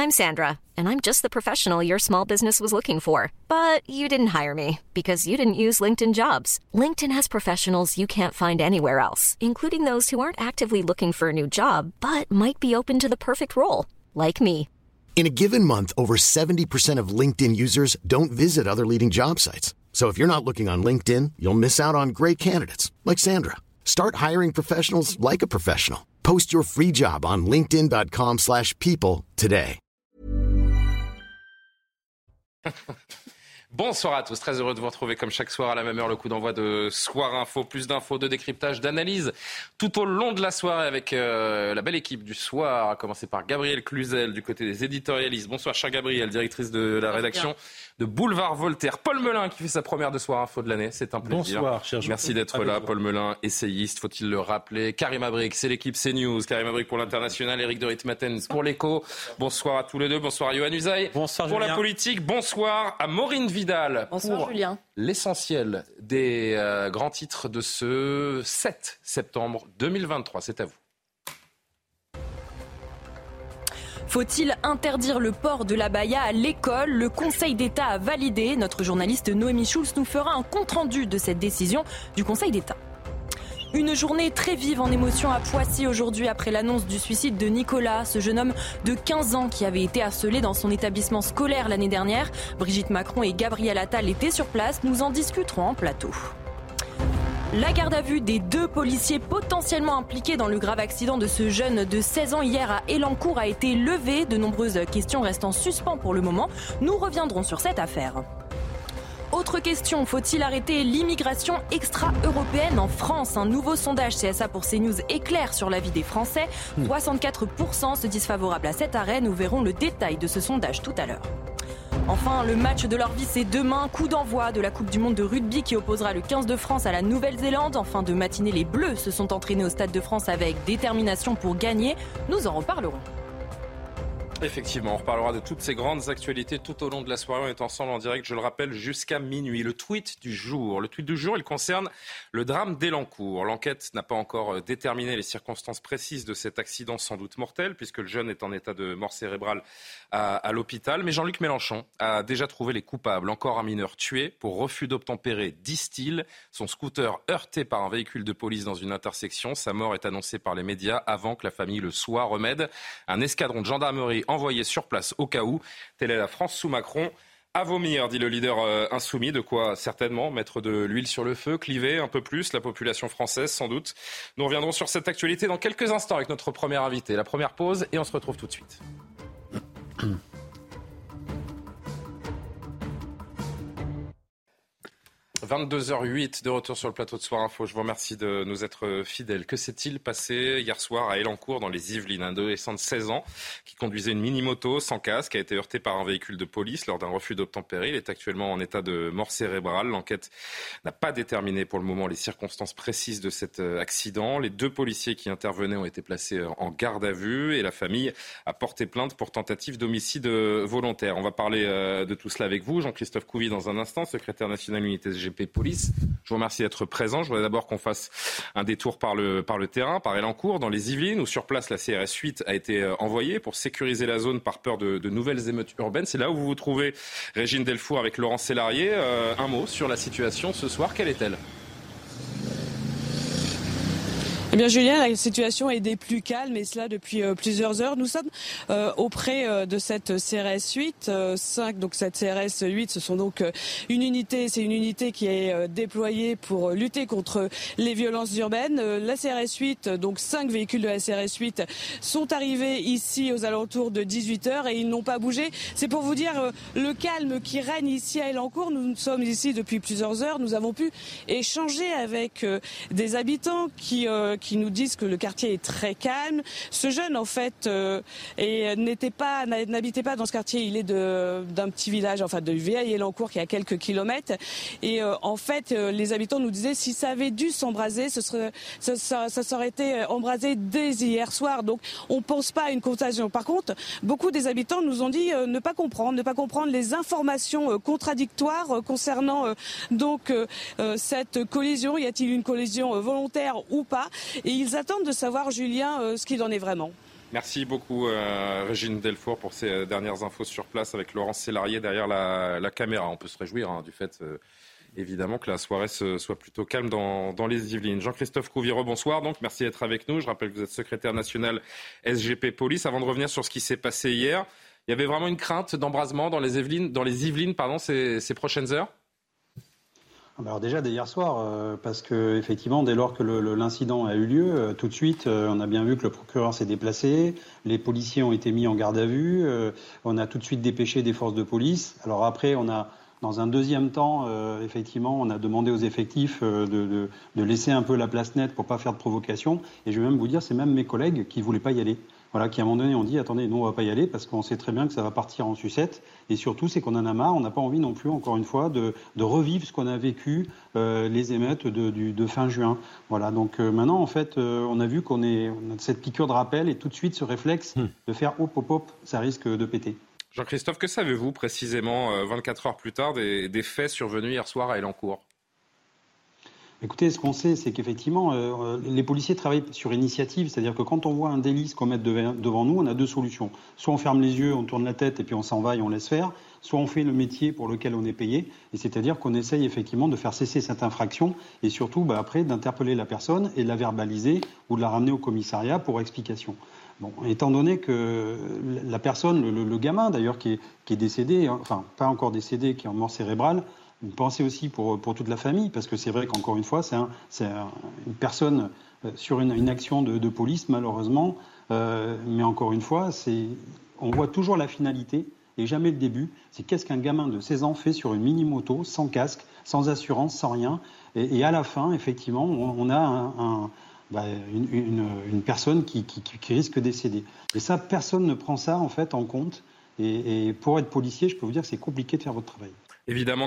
I'm Sandra, and I'm just the professional your small business was looking for. But you didn't hire me because you didn't use LinkedIn Jobs. LinkedIn has professionals you can't find anywhere else, including those who aren't actively looking for a new job, but might be open to the perfect role, like me. In a given month, over 70% of LinkedIn users don't visit other leading job sites. So if you're not looking on LinkedIn, you'll miss out on great candidates like Sandra. Start hiring professionals like a professional. Post your free job on linkedin.com/people today. Bonsoir à tous, très heureux de vous retrouver comme chaque soir à la même heure, le coup d'envoi de Soir Info, plus d'infos, de décryptage, d'analyse tout au long de la soirée avec la belle équipe du soir, à commencer par Gabrielle Cluzel du côté des éditorialistes. Bonsoir chère Gabrielle, directrice de la rédaction de Boulevard Voltaire. Paul Melun qui fait sa première de Soir Info de l'année, c'est un plaisir. Bonsoir cher Jean. Merci d'être là, Paul Melun, essayiste, faut-il le rappeler. Karim Abrik, c'est l'équipe CNews, Karim Abrik pour l'International, Éric de Ritmaten pour l'Écho. Bonsoir à tous les deux, bonsoir à Yohann Usaï. Bonsoir pour Julien. La politique, bonsoir à Maureen Vidal. Bonsoir pour Julien. L'essentiel des grands titres de ce 7 septembre 2023. C'est à vous. Faut-il interdire le port de l'abaya à l'école ? Le Conseil d'État a validé. Notre journaliste Noémie Schulz nous fera un compte-rendu de cette décision du Conseil d'État. Une journée très vive en émotion à Poissy aujourd'hui après l'annonce du suicide de Nicolas, ce jeune homme de 15 ans qui avait été harcelé dans son établissement scolaire l'année dernière. Brigitte Macron et Gabriel Attal étaient sur place, nous en discuterons en plateau. La garde à vue des 2 policiers potentiellement impliqués dans le grave accident de ce jeune de 16 ans hier à Élancourt a été levée. De nombreuses questions restent en suspens pour le moment. Nous reviendrons sur cette affaire. Autre question, faut-il arrêter l'immigration extra-européenne en France ? Un nouveau sondage CSA pour CNews éclaire sur l'avis des Français. 64% se disent favorables à cet arrêt. Nous verrons le détail de ce sondage tout à l'heure. Enfin, le match de leur vie, c'est demain. Coup d'envoi de la Coupe du Monde de rugby qui opposera le 15 de France à la Nouvelle-Zélande. En fin de matinée, les Bleus se sont entraînés au Stade de France avec détermination pour gagner. Nous en reparlerons. Effectivement, on reparlera de toutes ces grandes actualités tout au long de la soirée. On est ensemble en direct, je le rappelle, jusqu'à minuit. Le tweet du jour, il concerne le drame d'Élancourt. L'enquête n'a pas encore déterminé les circonstances précises de cet accident sans doute mortel, puisque le jeune est en état de mort cérébrale à l'hôpital. Mais Jean-Luc Mélenchon a déjà trouvé les coupables. Encore un mineur tué pour refus d'obtempérer, disent-ils. Son scooter heurté par un véhicule de police dans une intersection. Sa mort est annoncée par les médias avant que la famille le soit. Remède, un escadron de gendarmerie envoyé sur place au cas où. Telle est la France sous Macron. À vomir, dit le leader insoumis, de quoi certainement mettre de l'huile sur le feu, cliver un peu plus la population française sans doute. Nous reviendrons sur cette actualité dans quelques instants avec notre premier invité. La première pause et on se retrouve tout de suite. 22h08 de retour sur le plateau de Soir Info. Je vous remercie de nous être fidèles. Que s'est-il passé hier soir à Élancourt dans les Yvelines ? Un adolescent de 16 ans qui conduisait une mini-moto sans casque a été heurté par un véhicule de police lors d'un refus d'obtempérer. Il est actuellement en état de mort cérébrale. L'enquête n'a pas déterminé pour le moment les circonstances précises de cet accident. Les 2 policiers qui intervenaient ont été placés en garde à vue et la famille a porté plainte pour tentative d'homicide volontaire. On va parler de tout cela avec vous. Jean-Christophe Couvi dans un instant, secrétaire national unité SGP Police. Je vous remercie d'être présent. Je voudrais d'abord qu'on fasse un détour par le terrain, par Élancourt, dans les Yvelines, où sur place la CRS 8 a été envoyée pour sécuriser la zone par peur de nouvelles émeutes urbaines. C'est là où vous vous trouvez, Régine Delfour, avec Laurent Sélarié. Un mot sur la situation ce soir, quelle est-elle ? Eh bien Julien, la situation est des plus calmes et cela depuis plusieurs heures. Nous sommes auprès de cette CRS 8, 5, donc cette CRS 8, ce sont donc c'est une unité qui est déployée pour lutter contre les violences urbaines. La CRS 8, donc 5 véhicules de la CRS 8 sont arrivés ici aux alentours de 18h et ils n'ont pas bougé. C'est pour vous dire le calme qui règne ici à Élancourt. Nous sommes ici depuis plusieurs heures. Nous avons pu échanger avec des habitants qui nous disent que le quartier est très calme. Ce jeune, en fait, n'habitait pas dans ce quartier. Il est d'un petit village, enfin de vieil Élancourt, qui est à quelques kilomètres. Et en fait, les habitants nous disaient si ça avait dû s'embraser, ça serait été embrasé dès hier soir. Donc, on ne pense pas à une contagion. Par contre, beaucoup des habitants nous ont dit ne pas comprendre les informations contradictoires concernant cette collision. Y a-t-il une collision volontaire ou pas ? Et ils attendent de savoir, Julien, ce qu'il en est vraiment. Merci beaucoup Régine Delfour pour ces dernières infos sur place avec Laurence Sélarié derrière la caméra. On peut se réjouir du fait évidemment que la soirée soit plutôt calme dans les Yvelines. Jean-Christophe Couvireux, bonsoir. Donc, merci d'être avec nous. Je rappelle que vous êtes secrétaire national SGP Police. Avant de revenir sur ce qui s'est passé hier, il y avait vraiment une crainte d'embrasement dans les Yvelines ces prochaines heures? Alors déjà dès hier soir, parce que effectivement dès lors que l'incident a eu lieu, tout de suite on a bien vu que le procureur s'est déplacé, les policiers ont été mis en garde à vue, on a tout de suite dépêché des forces de police. Alors après on a dans un deuxième temps, effectivement, on a demandé aux effectifs de laisser un peu la place nette pour pas faire de provocation. Et je vais même vous dire, c'est même mes collègues qui voulaient pas y aller. Voilà, qui à un moment donné ont dit, attendez, nous on va pas y aller parce qu'on sait très bien que ça va partir en sucette. Et surtout, c'est qu'on en a marre. On n'a pas envie non plus, encore une fois, de revivre ce qu'on a vécu les émeutes de fin juin. Voilà. Donc maintenant, en fait, on a vu qu'on a cette piqûre de rappel et tout de suite ce réflexe de faire hop, hop, hop, ça risque de péter. Jean-Christophe, que savez-vous précisément 24 heures plus tard des faits survenus hier soir à Elancourt? Écoutez, ce qu'on sait, c'est qu'effectivement, les policiers travaillent sur initiative, c'est-à-dire que quand on voit un délit se commettre devant nous, on a deux solutions. Soit on ferme les yeux, on tourne la tête et puis on s'en va et on laisse faire, soit on fait le métier pour lequel on est payé, et c'est-à-dire qu'on essaye effectivement de faire cesser cette infraction et surtout après d'interpeller la personne et de la verbaliser ou de la ramener au commissariat pour explication. Bon, étant donné que la personne, le gamin d'ailleurs qui est décédé, enfin pas encore décédé, qui est en mort cérébrale, une pensée aussi pour toute la famille, parce que c'est vrai qu'encore une fois, c'est une personne sur une action de police, malheureusement. Mais encore une fois, on voit toujours la finalité et jamais le début. C'est qu'est-ce qu'un gamin de 16 ans fait sur une mini-moto, sans casque, sans assurance, sans rien. Et à la fin, effectivement, on a une personne qui risque de décéder. Et ça, personne ne prend ça en fait en compte. Et pour être policier, je peux vous dire que c'est compliqué de faire votre travail. Évidemment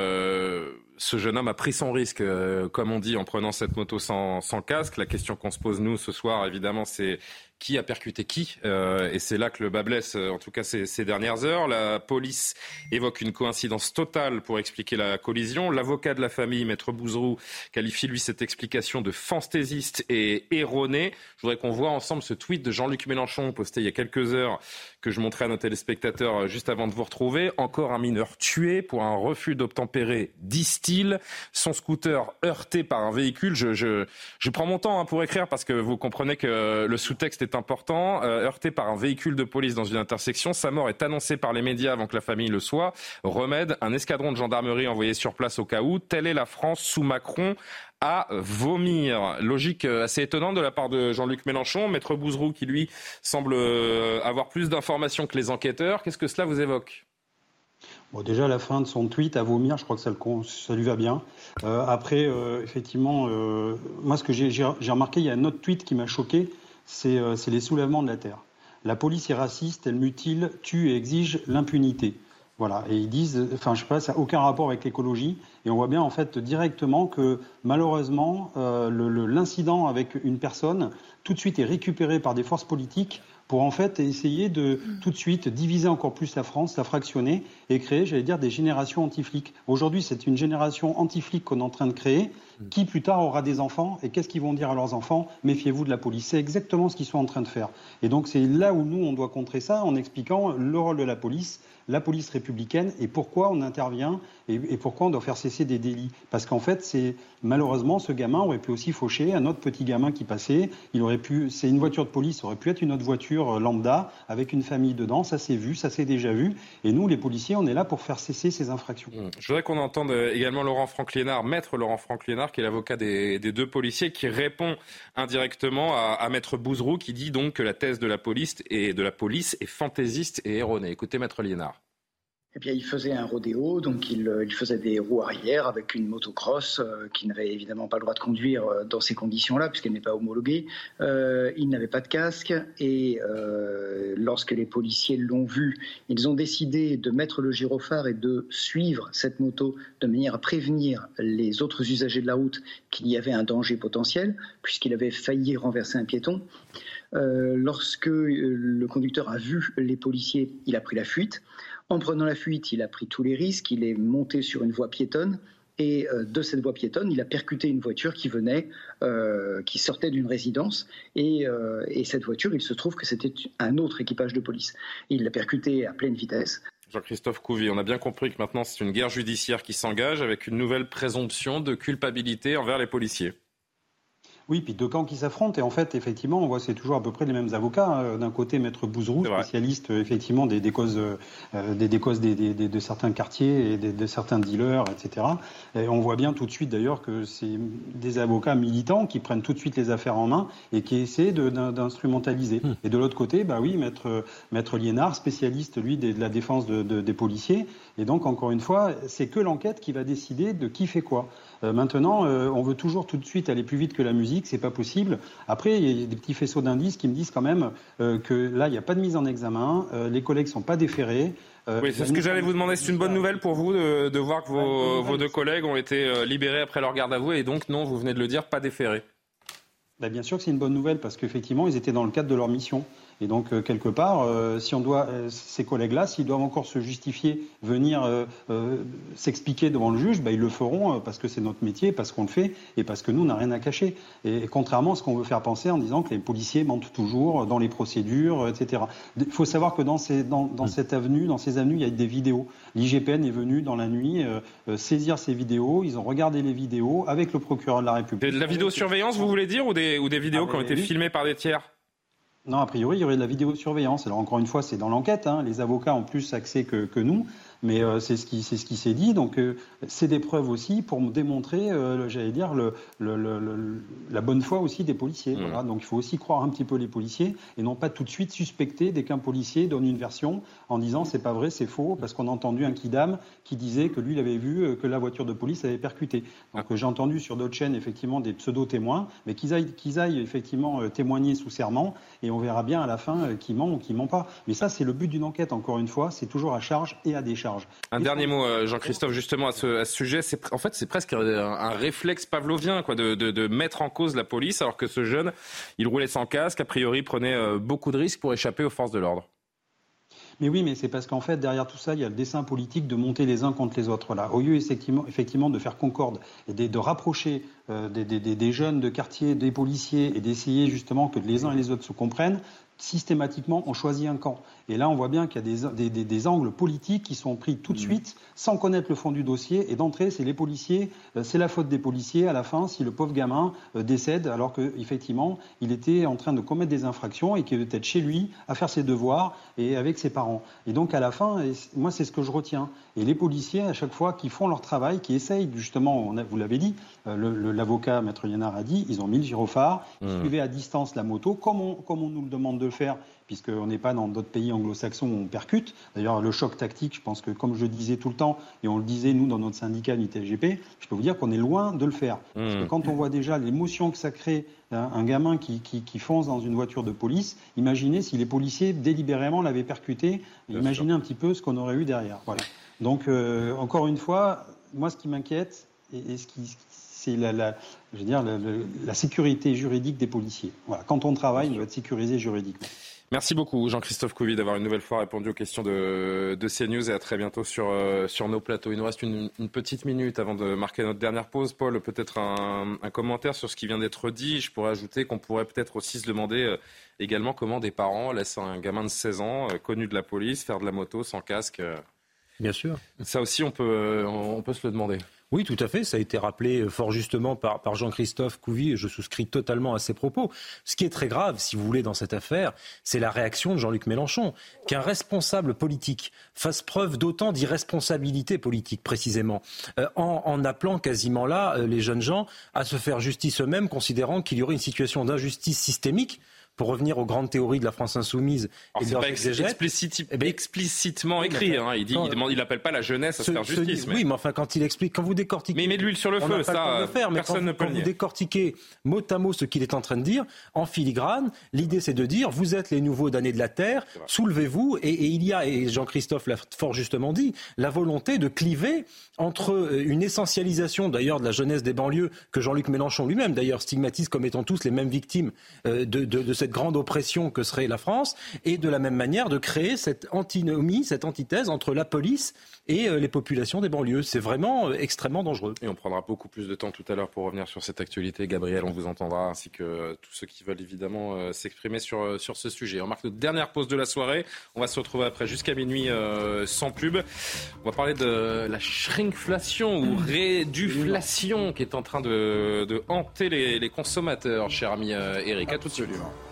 que ce jeune homme a pris son risque, comme on dit, en prenant cette moto sans casque. La question qu'on se pose, nous, ce soir, évidemment, c'est qui a percuté qui, et c'est là que le bât blesse, en tout cas ces dernières heures. La police évoque une coïncidence totale pour expliquer la collision. L'avocat de la famille, Maître Bouzrou, qualifie lui cette explication de fantaisiste et erronée. Je voudrais qu'on voit ensemble ce tweet de Jean-Luc Mélenchon posté il y a quelques heures que je montrais à nos téléspectateurs juste avant de vous retrouver. Encore un mineur tué pour un refus d'obtempérer, disent-ils. Son scooter heurté par un véhicule. Je prends mon temps pour écrire parce que vous comprenez que le sous-texte est important. Heurté par un véhicule de police dans une intersection. Sa mort est annoncée par les médias avant que la famille le soit. Remède, un escadron de gendarmerie envoyé sur place au cas où. Telle est la France sous Macron. À vomir. Logique assez étonnante de la part de Jean-Luc Mélenchon. Maître Bouzrou qui, lui, semble avoir plus d'informations que les enquêteurs. Qu'est-ce que cela vous évoque ? Bon, déjà, la fin de son tweet à vomir, je crois que ça lui va bien. Après, effectivement, moi, ce que j'ai remarqué, il y a un autre tweet qui m'a choqué, c'est les soulèvements de la terre. La police est raciste, elle mutile, tue et exige l'impunité. Voilà, et ils disent, enfin je sais pas, ça n'a aucun rapport avec l'écologie, et on voit bien en fait directement que malheureusement l'incident avec une personne tout de suite est récupéré par des forces politiques pour en fait essayer de tout de suite diviser encore plus la France, la fractionner et créer, j'allais dire, des générations anti-flics. Aujourd'hui, c'est une génération anti-flic qu'on est en train de créer, qui plus tard aura des enfants, et qu'est-ce qu'ils vont dire à leurs enfants ? Méfiez-vous de la police. C'est exactement ce qu'ils sont en train de faire. Et donc c'est là où nous, on doit contrer ça en expliquant le rôle de la police républicaine, et pourquoi on intervient, et pourquoi on doit faire cesser des délits. Parce qu'en fait, malheureusement, ce gamin aurait pu aussi faucher un autre petit gamin qui passait. C'est une voiture de police, ça aurait pu être une autre voiture lambda, avec une famille dedans. Ça s'est vu, ça s'est déjà vu. Et nous, les policiers, on est là pour faire cesser ces infractions. Je voudrais qu'on entende également Laurent Franck-Liénard, maître Laurent Franck-Liénard, qui est l'avocat des deux policiers, qui répond indirectement à maître Bouzrou, qui dit donc que la thèse de la police est fantaisiste et erronée. Écoutez maître Liénard. Eh bien, il faisait un rodéo, donc il faisait des roues arrière avec une motocross qui n'avait évidemment pas le droit de conduire dans ces conditions-là, puisqu'elle n'est pas homologuée. Il n'avait pas de casque et lorsque les policiers l'ont vu, ils ont décidé de mettre le gyrophare et de suivre cette moto de manière à prévenir les autres usagers de la route qu'il y avait un danger potentiel, puisqu'il avait failli renverser un piéton. Lorsque le conducteur a vu les policiers, il a pris la fuite. En prenant la fuite, il a pris tous les risques, il est monté sur une voie piétonne et de cette voie piétonne, il a percuté une voiture qui sortait d'une résidence, et cette voiture, il se trouve que c'était un autre équipage de police. Il l'a percuté à pleine vitesse. Jean-Christophe Couvi, on a bien compris que maintenant c'est une guerre judiciaire qui s'engage avec une nouvelle présomption de culpabilité envers les policiers. Oui, puis deux camps qui s'affrontent. Et en fait, effectivement, on voit c'est toujours à peu près les mêmes avocats. D'un côté, Maître Bouzerou, spécialiste effectivement des causes, de certains quartiers et de certains dealers, etc. Et on voit bien tout de suite d'ailleurs que c'est des avocats militants qui prennent tout de suite les affaires en main et qui essaient d'instrumentaliser. Et de l'autre côté, Maître Liénard, spécialiste lui de la défense des policiers. Et donc encore une fois, c'est que l'enquête qui va décider de qui fait quoi. Maintenant, on veut toujours tout de suite aller plus vite que la musique, c'est pas possible. Après, il y a des petits faisceaux d'indices qui me disent quand même que là, il n'y a pas de mise en examen, les collègues sont pas déférés. Oui, c'est ce que j'allais vous demander. C'est une bonne nouvelle pour vous de voir que vos deux collègues ont été libérés après leur garde à vous et donc non, vous venez de le dire, pas déférés. Bien sûr que c'est une bonne nouvelle parce qu'effectivement, ils étaient dans le cadre de leur mission. Et donc, quelque part, si on doit, ces collègues-là, s'ils doivent encore se justifier, venir s'expliquer devant le juge, ils le feront parce que c'est notre métier, parce qu'on le fait et parce que nous, on n'a rien à cacher. Et contrairement à ce qu'on veut faire penser en disant que les policiers mentent toujours dans les procédures, etc. Il faut savoir que dans ces avenues, il y a des vidéos. L'IGPN est venu dans la nuit saisir ces vidéos. Ils ont regardé les vidéos avec le procureur de la République. De la vidéosurveillance, vous voulez dire, ou des vidéos qui ont été filmées par des tiers ? Non, a priori, il y aurait de la vidéosurveillance. Alors encore une fois, c'est dans l'enquête. Les avocats ont plus accès que nous, mais c'est ce qui s'est dit. Donc c'est des preuves aussi pour démontrer, la bonne foi aussi des policiers. Voilà. Donc il faut aussi croire un petit peu les policiers et non pas tout de suite suspecter dès qu'un policier donne une version en disant c'est pas vrai, c'est faux, parce qu'on a entendu un kidam qui disait que lui, il avait vu que la voiture de police avait percuté. Donc j'ai entendu sur d'autres chaînes effectivement des pseudo-témoins, mais qu'ils aillent effectivement témoigner sous serment et on verra bien à la fin qui ment ou qui ment pas. Mais ça, c'est le but d'une enquête, encore une fois, c'est toujours à charge et à décharge. Un dernier mot, Jean-Christophe, justement, à ce sujet. C'est presque un réflexe pavlovien de mettre en cause la police, alors que ce jeune, il roulait sans casque, a priori prenait beaucoup de risques pour échapper aux forces de l'ordre. Mais oui, mais c'est parce qu'en fait, derrière tout ça, il y a le dessein politique de monter les uns contre les autres. Voilà. Au lieu, effectivement, de faire concorde et de rapprocher des jeunes de quartier, des policiers, et d'essayer justement que les uns et les autres se comprennent, systématiquement, on choisit un camp. Et là, on voit bien qu'il y a des angles politiques qui sont pris tout de suite, sans connaître le fond du dossier. Et d'entrée, c'est les policiers, c'est la faute des policiers à la fin si le pauvre gamin décède alors qu'effectivement, il était en train de commettre des infractions et qu'il était chez lui à faire ses devoirs et avec ses parents. Et donc, à la fin, moi, c'est ce que je retiens. Et les policiers, à chaque fois, qui font leur travail, qui essayent justement, vous l'avez dit, l'avocat, Maître Liénard a dit, ils ont mis le gyrophare, ils suivaient à distance la moto, comme on nous le demande de le faire, puisqu'on n'est pas dans d'autres pays anglo-saxons où on percute. D'ailleurs, le choc tactique, je pense que, comme je disais tout le temps, et on le disait, nous, dans notre syndicat UNIT-LGP, je peux vous dire qu'on est loin de le faire. Parce que quand on voit déjà l'émotion que ça crée, un gamin qui fonce dans une voiture de police, imaginez si les policiers, délibérément, l'avaient percuté, imaginez un petit peu ce qu'on aurait eu derrière. Voilà. Donc, encore une fois, moi, ce qui m'inquiète, c'est la sécurité juridique des policiers. Voilà. Quand on travaille, on doit être sécurisé juridiquement. Merci beaucoup Jean-Christophe Couvi d'avoir une nouvelle fois répondu aux questions de CNews et à très bientôt sur nos plateaux. Il nous reste une petite minute avant de marquer notre dernière pause. Paul, peut-être un commentaire sur ce qui vient d'être dit. Je pourrais ajouter qu'on pourrait peut-être aussi se demander également comment des parents laissent un gamin de 16 ans, connu de la police, faire de la moto sans casque. Bien sûr. Ça aussi, on peut se le demander. Oui, tout à fait. Ça a été rappelé fort justement par Jean-Christophe Couvi et je souscris totalement à ses propos. Ce qui est très grave, si vous voulez, dans cette affaire, c'est la réaction de Jean-Luc Mélenchon. Qu'un responsable politique fasse preuve d'autant d'irresponsabilité politique, précisément, en appelant quasiment là les jeunes gens à se faire justice eux-mêmes, considérant qu'il y aurait une situation d'injustice systémique. Pour revenir aux grandes théories de la France insoumise. Alors, c'est pas explicitement écrit. Il n'appelle pas la jeunesse à se faire justice. Oui, mais enfin, quand il explique, quand vous décortiquez... Mais il met de l'huile sur le feu, ça, personne ne peut le nier. Quand vous décortiquez mot à mot ce qu'il est en train de dire, en filigrane, l'idée c'est de dire, vous êtes les nouveaux damnés de la terre, soulevez-vous, et il y a, et Jean-Christophe l'a fort justement dit, la volonté de cliver entre une essentialisation d'ailleurs de la jeunesse des banlieues, que Jean-Luc Mélenchon lui-même d'ailleurs stigmatise comme étant tous les mêmes victimes de cette cette grande oppression que serait la France, et de la même manière de créer cette antinomie, cette antithèse entre la police et les populations des banlieues. C'est vraiment extrêmement dangereux. Et on prendra beaucoup plus de temps tout à l'heure pour revenir sur cette actualité. Gabriel, on vous entendra, ainsi que tous ceux qui veulent évidemment s'exprimer sur ce sujet. On marque notre dernière pause de la soirée. On va se retrouver après jusqu'à minuit sans pub. On va parler de la shrinkflation ou réduflation qui est en train de hanter les consommateurs, cher ami Eric. À tout de suite.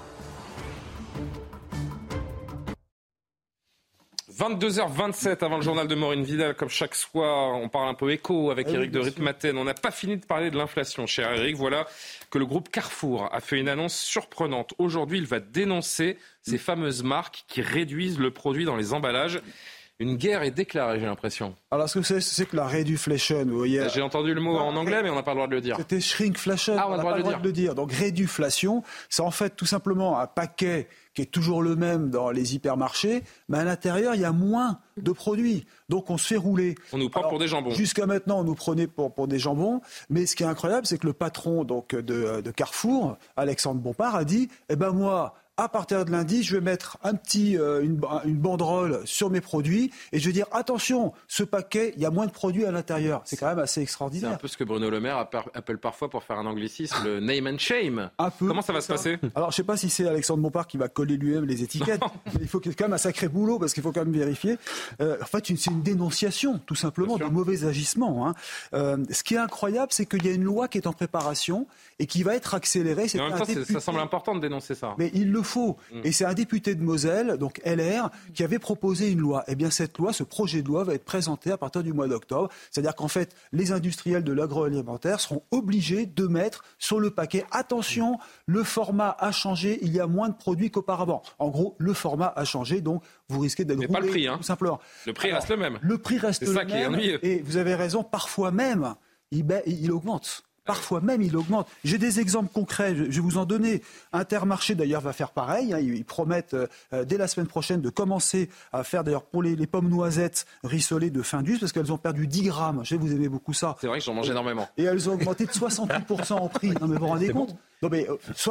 22h27 avant le journal de Maureen Vidal, comme chaque soir, on parle un peu éco avec Eric de Ritmaten. On n'a pas fini de parler de l'inflation, cher Eric. Voilà que le groupe Carrefour a fait une annonce surprenante. Aujourd'hui, il va dénoncer ces fameuses marques qui réduisent le produit dans les emballages. Une guerre est déclarée, j'ai l'impression. Alors, ce que c'est que la réduflation, vous voyez. J'ai entendu le mot en anglais, mais on n'a pas le droit de le dire. C'était shrinkflation, on n'a pas le droit de le dire. Donc, réduflation, c'est en fait tout simplement un paquet qui est toujours le même dans les hypermarchés, mais à l'intérieur, il y a moins de produits. Donc, on se fait rouler. On nous prend pour des jambons. Jusqu'à maintenant, on nous prenait pour des jambons. Mais ce qui est incroyable, c'est que le patron donc, de Carrefour, Alexandre Bompard, a dit « Eh ben moi, à partir de lundi, je vais mettre une banderole sur mes produits et je vais dire attention, ce paquet, il y a moins de produits à l'intérieur. » C'est quand même assez extraordinaire. C'est un peu ce que Bruno Le Maire appelle parfois, pour faire un anglicisme, le name and shame. Un peu. Comment ça va se passer ? Alors, je ne sais pas si c'est Alexandre Bompard qui va coller lui-même les étiquettes, mais il faut qu'il y ait quand même un sacré boulot parce qu'il faut quand même vérifier. En fait, c'est une dénonciation, tout simplement, de mauvais agissements. Ce qui est incroyable, c'est qu'il y a une loi qui est en préparation et qui va être accélérée. Mais en même temps, ça semble important de dénoncer ça. Mais il le faut. Et c'est un député de Moselle, donc LR, qui avait proposé une loi. Eh bien, cette loi, ce projet de loi va être présenté à partir du mois d'octobre. C'est-à-dire qu'en fait, les industriels de l'agroalimentaire seront obligés de mettre sur le paquet, attention, le format a changé, il y a moins de produits qu'auparavant. En gros, le format a changé, donc vous risquez d'être roulé, pas le prix, tout simplement. Le prix reste le même. Le prix reste le même. C'est ça qui est ennuyeux. Et vous avez raison, parfois même, il augmente. Parfois même, il augmente. J'ai des exemples concrets, je vais vous en donner. Intermarché, d'ailleurs, va faire pareil. Ils promettent, dès la semaine prochaine, de commencer à faire, d'ailleurs, pour les pommes noisettes rissolées de Findus, parce qu'elles ont perdu 10 grammes. Je sais que vous aimez beaucoup ça. C'est vrai que j'en mange énormément. Et elles ont augmenté de 68% en prix. Non, mais vous vous rendez compte ? Non, mais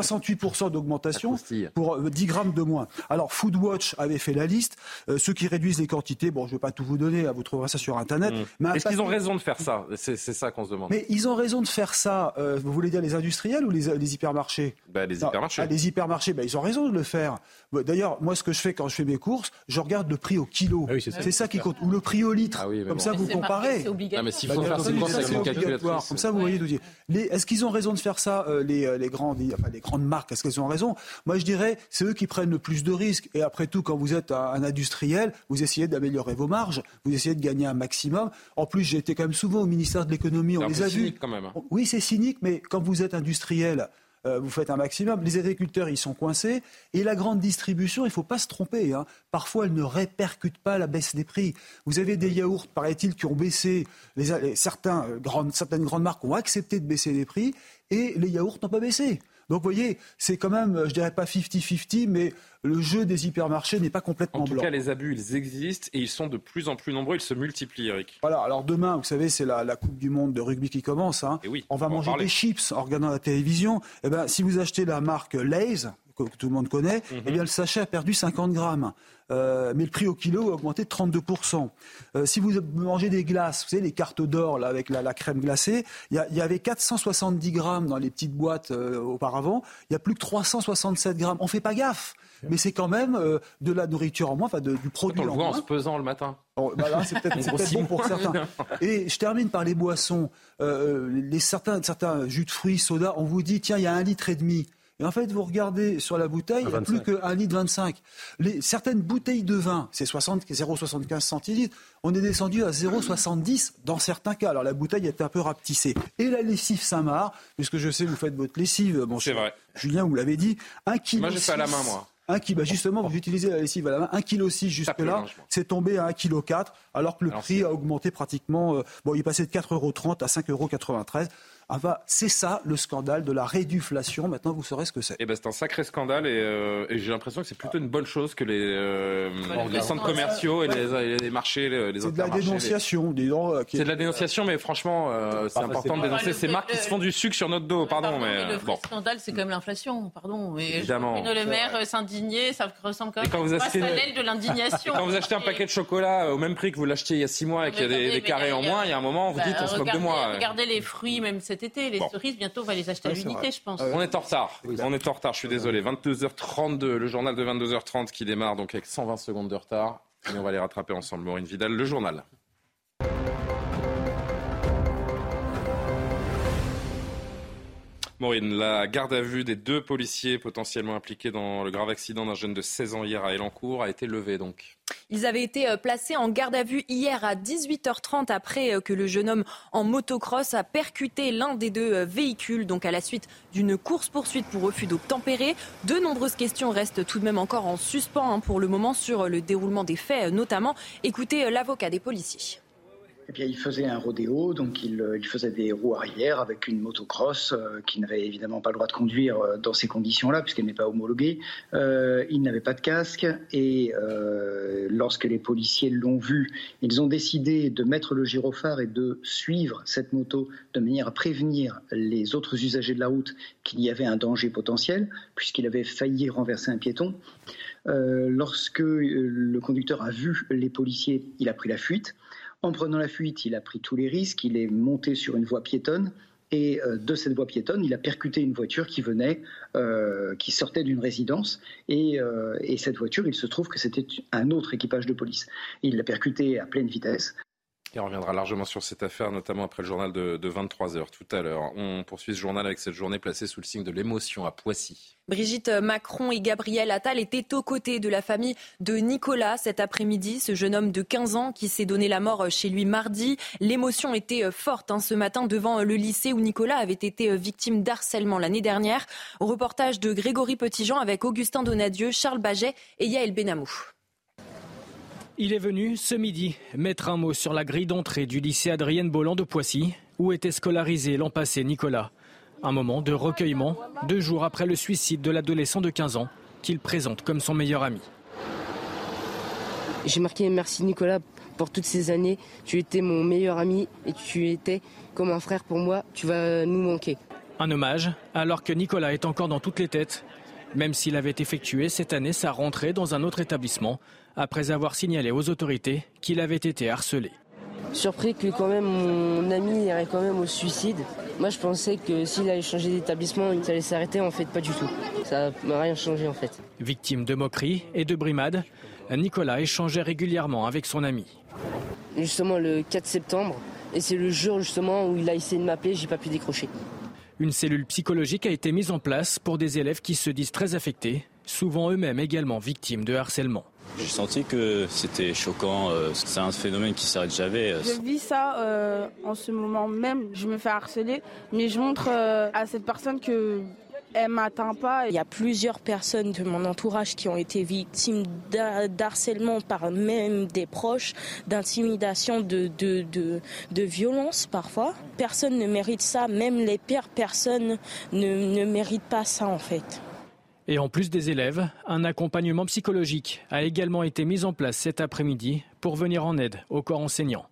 68% d'augmentation pour 10 grammes de moins. Alors, Foodwatch avait fait la liste. Ceux qui réduisent les quantités, bon, je ne vais pas tout vous donner, vous trouverez ça sur Internet. Mais est-ce qu'ils ont raison de faire ça ? C'est ça qu'on se demande. Mais ils ont raison de faire ça. Vous voulez dire les industriels ou les hypermarchés ? Les hypermarchés. Les hypermarchés, ils ont raison de le faire. D'ailleurs, moi, ce que je fais quand je fais mes courses, je regarde le prix au kilo. Ah oui, c'est ça qui compte. Ou le prix au litre. Comme ça, vous comparez. C'est obligatoire. Mais s'il faut faire ses courses avec mon calculatrice. Comme ça, vous voyez tout dire. Est-ce qu'ils ont raison de faire ça, les grandes marques ? Est-ce qu'elles ont raison ? Moi, je dirais, c'est eux qui prennent le plus de risques. Et après tout, quand vous êtes un industriel, vous essayez d'améliorer vos marges, vous essayez de gagner un maximum. En plus, j'ai été quand même souvent au ministère de l'économie. On les a vus. C'est cynique quand même. Oui, c'est cynique, mais quand vous êtes industriel, vous faites un maximum. Les agriculteurs, ils sont coincés. Et la grande distribution, il ne faut pas se tromper. Parfois, elle ne répercute pas la baisse des prix. Vous avez des yaourts, paraît-il, qui ont baissé. Certaines grandes marques ont accepté de baisser les prix et les yaourts n'ont pas baissé. Donc, vous voyez, c'est quand même, je dirais pas 50-50, mais le jeu des hypermarchés n'est pas complètement blanc. En tout cas, les abus, ils existent et ils sont de plus en plus nombreux. Ils se multiplient, Eric. Voilà, alors demain, vous savez, c'est la Coupe du Monde de rugby qui commence. Et oui, on va manger des chips en regardant la télévision. Eh ben, si vous achetez la marque Lay's, que tout le monde connaît, eh bien, le sachet a perdu 50 grammes. Mais le prix au kilo a augmenté de 32%. Si vous mangez des glaces, vous savez, les cartes d'or là, avec la crème glacée, il y avait 470 grammes dans les petites boîtes auparavant. Il n'y a plus que 367 grammes. On ne fait pas gaffe. Mais c'est quand même de la nourriture en moins, enfin du produit en moins. On le voit en se pesant le matin. Là, c'est peut-être bon pour certains. Et je termine par les boissons. Certains jus de fruits, soda, on vous dit, tiens, il y a 1,5 litre. Et en fait, vous regardez sur la bouteille, il n'y a plus que 1,25 litre. Certaines bouteilles de vin, c'est 0,75 centilitres. On est descendu à 0,70 dans certains cas. Alors la bouteille était un peu rapetissée. Et la lessive Saint-Marc, puisque je sais que vous faites votre lessive. Bon, c'est vrai. Julien, vous l'avez dit. 1 kg. Moi, j'ai fait à la main, moi. Justement, vous utilisez la lessive à la main. 1,6 kg jusque-là, c'est tombé à 1,4 kg, alors que le prix a augmenté pratiquement. Il est passé de 4,30 € à 5,93 €. Enfin, c'est ça le scandale de la réduflation. Maintenant, vous saurez ce que c'est. C'est un sacré scandale et j'ai l'impression que c'est plutôt une bonne chose que les centres commerciaux et les marchés, les c'est de la dénonciation. C'est de la dénonciation, mais franchement, c'est important de dénoncer ces marques qui se font du sucre sur notre dos. Pardon, mais le vrai scandale, c'est quand même l'inflation. Pardon, mais évidemment. Bruno Le Maire s'indigner, ça ressemble quand même à l'aile de l'indignation. Quand vous achetez un paquet de chocolat au même prix que vous l'achetiez il y a 6 mois et qu'il y a des carrés en moins, il y a un moment, vous dites on se moque de moi. Regardez les fruits, même cet été, les cerises, bientôt on va les acheter à l'unité, je pense. On est en retard. Je suis désolé. 22h32, le journal de 22h30 qui démarre donc avec 120 secondes de retard. Et on va les rattraper ensemble. Maureen Vidal, le journal. Maureen, la garde à vue des 2 policiers potentiellement impliqués dans le grave accident d'un jeune de 16 ans hier à Élancourt a été levée donc. Ils avaient été placés en garde à vue hier à 18h30 après que le jeune homme en motocross a percuté l'un des 2 véhicules, donc à la suite d'une course-poursuite pour refus d'obtempérer. De nombreuses questions restent tout de même encore en suspens pour le moment sur le déroulement des faits, notamment. Écoutez l'avocat des policiers. Eh bien, il faisait un rodéo, donc il faisait des roues arrière avec une motocross qui n'avait évidemment pas le droit de conduire dans ces conditions-là, puisqu'elle n'est pas homologuée. Il n'avait pas de casque et lorsque les policiers l'ont vu, ils ont décidé de mettre le gyrophare et de suivre cette moto de manière à prévenir les autres usagers de la route qu'il y avait un danger potentiel, puisqu'il avait failli renverser un piéton. Lorsque le conducteur a vu les policiers, il a pris la fuite. En prenant la fuite, il a pris tous les risques, il est monté sur une voie piétonne et de cette voie piétonne, il a percuté une voiture qui sortait d'une résidence et cette voiture, il se trouve que c'était un autre équipage de police. Il l'a percutée à pleine vitesse. Et on reviendra largement sur cette affaire, notamment après le journal de 23h tout à l'heure. On poursuit ce journal avec cette journée placée sous le signe de l'émotion à Poissy. Brigitte Macron et Gabriel Attal étaient aux côtés de la famille de Nicolas cet après-midi, ce jeune homme de 15 ans qui s'est donné la mort chez lui mardi. L'émotion était forte ce matin devant le lycée où Nicolas avait été victime d'harcèlement l'année dernière. Au reportage de Grégory Petitjean avec Augustin Donadieu, Charles Baget et Yael Benamou. Il est venu ce midi mettre un mot sur la grille d'entrée du lycée Adrienne Bolland de Poissy, où était scolarisé l'an passé Nicolas. Un moment de recueillement, 2 jours après le suicide de l'adolescent de 15 ans, qu'il présente comme son meilleur ami. J'ai marqué merci Nicolas pour toutes ces années. Tu étais mon meilleur ami et tu étais comme un frère pour moi. Tu vas nous manquer. Un hommage alors que Nicolas est encore dans toutes les têtes, même s'il avait effectué cette année sa rentrée dans un autre établissement, après avoir signalé aux autorités qu'il avait été harcelé. Surpris que quand même mon ami irait quand même au suicide. Moi je pensais que s'il allait changer d'établissement, ça allait s'arrêter, en fait pas du tout. Ça n'a rien changé en fait. Victime de moqueries et de brimades, Nicolas échangeait régulièrement avec son ami. Justement le 4 septembre, et c'est le jour justement où il a essayé de m'appeler, j'ai pas pu décrocher. Une cellule psychologique a été mise en place pour des élèves qui se disent très affectés, souvent eux-mêmes également victimes de harcèlement. J'ai senti que c'était choquant, c'est un phénomène qui s'arrête jamais. Je vis ça en ce moment même, je me fais harceler, mais je montre à cette personne que elle m'atteint pas. Il y a plusieurs personnes de mon entourage qui ont été victimes d'harcèlement par même des proches, d'intimidation, de violence parfois. Personne ne mérite ça, même les pires personnes ne méritent pas ça en fait. Et en plus des élèves, un accompagnement psychologique a également été mis en place cet après-midi pour venir en aide au corps enseignant.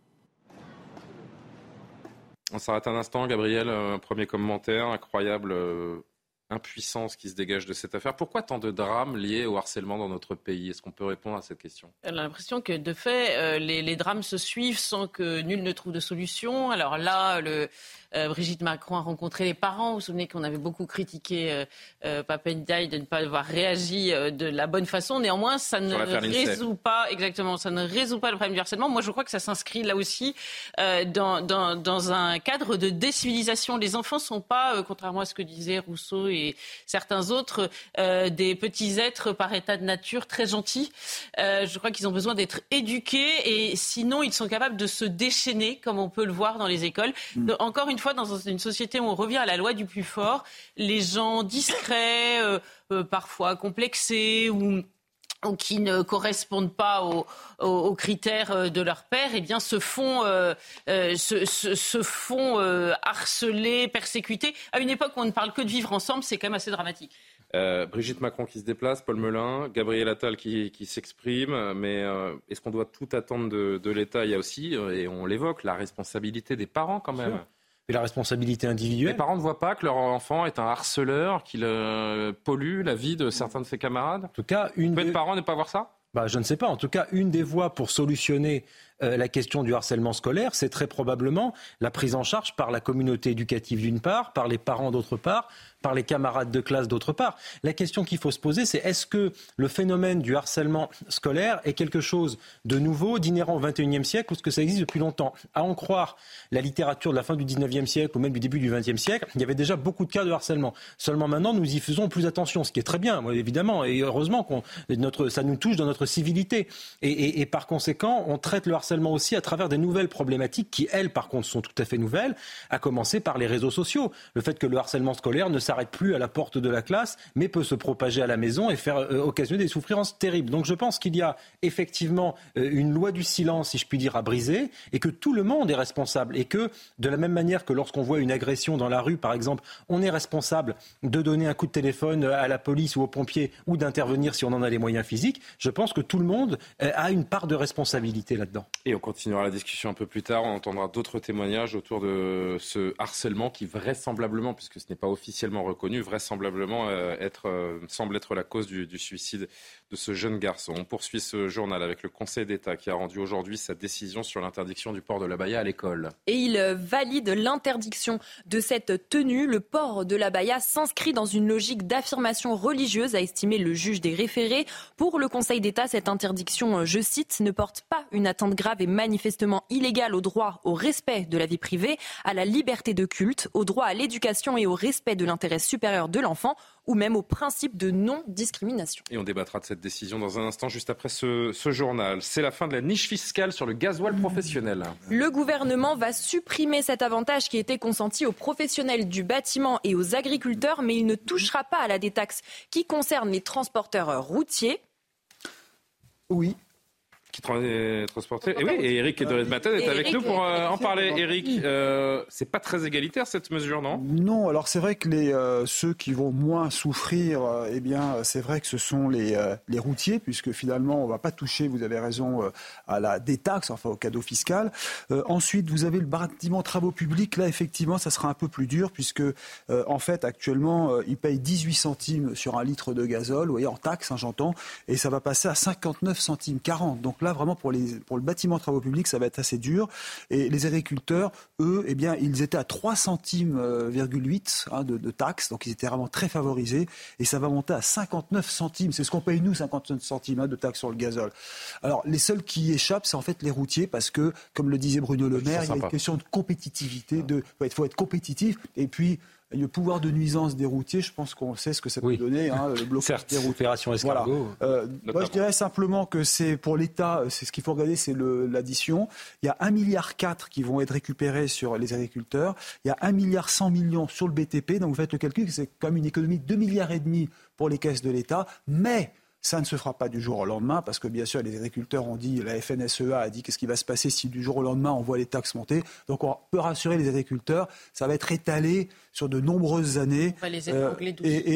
On s'arrête un instant, Gabriel. Un premier commentaire, incroyable impuissance qui se dégage de cette affaire. Pourquoi tant de drames liés au harcèlement dans notre pays ? Est-ce qu'on peut répondre à cette question ? On a l'impression que de fait, les drames se suivent sans que nul ne trouve de solution. Alors là, Brigitte Macron a rencontré les parents. Vous vous souvenez qu'on avait beaucoup critiqué Papa Ndiaye de ne pas avoir réagi de la bonne façon. Néanmoins, ça ne résout pas le problème du harcèlement. Moi, je crois que ça s'inscrit là aussi dans un cadre de décivilisation. Les enfants ne sont pas, contrairement à ce que disaient Rousseau et certains autres, des petits êtres par état de nature très gentils. Je crois qu'ils ont besoin d'être éduqués et sinon, ils sont capables de se déchaîner, comme on peut le voir dans les écoles. Encore une fois, dans une société où on revient à la loi du plus fort, les gens discrets, parfois complexés ou ou qui ne correspondent pas aux critères de leur père, eh bien se font harceler, persécuter. À une époque où on ne parle que de vivre ensemble, c'est quand même assez dramatique. Brigitte Macron qui se déplace, Paul Melun, Gabriel Attal qui s'exprime, mais est-ce qu'on doit tout attendre de l'État ? Il y a aussi, et on l'évoque, la responsabilité des parents quand même. Et la responsabilité individuelle. Les parents ne voient pas que leur enfant est un harceleur, qu'il pollue la vie de certains de ses camarades ? En tout cas, Peut-être parents ne pas voir ça ? Je ne sais pas. En tout cas, une des voies pour solutionner la question du harcèlement scolaire, c'est très probablement la prise en charge par la communauté éducative d'une part, par les parents d'autre part, par les camarades de classe d'autre part. La question qu'il faut se poser, c'est est-ce que le phénomène du harcèlement scolaire est quelque chose de nouveau, d'inhérent au XXIe siècle, ou est-ce que ça existe depuis longtemps ? À en croire la littérature de la fin du XIXe siècle ou même du début du XXe siècle, il y avait déjà beaucoup de cas de harcèlement. Seulement maintenant, nous y faisons plus attention, ce qui est très bien, évidemment, et heureusement ça nous touche dans notre civilité. Et par conséquent, on traite le harcèlement aussi à travers des nouvelles problématiques qui, elles, par contre, sont tout à fait nouvelles, à commencer par les réseaux sociaux. Le fait que le harcèlement scolaire ne s'arrête plus à la porte de la classe, mais peut se propager à la maison et faire occasionner des souffrances terribles. Donc je pense qu'il y a effectivement une loi du silence, si je puis dire, à briser, et que tout le monde est responsable, et que de la même manière que lorsqu'on voit une agression dans la rue, par exemple, on est responsable de donner un coup de téléphone à la police ou aux pompiers, ou d'intervenir si on en a les moyens physiques. Je pense que tout le monde a une part de responsabilité là-dedans. Et on continuera la discussion un peu plus tard, on entendra d'autres témoignages autour de ce harcèlement qui vraisemblablement, puisque ce n'est pas officiellement reconnu, vraisemblablement semble être la cause du suicide de ce jeune garçon. On poursuit ce journal avec le Conseil d'État qui a rendu aujourd'hui sa décision sur l'interdiction du port de l'abaya à l'école. Et il valide l'interdiction de cette tenue. Le port de l'abaya s'inscrit dans une logique d'affirmation religieuse, a estimé le juge des référés. Pour le Conseil d'État, cette interdiction, je cite, ne porte pas une atteinte grave et manifestement illégale au droit au respect de la vie privée, à la liberté de culte, au droit à l'éducation et au respect de l'intérêt supérieur de l'enfant, ou même au principe de non-discrimination. Et on débattra de cette décision dans un instant, juste après ce journal. C'est la fin de la niche fiscale sur le gasoil professionnel. Le gouvernement va supprimer cet avantage qui était consenti aux professionnels du bâtiment et aux agriculteurs, mais il ne touchera pas à la détaxe qui concerne les transporteurs routiers. Oui. Qui transportait. Et oui, et Eric de Matin est avec nous pour en parler. Eric, c'est pas très égalitaire cette mesure, non ? Non, alors c'est vrai que ceux qui vont moins souffrir, c'est vrai que ce sont les routiers, puisque finalement on va pas toucher, vous avez raison, à la détaxe, enfin au cadeau fiscal. Ensuite, vous avez le bâtiment travaux publics. Là, effectivement, ça sera un peu plus dur, puisque en fait, actuellement, ils payent 18 centimes sur un litre de gazole, vous voyez, en taxe, j'entends, et ça va passer à 59 centimes 40. Donc là, vraiment, pour le bâtiment travaux publics, ça va être assez dur. Et les agriculteurs, eux, ils étaient à 3 centimes, 8 de taxes. Donc, ils étaient vraiment très favorisés. Et ça va monter à 59 centimes. C'est ce qu'on paye, nous, 59 centimes de taxes sur le gazole. Alors, les seuls qui y échappent, c'est en fait les routiers, parce que, comme le disait Bruno Le Maire, il y a une question de compétitivité. Il faut être compétitif. Et puis, le pouvoir de nuisance des routiers, je pense qu'on sait ce que ça peut donner, le blocage des routes. Opération escargot. Voilà. Moi, je dirais simplement que c'est pour l'État, c'est ce qu'il faut regarder, c'est l'addition. Il y a 1,4 milliard qui vont être récupérés sur les agriculteurs. Il y a 1,1 milliard sur le BTP. Donc vous faites le calcul, c'est quand même une économie de 2,5 milliards pour les caisses de l'État. Mais ça ne se fera pas du jour au lendemain, parce que bien sûr, les agriculteurs ont dit, la FNSEA a dit qu'est-ce qui va se passer si du jour au lendemain on voit les taxes monter. Donc on peut rassurer les agriculteurs, ça va être étalé sur de nombreuses années. On va les étrangler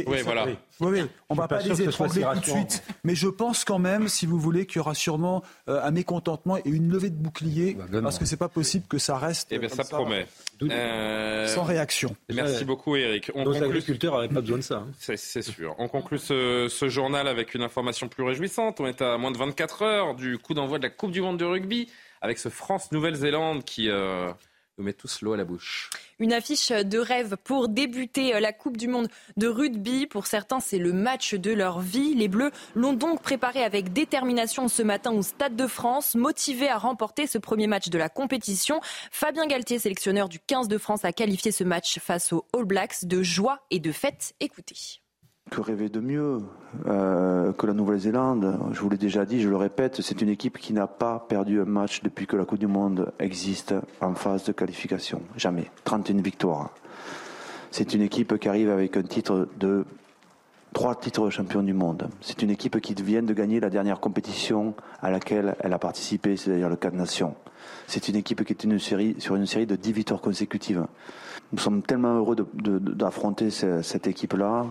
Oui, on ne va pas les étrangler tout de suite. Mais je pense quand même, si vous voulez, qu'il y aura sûrement un mécontentement et une levée de bouclier, parce que ce n'est pas possible que ça reste ça promet. Sans réaction. Merci beaucoup, Eric. Nos agriculteurs n'avaient pas besoin de ça. C'est sûr. On conclut ce journal avec une information plus réjouissante. On est à moins de 24 heures du coup d'envoi de la Coupe du Monde de rugby, avec ce France-Nouvelle-Zélande qui nous met tous l'eau à la bouche. Une affiche de rêve pour débuter la Coupe du Monde de rugby. Pour certains, c'est le match de leur vie. Les Bleus l'ont donc préparé avec détermination ce matin au Stade de France, motivés à remporter ce premier match de la compétition. Fabien Galtier, sélectionneur du 15 de France, a qualifié ce match face aux All Blacks de joie et de fête. Écoutez. Que rêver de mieux que la Nouvelle-Zélande ? Je vous l'ai déjà dit, je le répète, c'est une équipe qui n'a pas perdu un match depuis que la Coupe du Monde existe en phase de qualification. Jamais. 31 victoires. C'est une équipe qui arrive avec un titre de 3 titres de champion du monde. C'est une équipe qui vient de gagner la dernière compétition à laquelle elle a participé, c'est-à-dire le 4 Nations. C'est une équipe qui est sur une série de 10 victoires consécutives. Nous sommes tellement heureux d'affronter cette équipe-là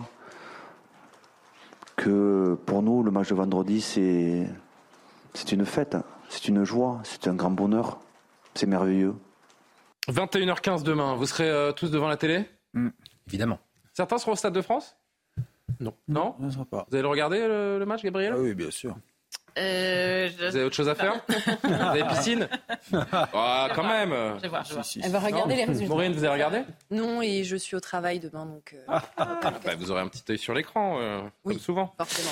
que pour nous, le match de vendredi, c'est une fête, c'est une joie, c'est un grand bonheur, c'est merveilleux. 21h15 demain, vous serez tous devant la télé ? Évidemment. Certains seront au Stade de France ? Non, ne sera pas. Vous allez le regarder, le match, Gabriel ? Oui, bien sûr. Vous avez autre chose à faire ? Vous avez piscine ? Quand même. Je vais voir. Elle va regarder les résultats. Maureen, vous avez regardé ? Non, et je suis au travail demain, donc... Vous aurez un petit œil sur l'écran, comme souvent. Forcément.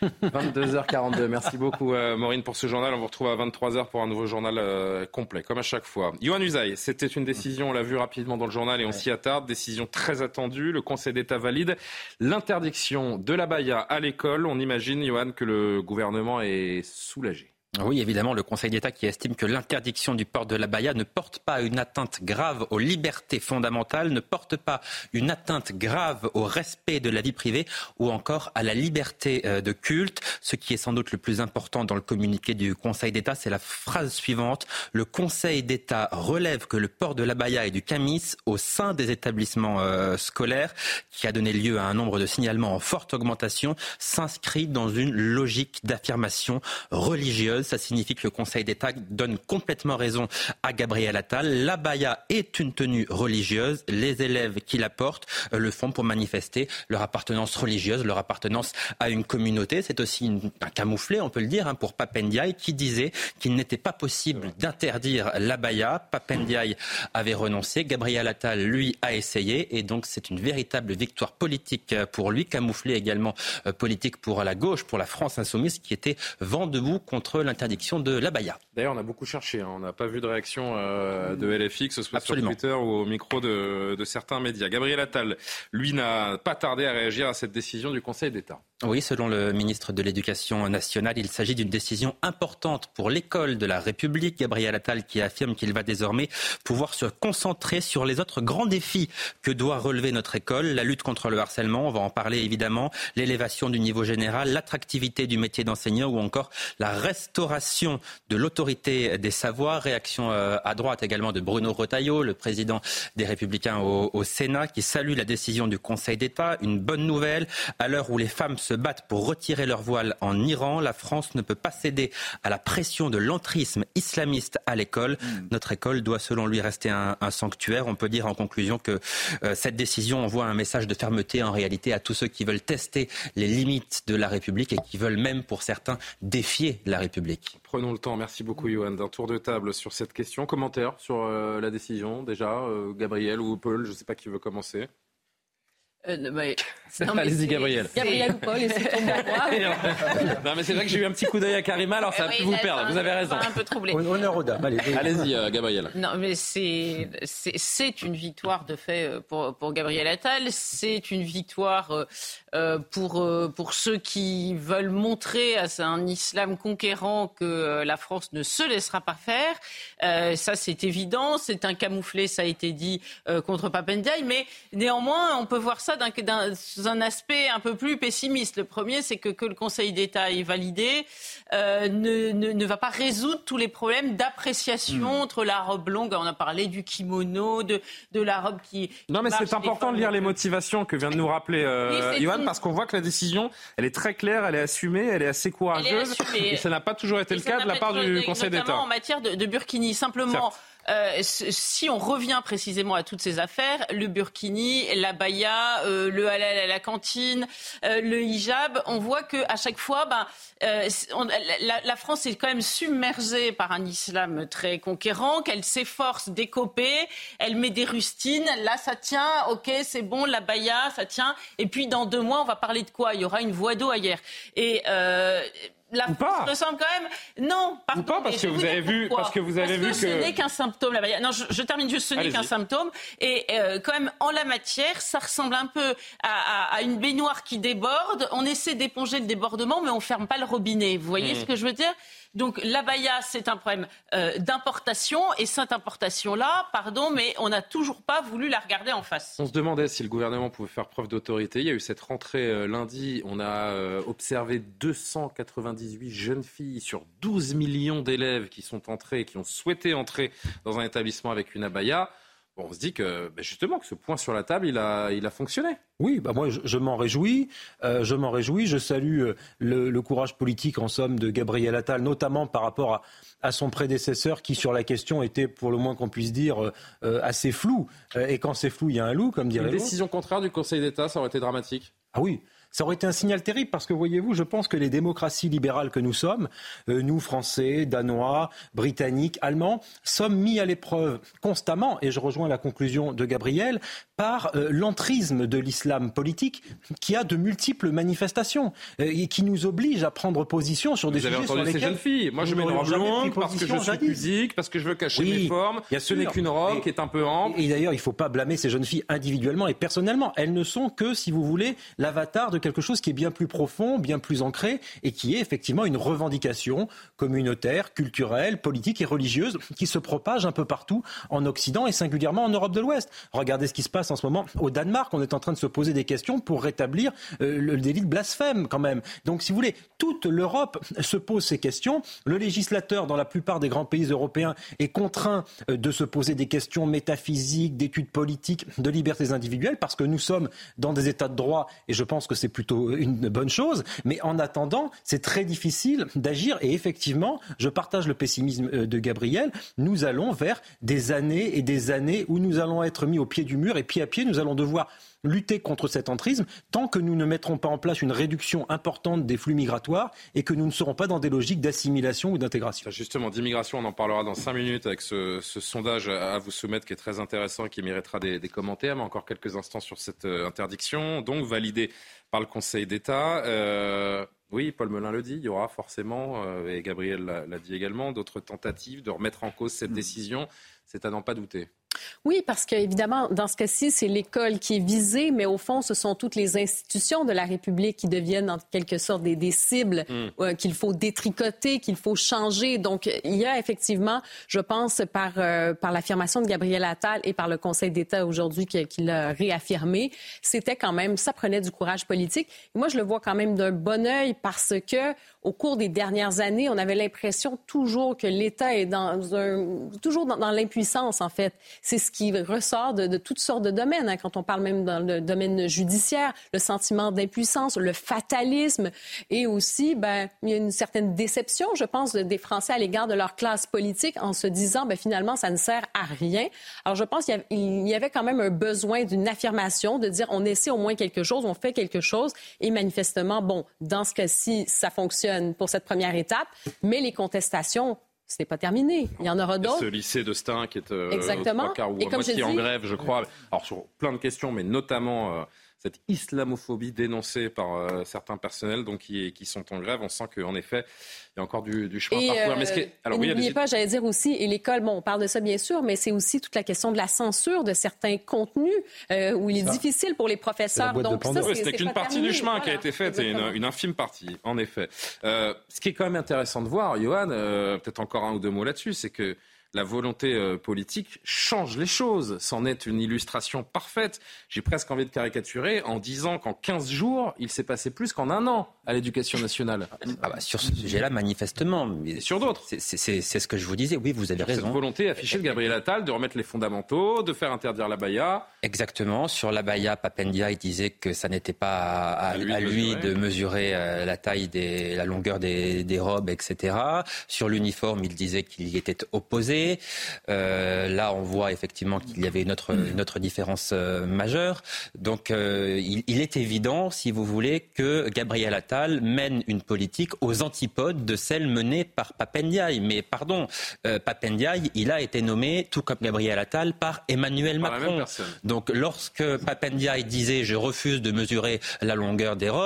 22h42, merci beaucoup Maureen pour ce journal. On vous retrouve à 23h pour un nouveau journal complet, comme à chaque fois. Yohann Usaï, c'était une décision, on l'a vu rapidement dans le journal et on s'y attarde, décision très attendue. Le Conseil d'État valide l'interdiction de l'abaya à l'école. On imagine, Yohann, que le gouvernement est soulagé. Oui, évidemment, le Conseil d'État qui estime que l'interdiction du port de l'abaya ne porte pas une atteinte grave aux libertés fondamentales, ne porte pas une atteinte grave au respect de la vie privée ou encore à la liberté de culte. Ce qui est sans doute le plus important dans le communiqué du Conseil d'État, c'est la phrase suivante. Le Conseil d'État relève que le port de l'abaya et du camis au sein des établissements scolaires, qui a donné lieu à un nombre de signalements en forte augmentation, s'inscrit dans une logique d'affirmation religieuse. Ça signifie que le Conseil d'État donne complètement raison à Gabriel Attal. L'abaya est une tenue religieuse. Les élèves qui la portent le font pour manifester leur appartenance religieuse, leur appartenance à une communauté. C'est aussi un camouflet, on peut le dire, pour Pape Ndiaye, qui disait qu'il n'était pas possible d'interdire l'abaya. Pape Ndiaye avait renoncé. Gabriel Attal, lui, a essayé. Et donc, c'est une véritable victoire politique pour lui, camouflée également politique pour la gauche, pour la France insoumise, qui était vent debout contre l'interdiction de l'abaya. D'ailleurs, on a beaucoup cherché. On n'a pas vu de réaction de LFI, que ce soit Absolument. sur Twitter ou au micro de certains médias. Gabriel Attal, lui, n'a pas tardé à réagir à cette décision du Conseil d'État. Oui, selon le ministre de l'Éducation nationale, il s'agit d'une décision importante pour l'école de la République. Gabriel Attal qui affirme qu'il va désormais pouvoir se concentrer sur les autres grands défis que doit relever notre école. La lutte contre le harcèlement, on va en parler évidemment, l'élévation du niveau général, l'attractivité du métier d'enseignant ou encore la restauration de l'autorité des savoirs. Réaction à droite également de Bruno Retailleau, le président des Républicains au Sénat, qui salue la décision du Conseil d'État. Une bonne nouvelle, à l'heure où les femmes se battent pour retirer leur voile en Iran, la France ne peut pas céder à la pression de l'entrisme islamiste à l'école. Notre école doit selon lui rester un sanctuaire. On peut dire en conclusion que cette décision envoie un message de fermeté en réalité à tous ceux qui veulent tester les limites de la République et qui veulent même pour certains défier la République. Prenons le temps, merci beaucoup Yohann, d'un tour de table sur cette question. Commentaire sur la décision déjà, Gabriel ou Paul, je ne sais pas qui veut commencer. Allez-y Gabriel. Gabriel ou Paul, et c'est ton moi. Non mais c'est vrai que j'ai eu un petit coup d'œil à Karima, alors ça a pu vous perdre, vous avez raison. Un peu troublé. Honneur aux dames, allez-y Gabriel. Non mais c'est une victoire de fait pour Gabriel Attal, c'est une victoire pour ceux qui veulent montrer à un islam conquérant que la France ne se laissera pas faire. Ça c'est évident, c'est un camouflet, ça a été dit, contre Pape Ndiaye, mais néanmoins on peut voir ça d'un aspect un peu plus pessimiste. Le premier, c'est que le Conseil d'État ait validé ne va pas résoudre tous les problèmes d'appréciation entre la robe longue, on a parlé du kimono, de la robe qui... Non mais c'est important de lire les motivations que vient de nous rappeler Yohann, parce qu'on voit que la décision, elle est très claire, elle est assumée, elle est assez courageuse, et ça n'a pas toujours été le cas de la part du Conseil d'État. Notamment en matière de burkini, simplement... si on revient précisément à toutes ces affaires, le burkini, l'abaya, le halal à la cantine, le hijab, on voit que à chaque fois, la France est quand même submergée par un islam très conquérant, qu'elle s'efforce d'écoper, elle met des rustines, là ça tient, ok c'est bon, l'abaya ça tient, et puis dans 2 mois on va parler de quoi ? Il y aura une voie d'eau ailleurs. Et la France ressemble quand même... Non, pardon. Ou pas, parce que vous avez vu que... ce n'est qu'un symptôme. Non, je termine juste, ce n'est qu'un symptôme. Et quand même, en la matière, ça ressemble un peu à une baignoire qui déborde. On essaie d'éponger le débordement, mais on ne ferme pas le robinet. Vous voyez ce que je veux dire ? Donc l'abaya, c'est un problème d'importation, et cette importation-là, mais on n'a toujours pas voulu la regarder en face. On se demandait si le gouvernement pouvait faire preuve d'autorité. Il y a eu cette rentrée lundi. On a observé 298 jeunes filles sur 12 millions d'élèves qui sont entrés, qui ont souhaité entrer dans un établissement avec une abaya. Bon, on se dit que justement que ce point sur la table, il a fonctionné. Oui, moi je m'en réjouis. Je salue le courage politique en somme de Gabriel Attal, notamment par rapport à son prédécesseur qui sur la question était pour le moins qu'on puisse dire assez flou. Et quand c'est flou, il y a un loup, comme dirait l'autre. Une décision contraire du Conseil d'État, ça aurait été dramatique. Ah oui. Ça aurait été un signal terrible parce que, voyez-vous, je pense que les démocraties libérales que nous sommes, nous, Français, Danois, Britanniques, Allemands, sommes mis à l'épreuve constamment, et je rejoins la conclusion de Gabriel, par l'entrisme de l'islam politique qui a de multiples manifestations et qui nous oblige à prendre position sur des sujets sur lesquels... Vous avez entendu ces jeunes filles. Moi, je mets une robe longue parce que je suis pudique, parce que je veux cacher mes formes. Ce n'est qu'une robe qui est un peu ample. Et d'ailleurs, il ne faut pas blâmer ces jeunes filles individuellement et personnellement. Elles ne sont que, si vous voulez, l'avatar de quelque chose qui est bien plus profond, bien plus ancré et qui est effectivement une revendication communautaire, culturelle, politique et religieuse qui se propage un peu partout en Occident et singulièrement en Europe de l'Ouest. Regardez ce qui se passe en ce moment au Danemark. On est en train de se poser des questions pour rétablir le délit de blasphème quand même. Donc si vous voulez, toute l'Europe se pose ces questions. Le législateur dans la plupart des grands pays européens est contraint de se poser des questions métaphysiques, d'études politiques, de libertés individuelles parce que nous sommes dans des états de droit et je pense que c'est plutôt une bonne chose, mais en attendant, c'est très difficile d'agir et effectivement, je partage le pessimisme de Gabriel, nous allons vers des années et des années où nous allons être mis au pied du mur et pied à pied, nous allons devoir lutter contre cet entrisme tant que nous ne mettrons pas en place une réduction importante des flux migratoires et que nous ne serons pas dans des logiques d'assimilation ou d'intégration. Justement, d'immigration, on en parlera dans 5 minutes avec ce sondage à vous soumettre qui est très intéressant et qui méritera des commentaires, mais encore quelques instants sur cette interdiction, donc validée par le Conseil d'État. Oui, Paul Melun le dit, il y aura forcément, et Gabriel l'a dit également, d'autres tentatives de remettre en cause cette décision. C'est à n'en pas douter. Oui, parce qu'évidemment, dans ce cas-ci, c'est l'école qui est visée, mais au fond, ce sont toutes les institutions de la République qui deviennent en quelque sorte des cibles qu'il faut détricoter, qu'il faut changer. Donc, il y a effectivement, je pense, par l'affirmation de Gabriel Attal et par le Conseil d'État aujourd'hui qui l'a réaffirmé, c'était quand même, ça prenait du courage politique. Et moi, je le vois quand même d'un bon œil parce que au cours des dernières années, on avait l'impression toujours que l'État est toujours dans l'impuissance, en fait. C'est ce qui ressort de toutes sortes de domaines. Hein. Quand on parle même dans le domaine judiciaire, le sentiment d'impuissance, le fatalisme et aussi, il y a une certaine déception, je pense, des Français à l'égard de leur classe politique en se disant, finalement, ça ne sert à rien. Alors, je pense qu'il y avait quand même un besoin d'une affirmation, de dire, on essaie au moins quelque chose, on fait quelque chose. Et manifestement, dans ce cas-ci, ça fonctionne pour cette première étape, mais les contestations, ce n'est pas terminé. Il y en aura d'autres. Ce lycée de Stein qui est exactement. 3 quarts ou à moitié en grève, je crois. Alors sur plein de questions, mais notamment cette islamophobie dénoncée par certains personnels donc qui sont en grève. On sent qu'en effet, il y a encore du chemin à parcourir. N'oubliez pas, j'allais dire aussi, et l'école, on parle de ça bien sûr, mais c'est aussi toute la question de la censure de certains contenus où il est difficile pour les professeurs. Donc ça, c'était qu'une partie du chemin qui a été faite, c'est une infime partie, en effet. Ce qui est quand même intéressant de voir, Johan, peut-être encore un ou deux mots là-dessus, c'est que la volonté politique change les choses. C'en est une illustration parfaite. J'ai presque envie de caricaturer en disant qu'en 15 jours, il s'est passé plus qu'en un an à l'éducation nationale. Sur ce sujet-là, manifestement. Mais sur d'autres. C'est ce que je vous disais. Oui, vous avez raison. Cette volonté affichée de Gabriel Attal de remettre les fondamentaux, de faire interdire l'abaya. Exactement. Sur l'abaya, Pape Ndiaye disait que ça n'était pas à lui de mesurer la taille, la longueur des robes, etc. Sur l'uniforme, il disait qu'il y était opposé. Là, on voit effectivement qu'il y avait une autre différence majeure. Donc, il est évident, si vous voulez, que Gabriel Attal mène une politique aux antipodes de celle menée par Pape Ndiaye. Mais pardon, Pape Ndiaye, il a été nommé, tout comme Gabriel Attal, par Emmanuel Macron. Donc, lorsque Pape Ndiaye disait « je refuse de mesurer la longueur des robes »,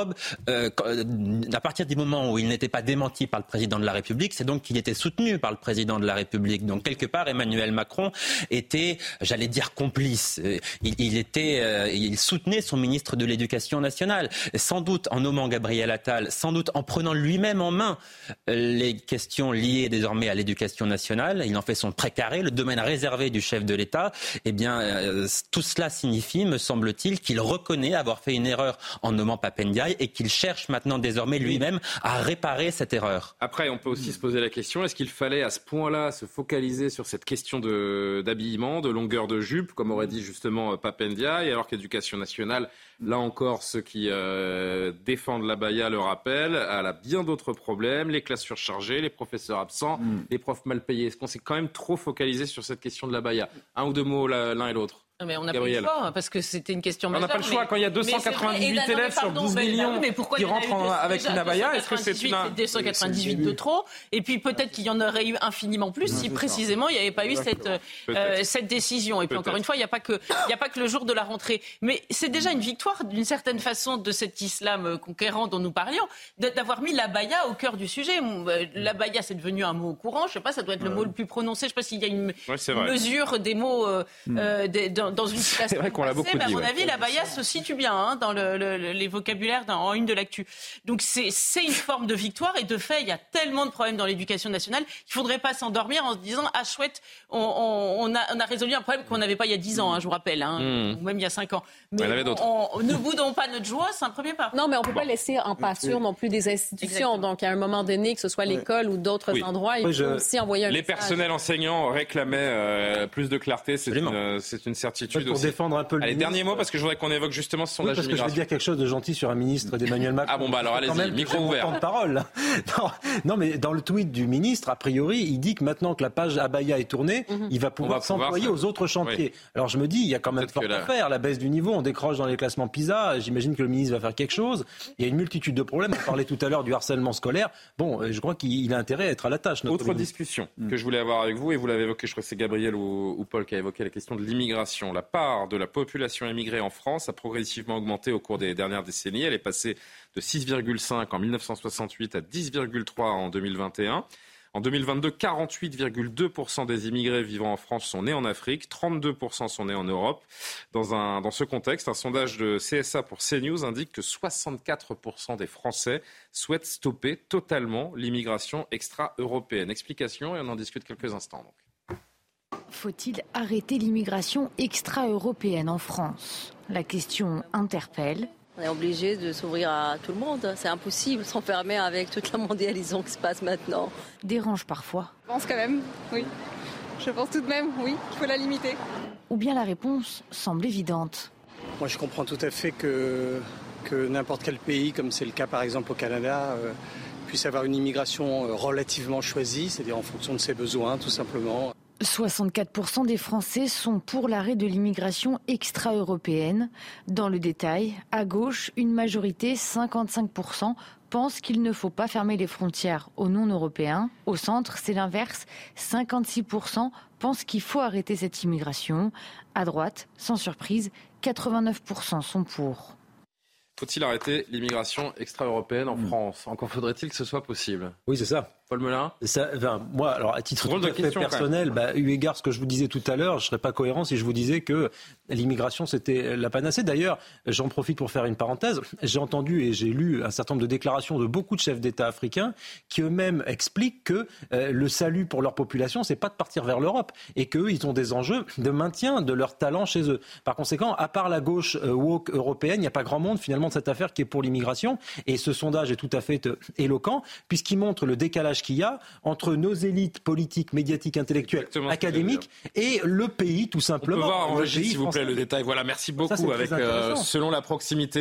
à partir du moment où il n'était pas démenti par le président de la République, c'est donc qu'il était soutenu par le président de la République. Donc, quelque part Emmanuel Macron était, j'allais dire, complice. Il soutenait son ministre de l'Éducation nationale, sans doute en nommant Gabriel Attal, sans doute en prenant lui-même en main les questions liées désormais à l'éducation nationale. Il en fait son précaré, le domaine réservé du chef de l'État. Eh bien, tout cela signifie, me semble-t-il, qu'il reconnaît avoir fait une erreur en nommant Pape Ndiaye et qu'il cherche maintenant désormais lui-même à réparer cette erreur. Après, on peut aussi se poser la question, est-ce qu'il fallait à ce point-là se focaliser sur cette question d'habillement, de longueur de jupe, comme aurait dit justement Pape Ndiaye, alors qu'Éducation nationale, là encore, ceux qui défendent l'abaya le rappellent, elle a bien d'autres problèmes, les classes surchargées, les professeurs absents, les profs mal payés. Est-ce qu'on s'est quand même trop focalisé sur cette question de l'abaya ? Un ou deux mots l'un et l'autre. Non, mais on n'a pas le choix, parce que c'était une question majeure. On n'a pas le choix, quand il y a 298 élèves sur 12 millions qui rentrent avec une abaya, est-ce que c'est une... 298 de trop, et puis peut-être qu'il y en aurait eu infiniment plus si précisément il n'y avait pas eu cette décision. Et puis encore une fois, il n'y a pas que le jour de la rentrée. Mais c'est déjà une victoire, d'une certaine façon, de cet islam conquérant dont nous parlions, d'avoir mis l'abaya au cœur du sujet. L'abaya, c'est devenu un mot courant, je ne sais pas, ça doit être le mot le plus prononcé, je ne sais pas s'il y a une mesure des mots dans une citation. C'est vrai qu'on l'a beaucoup dit. À mon avis, l'abaya se situe bien dans les vocabulaires en une de l'actu. Donc c'est une forme de victoire, et de fait, il y a tellement de problèmes dans l'éducation nationale qu'il ne faudrait pas s'endormir en se disant « Ah chouette, on a résolu un problème qu'on n'avait pas il y a 10 ans, je vous rappelle, ou même il y a 5 ans. » Mais ne boudons pas notre joie, c'est un premier pas. Non, mais on ne peut pas laisser en pâture non plus des institutions. Exactement. Donc à un moment donné, que ce soit l'école ou d'autres endroits, il faut aussi envoyer un message. Les personnels enseignants réclamaient plus de clarté, c'est une certitude. Pour aussi défendre un peu le ministre. Dernier mot, parce que je voudrais qu'on évoque justement ce sondage d'immigration. Parce que je vais dire quelque chose de gentil sur un ministre d'Emmanuel Macron. Ah bon, bah alors allez-y, micro ouvert. Temps de parole. Non, mais dans le tweet du ministre, a priori, il dit que maintenant que la page abaya est tournée, il va pouvoir s'employer aux autres chantiers. Oui. Alors je me dis, il y a quand même fort à faire. La baisse du niveau, on décroche dans les classements PISA. J'imagine que le ministre va faire quelque chose. Il y a une multitude de problèmes. On parlait tout à l'heure du harcèlement scolaire. Bon, je crois qu'il a intérêt à être à la tâche. Autre discussion que je voulais avoir avec vous, et vous l'avez évoqué, je crois que c'est Gabriel ou Paul qui a évoqué la question de l'immigration. La part de la population immigrée en France a progressivement augmenté au cours des dernières décennies. Elle est passée de 6,5 en 1968 à 10,3 en 2021. En 2022, 48,2% des immigrés vivant en France sont nés en Afrique, 32% sont nés en Europe. Dans ce contexte, un sondage de CSA pour CNews indique que 64% des Français souhaitent stopper totalement l'immigration extra-européenne. Explication, et on en discute quelques instants. Donc. Faut-il arrêter l'immigration extra-européenne en France ? La question interpelle. On est obligé de s'ouvrir à tout le monde. C'est impossible de s'enfermer avec toute la mondialisation qui se passe maintenant. Dérange parfois. Je pense quand même, oui. Je pense tout de même, oui, qu'il faut la limiter. Ou bien la réponse semble évidente. Moi, je comprends tout à fait que n'importe quel pays, comme c'est le cas par exemple au Canada, puisse avoir une immigration relativement choisie, c'est-à-dire en fonction de ses besoins, tout simplement. 64% des Français sont pour l'arrêt de l'immigration extra-européenne. Dans le détail, à gauche, une majorité, 55%, pense qu'il ne faut pas fermer les frontières aux non-européens. Au centre, c'est l'inverse, 56% pensent qu'il faut arrêter cette immigration. À droite, sans surprise, 89% sont pour. Faut-il arrêter l'immigration extra-européenne en France ? Encore faudrait-il que ce soit possible ? Oui, c'est ça. Paul Melun ? Moi, alors à titre tout à fait personnel, eu égard ce que je vous disais tout à l'heure, je ne serais pas cohérent si je vous disais que l'immigration, c'était la panacée. D'ailleurs, j'en profite pour faire une parenthèse. J'ai entendu et j'ai lu un certain nombre de déclarations de beaucoup de chefs d'État africains qui eux-mêmes expliquent que le salut pour leur population, c'est pas de partir vers l'Europe et qu'eux, ils ont des enjeux de maintien de leur talent chez eux. Par conséquent, à part la gauche woke européenne, il n'y a pas grand monde finalement de cette affaire qui est pour l'immigration. Et ce sondage est tout à fait éloquent puisqu'il montre le décalage qu'il y a entre nos élites politiques, médiatiques, intellectuelles, académiques et le pays, tout simplement. On peut voir en régie, s'il vous plaît, le détail. Voilà, merci beaucoup. Avec selon la proximité,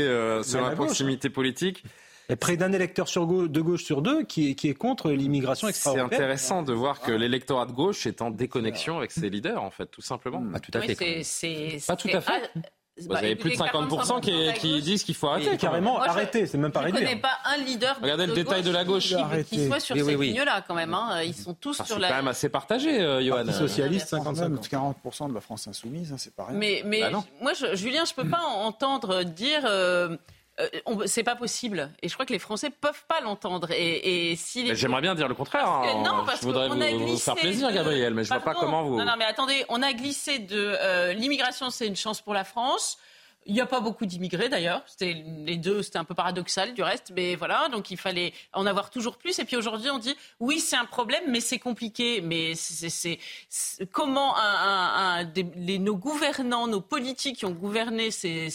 politique. Et près d'un électeur de gauche sur deux qui est contre l'immigration extra-européenne. C'est intéressant de voir que l'électorat de gauche est en déconnexion avec ses leaders, en fait, tout simplement. Tout à fait. Pas tout à fait. Vous avez plus de 50% qui disent qu'il faut arrêter. Carrément arrêter, c'est même pas réduire. Je ne connais pas un leader Regardez le détail de la gauche qui soit sur cette ligne-là quand même. Ils sont tous sur la... C'est quand même assez partagé, Johan. Socialiste, 40% de la France insoumise, c'est pas rien. Mais moi, Julien, je ne peux pas entendre dire... c'est pas possible. Et je crois que les Français peuvent pas l'entendre. Et si J'aimerais bien dire le contraire. Parce je voudrais vous faire plaisir, Gabriel, mais je vois pas comment vous... Non, mais attendez, on a glissé de l'immigration, c'est une chance pour la France. Il n'y a pas beaucoup d'immigrés d'ailleurs, c'était un peu paradoxal du reste, mais voilà, donc il fallait en avoir toujours plus. Et puis aujourd'hui, on dit oui, c'est un problème, mais c'est compliqué. Mais c'est comment nos gouvernants, nos politiques qui ont gouverné ces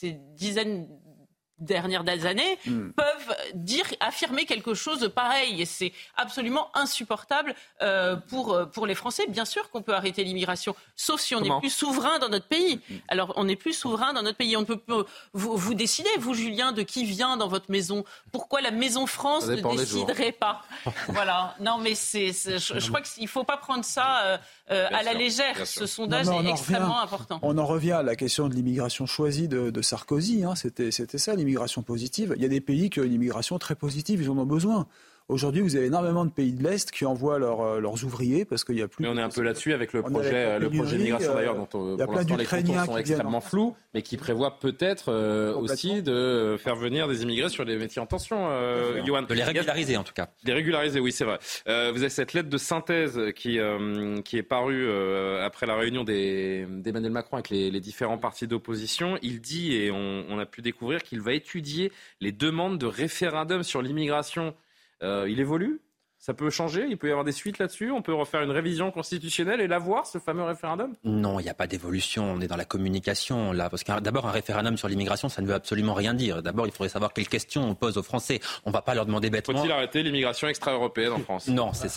dernières années peuvent affirmer quelque chose de pareil. Et c'est absolument insupportable pour les Français. Bien sûr qu'on peut arrêter l'immigration, sauf si on n'est plus souverain dans notre pays. Alors, on n'est plus souverain dans notre pays. On peut vous décidez, vous, Julien, de qui vient dans votre maison. Pourquoi la Maison France ne déciderait pas? Voilà. Non, mais je crois qu'il ne faut pas prendre ça à la légère. Ce sondage est extrêmement important. On en revient à la question de l'immigration choisie de Sarkozy. C'était ça, l'immigration positive. Il y a des pays qui ont une immigration très positive, ils en ont besoin. Aujourd'hui, vous avez énormément de pays de l'Est qui envoient leurs ouvriers parce qu'il n'y a plus... Mais on est un peu là-dessus avec le projet d'immigration d'ailleurs, dont pour l'instant les contours sont extrêmement flous, mais qui prévoit peut-être aussi de faire venir des immigrés sur les métiers en tension. Johan. De les régulariser en tout cas. Les régulariser, oui, c'est vrai. Vous avez cette lettre de synthèse qui est parue après la réunion d'Emmanuel Macron avec les différents partis d'opposition. Il dit, et on a pu découvrir, qu'il va étudier les demandes de référendum sur l'immigration. Il évolue, ça peut changer, il peut y avoir des suites là-dessus, on peut refaire une révision constitutionnelle et l'avoir, ce fameux référendum ? Non, il n'y a pas d'évolution, on est dans la communication là, parce que d'abord un référendum sur l'immigration, ça ne veut absolument rien dire. D'abord, il faudrait savoir quelles questions on pose aux Français. On ne va pas leur demander bêtement... Faut-il arrêter l'immigration extra-européenne en France ? Non, ça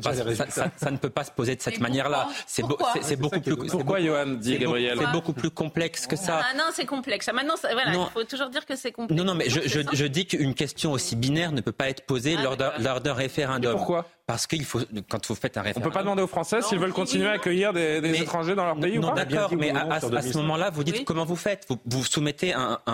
ne peut pas se poser de cette manière-là. C'est beaucoup plus... Pourquoi, Johan, dit Gabriel ? C'est beaucoup plus complexe que ça. Ah non, c'est complexe. Maintenant, voilà, il faut toujours dire que c'est complexe. Non, mais je dis qu'une question aussi binaire ne peut pas être posée lors d'un référendum. Et pourquoi ? Parce qu'il faut, quand vous faites un référendum... On ne peut pas demander aux Français s'ils veulent continuer à accueillir des étrangers dans leur pays ou pas ? Non, d'accord, mais à ce moment-là, vous dites comment vous faites. Vous soumettez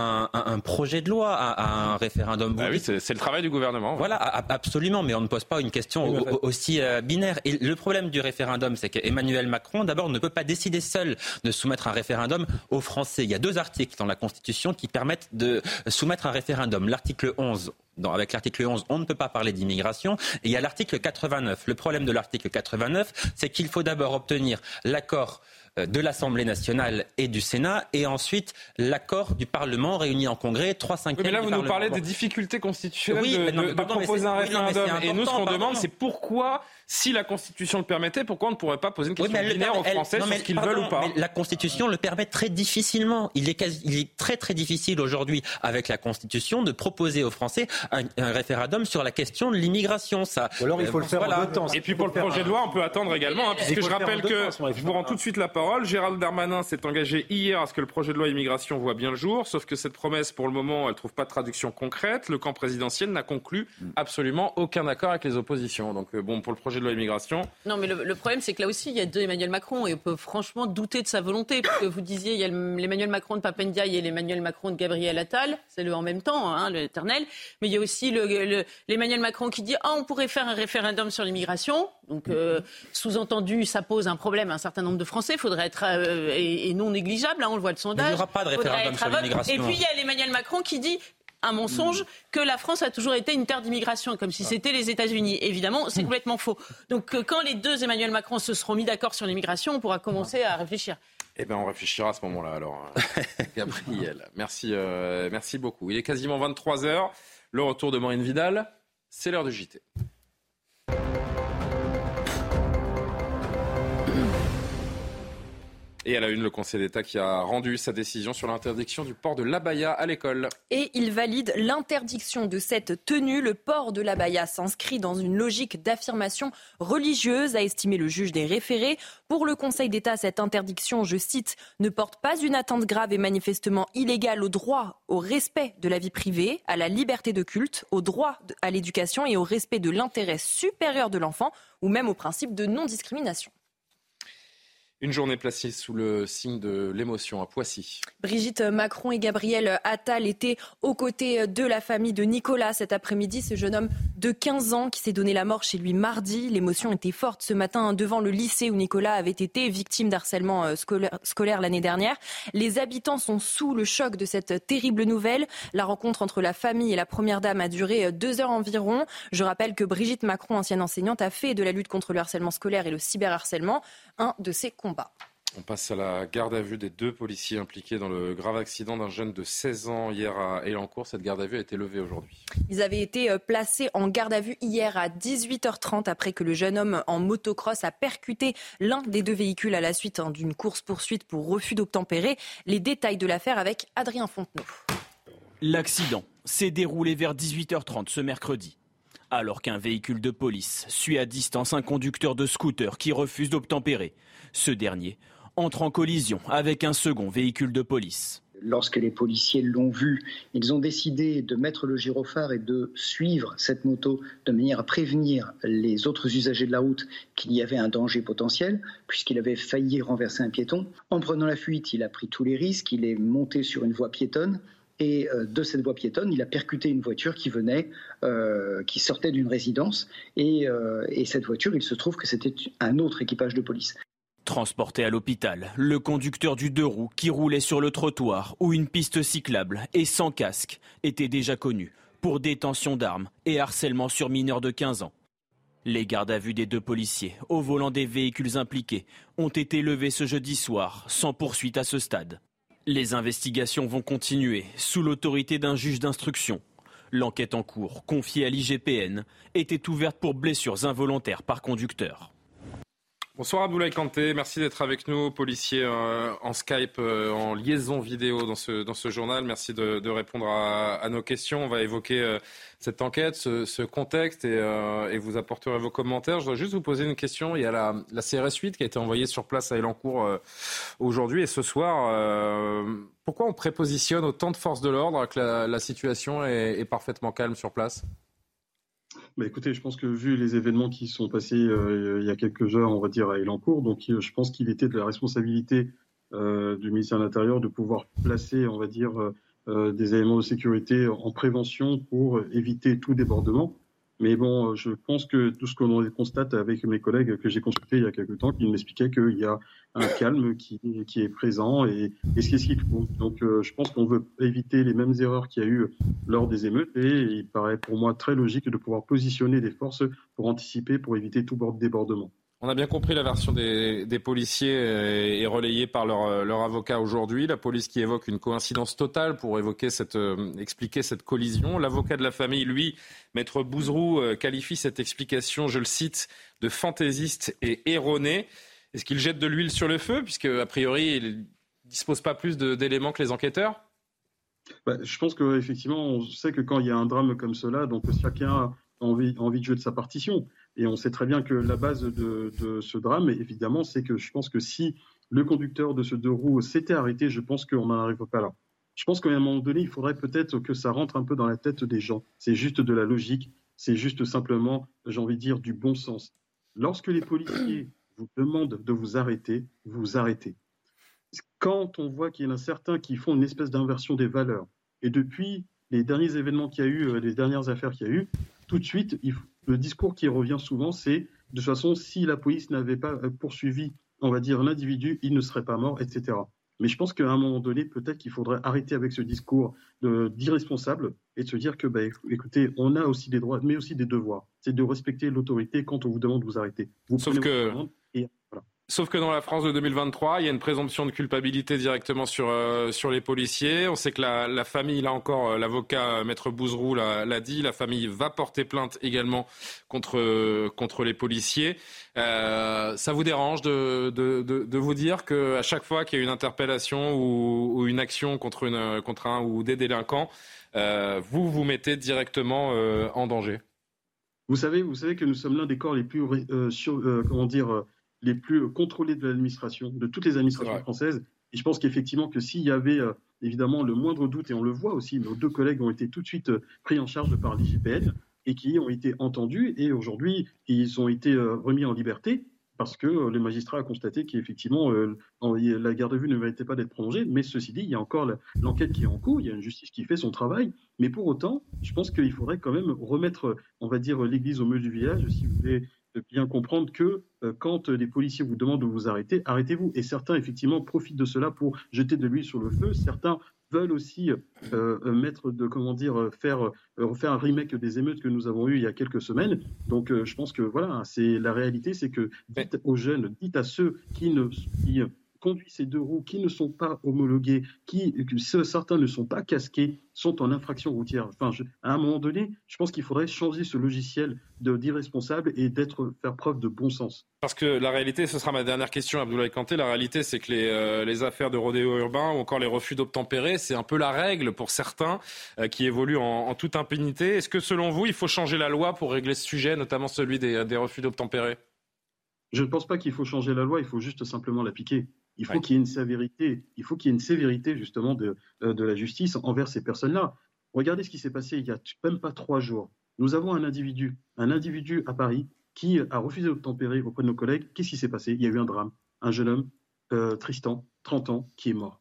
un projet de loi à un référendum. Oui, c'est le travail du gouvernement. Voilà, absolument, mais on ne pose pas une question aussi binaire. Et le problème du référendum, c'est qu'Emmanuel Macron, d'abord, ne peut pas décider seul de soumettre un référendum aux Français. Il y a 2 articles dans la Constitution qui permettent de soumettre un référendum. L'article 11... avec l'article 11, on ne peut pas parler d'immigration. Et il y a l'article 89. Le problème de l'article 89, c'est qu'il faut d'abord obtenir l'accord de l'Assemblée nationale et du Sénat, et ensuite l'accord du Parlement réuni en congrès, 3/5 mais là, vous nous parlez des difficultés constitutionnelles de proposer un référendum. Et nous, ce qu'on demande, c'est pourquoi, si la Constitution le permettait, pourquoi on ne pourrait pas poser une question binaire aux Français sur ce qu'ils veulent ou pas ? Mais la Constitution le permet très difficilement. Il est très très difficile aujourd'hui, avec la Constitution, de proposer aux Français un référendum sur la question de l'immigration. Ou alors il faut le faire en 2 temps. Et puis pour le projet de loi, on peut attendre également, puisque je rappelle que, je vous rends tout de suite la parole, Gérald Darmanin s'est engagé hier à ce que le projet de loi immigration voit bien le jour, sauf que cette promesse, pour le moment, elle ne trouve pas de traduction concrète. Le camp présidentiel n'a conclu absolument aucun accord avec les oppositions. Donc pour le projet de loi immigration... Non, mais le problème, c'est que là aussi, il y a 2 Emmanuel Macron, et on peut franchement douter de sa volonté, parce que vous disiez, il y a l'Emmanuel Macron de Pap Ndiaye et l'Emmanuel Macron de Gabriel Attal, c'est le en même temps, l'éternel, mais il y a aussi l'Emmanuel Macron qui dit on pourrait faire un référendum sur l'immigration. Donc, sous-entendu, ça pose un problème à un certain nombre de Français. Il faudrait être et non négligeable. On le voit le sondage. Mais il n'y aura pas de référendum sur l'immigration. Et puis il y a l'Emmanuel Macron qui dit un mensonge que la France a toujours été une terre d'immigration, comme si c'était les États-Unis. Évidemment, c'est complètement faux. Donc, quand les 2 Emmanuel Macron se seront mis d'accord sur l'immigration, on pourra commencer à réfléchir. Eh bien, on réfléchira à ce moment-là, alors. Gabriel, merci beaucoup. Il est quasiment 23h. Le retour de Maureen Vidal, c'est l'heure de JT. Et à la une, le Conseil d'État qui a rendu sa décision sur l'interdiction du port de l'abaya à l'école. Et il valide l'interdiction de cette tenue. Le port de l'abaya s'inscrit dans une logique d'affirmation religieuse, a estimé le juge des référés. Pour le Conseil d'État, cette interdiction, je cite, ne porte pas une atteinte grave et manifestement illégale au droit au respect de la vie privée, à la liberté de culte, au droit à l'éducation et au respect de l'intérêt supérieur de l'enfant ou même au principe de non-discrimination. Une journée placée sous le signe de l'émotion à Poissy. Brigitte Macron et Gabriel Attal étaient aux côtés de la famille de Nicolas cet après-midi. Ce jeune homme de 15 ans qui s'est donné la mort chez lui mardi. L'émotion était forte ce matin devant le lycée où Nicolas avait été victime d'harcèlement scolaire l'année dernière. Les habitants sont sous le choc de cette terrible nouvelle. La rencontre entre la famille et la première dame a duré 2 heures environ. Je rappelle que Brigitte Macron, ancienne enseignante, a fait de la lutte contre le harcèlement scolaire et le cyberharcèlement un de ses combats. On passe à la garde à vue des 2 policiers impliqués dans le grave accident d'un jeune de 16 ans hier à Élancourt. Cette garde à vue a été levée aujourd'hui. Ils avaient été placés en garde à vue hier à 18h30 après que le jeune homme en motocross a percuté l'un des 2 véhicules à la suite d'une course-poursuite pour refus d'obtempérer. Les détails de l'affaire avec Adrien Fontenot. L'accident s'est déroulé vers 18h30 ce mercredi. Alors qu'un véhicule de police suit à distance un conducteur de scooter qui refuse d'obtempérer. Ce dernier entre en collision avec un second véhicule de police. Lorsque les policiers l'ont vu, ils ont décidé de mettre le gyrophare et de suivre cette moto de manière à prévenir les autres usagers de la route qu'il y avait un danger potentiel, puisqu'il avait failli renverser un piéton. En prenant la fuite, il a pris tous les risques, il est monté sur une voie piétonne. Et de cette voie piétonne, il a percuté une voiture qui sortait d'une résidence. Et cette voiture, il se trouve que c'était un autre équipage de police. Transporté à l'hôpital, le conducteur du 2 roues qui roulait sur le trottoir ou une piste cyclable et sans casque était déjà connu pour détention d'armes et harcèlement sur mineurs de 15 ans. Les gardes à vue des 2 policiers au volant des véhicules impliqués ont été levés ce jeudi soir sans poursuite à ce stade. Les investigations vont continuer sous l'autorité d'un juge d'instruction. L'enquête en cours, confiée à l'IGPN, était ouverte pour blessures involontaires par conducteur. Bonsoir Abdoulaye Kanté, merci d'être avec nous, policier en Skype, en liaison vidéo dans ce journal. Merci de répondre à nos questions. On va évoquer cette enquête, ce contexte et vous apporterez vos commentaires. Je voudrais juste vous poser une question. Il y a la CRS 8 qui a été envoyée sur place à Élancourt aujourd'hui et ce soir. Pourquoi on prépositionne autant de forces de l'ordre alors que la situation est parfaitement calme sur place ? Écoutez, je pense que vu les événements qui sont passés il y a quelques heures, on va dire, à Élancourt, donc je pense qu'il était de la responsabilité du ministère de l'Intérieur de pouvoir placer, on va dire, des éléments de sécurité en prévention pour éviter tout débordement. Mais bon, je pense que tout ce qu'on constate avec mes collègues que j'ai consultés il y a quelques temps, qui m'expliquaient qu'il y a un calme qui est présent et c'est ce qu'il faut. Donc je pense qu'on veut éviter les mêmes erreurs qu'il y a eu lors des émeutes et il paraît pour moi très logique de pouvoir positionner des forces pour anticiper, pour éviter tout débordement. On a bien compris la version des policiers est relayée par leur avocat aujourd'hui. La police qui évoque une coïncidence totale pour expliquer cette collision. L'avocat de la famille, lui, Maître Bouzrou, qualifie cette explication, je le cite, de fantaisiste et erronée. Est-ce qu'il jette de l'huile sur le feu, puisque a priori, il ne dispose pas plus d'éléments que les enquêteurs ? Je pense qu'effectivement, on sait que quand il y a un drame comme cela, donc chacun a envie de jouer de sa partition. Et on sait très bien que la base de ce drame, évidemment, c'est que je pense que si le conducteur de ce 2 roues s'était arrêté, je pense qu'on n'en arrive pas là. Je pense qu'à un moment donné, il faudrait peut-être que ça rentre un peu dans la tête des gens. C'est juste de la logique, c'est juste simplement, j'ai envie de dire, du bon sens. Lorsque les policiers vous demandent de vous arrêtez. Quand on voit qu'il y en a certains qui font une espèce d'inversion des valeurs, et depuis les derniers événements qu'il y a eu, les dernières affaires qu'il y a eu, tout de suite, le discours qui revient souvent, c'est de toute façon, si la police n'avait pas poursuivi, on va dire, l'individu, il ne serait pas mort, etc. Mais je pense qu'à un moment donné, peut-être qu'il faudrait arrêter avec ce discours d'irresponsable et de se dire que, écoutez, on a aussi des droits, mais aussi des devoirs. C'est de respecter l'autorité quand on vous demande de vous arrêter. Sauf que dans la France de 2023, il y a une présomption de culpabilité directement sur les policiers. On sait que la famille, là encore, l'avocat Maître Bouzrou l'a dit, la famille va porter plainte également contre les policiers. Ça vous dérange de vous dire qu'à chaque fois qu'il y a une interpellation ou une action contre un ou des délinquants, vous mettez directement en danger ? Vous savez que nous sommes l'un des corps les plus les plus contrôlés de l'administration, de toutes les administrations françaises. Et je pense qu'effectivement que s'il y avait évidemment le moindre doute, et on le voit aussi, nos 2 collègues ont été tout de suite pris en charge par l'IGPN et qui ont été entendus et aujourd'hui ils ont été remis en liberté. parce que le magistrat a constaté qu'effectivement, la garde à vue ne méritait pas d'être prolongée. Mais ceci dit, il y a encore l'enquête qui est en cours, il y a une justice qui fait son travail. Mais pour autant, je pense qu'il faudrait quand même remettre, on va dire, l'église au milieu du village, si vous voulez bien comprendre que quand les policiers vous demandent de vous arrêter, arrêtez-vous. Et certains, effectivement, profitent de cela pour jeter de l'huile sur le feu. Certains veulent aussi faire un remake des émeutes que nous avons eues il y a quelques semaines. Donc je pense que voilà, c'est la réalité, c'est que dites aux jeunes, dites à ceux qui conduisent ces deux roues, qui ne sont pas homologués, certains ne sont pas casqués, sont en infraction routière. Enfin, à un moment donné, je pense qu'il faudrait changer ce logiciel d'irresponsable et faire preuve de bon sens. Parce que la réalité, ce sera ma dernière question, Abdoulaye Kanté, la réalité, c'est que les affaires de rodéo urbain ou encore les refus d'obtempérer, c'est un peu la règle pour certains qui évoluent en toute impunité. Est-ce que, selon vous, il faut changer la loi pour régler ce sujet, notamment celui des refus d'obtempérer ? Je ne pense pas qu'il faut changer la loi, il faut juste simplement l'appliquer. Il faut qu'il y ait une sévérité. Il faut qu'il y ait une sévérité justement de la justice envers ces personnes-là. Regardez ce qui s'est passé il y a même pas 3 jours. Nous avons un individu à Paris qui a refusé d'obtempérer auprès de nos collègues. Qu'est-ce qui s'est passé ? Il y a eu un drame. Un jeune homme, Tristan, 30 ans, qui est mort.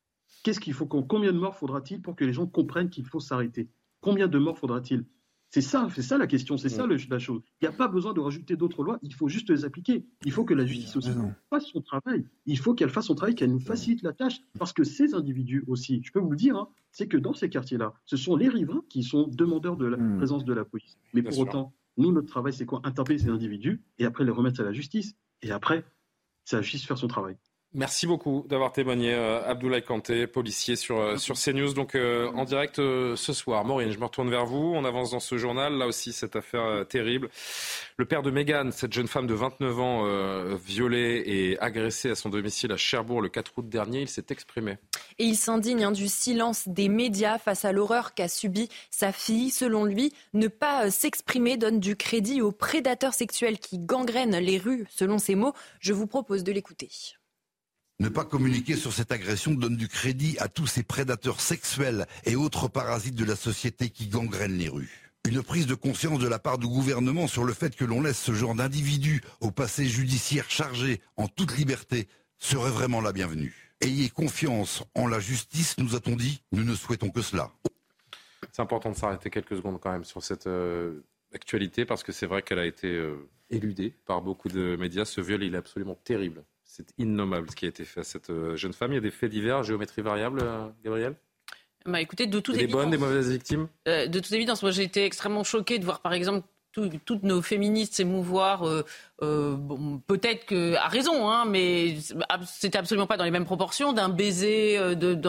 Combien de morts faudra-t-il pour que les gens comprennent qu'il faut s'arrêter ? Combien de morts faudra-t-il ? C'est ça la question, c'est ça la chose. Il n'y a pas besoin de rajouter d'autres lois, il faut juste les appliquer. Il faut que la justice aussi fasse son travail. Il faut qu'elle fasse son travail, qu'elle nous facilite la tâche. Parce que ces individus aussi, je peux vous le dire, c'est que dans ces quartiers-là, ce sont les riverains qui sont demandeurs de la présence de la police. Mais pour autant, nous, notre travail, c'est quoi ? Interpeller ces individus et après les remettre à la justice. Et après, c'est à la justice faire son travail. Merci beaucoup d'avoir témoigné, Abdoulaye Kanté, policier sur CNews, donc en direct ce soir. Maureen, je me retourne vers vous. On avance dans ce journal. Là aussi, cette affaire terrible. Le père de Mégane, cette jeune femme de 29 ans, violée et agressée à son domicile à Cherbourg le 4 août dernier, il s'est exprimé. Et il s'indigne du silence des médias face à l'horreur qu'a subie sa fille. Selon lui, ne pas s'exprimer donne du crédit aux prédateurs sexuels qui gangrènent les rues, selon ses mots. Je vous propose de l'écouter. Ne pas communiquer sur cette agression donne du crédit à tous ces prédateurs sexuels et autres parasites de la société qui gangrènent les rues. Une prise de conscience de la part du gouvernement sur le fait que l'on laisse ce genre d'individus au passé judiciaire chargé en toute liberté serait vraiment la bienvenue. Ayez confiance en la justice, nous a-t-on dit, nous ne souhaitons que cela. C'est important de s'arrêter quelques secondes quand même sur cette actualité parce que c'est vrai qu'elle a été éludée par beaucoup de médias. Ce viol, il est absolument terrible. C'est innommable ce qui a été fait à cette jeune femme. Il y a des faits divers, géométrie variable, Gabriel ? Écoutez, de toute évidence, des bonnes, des mauvaises victimes ? De toute évidence, moi j'ai été extrêmement choquée de voir par exemple toutes nos féministes s'émouvoir, peut-être qu'à raison, mais c'était absolument pas dans les mêmes proportions, d'un baiser,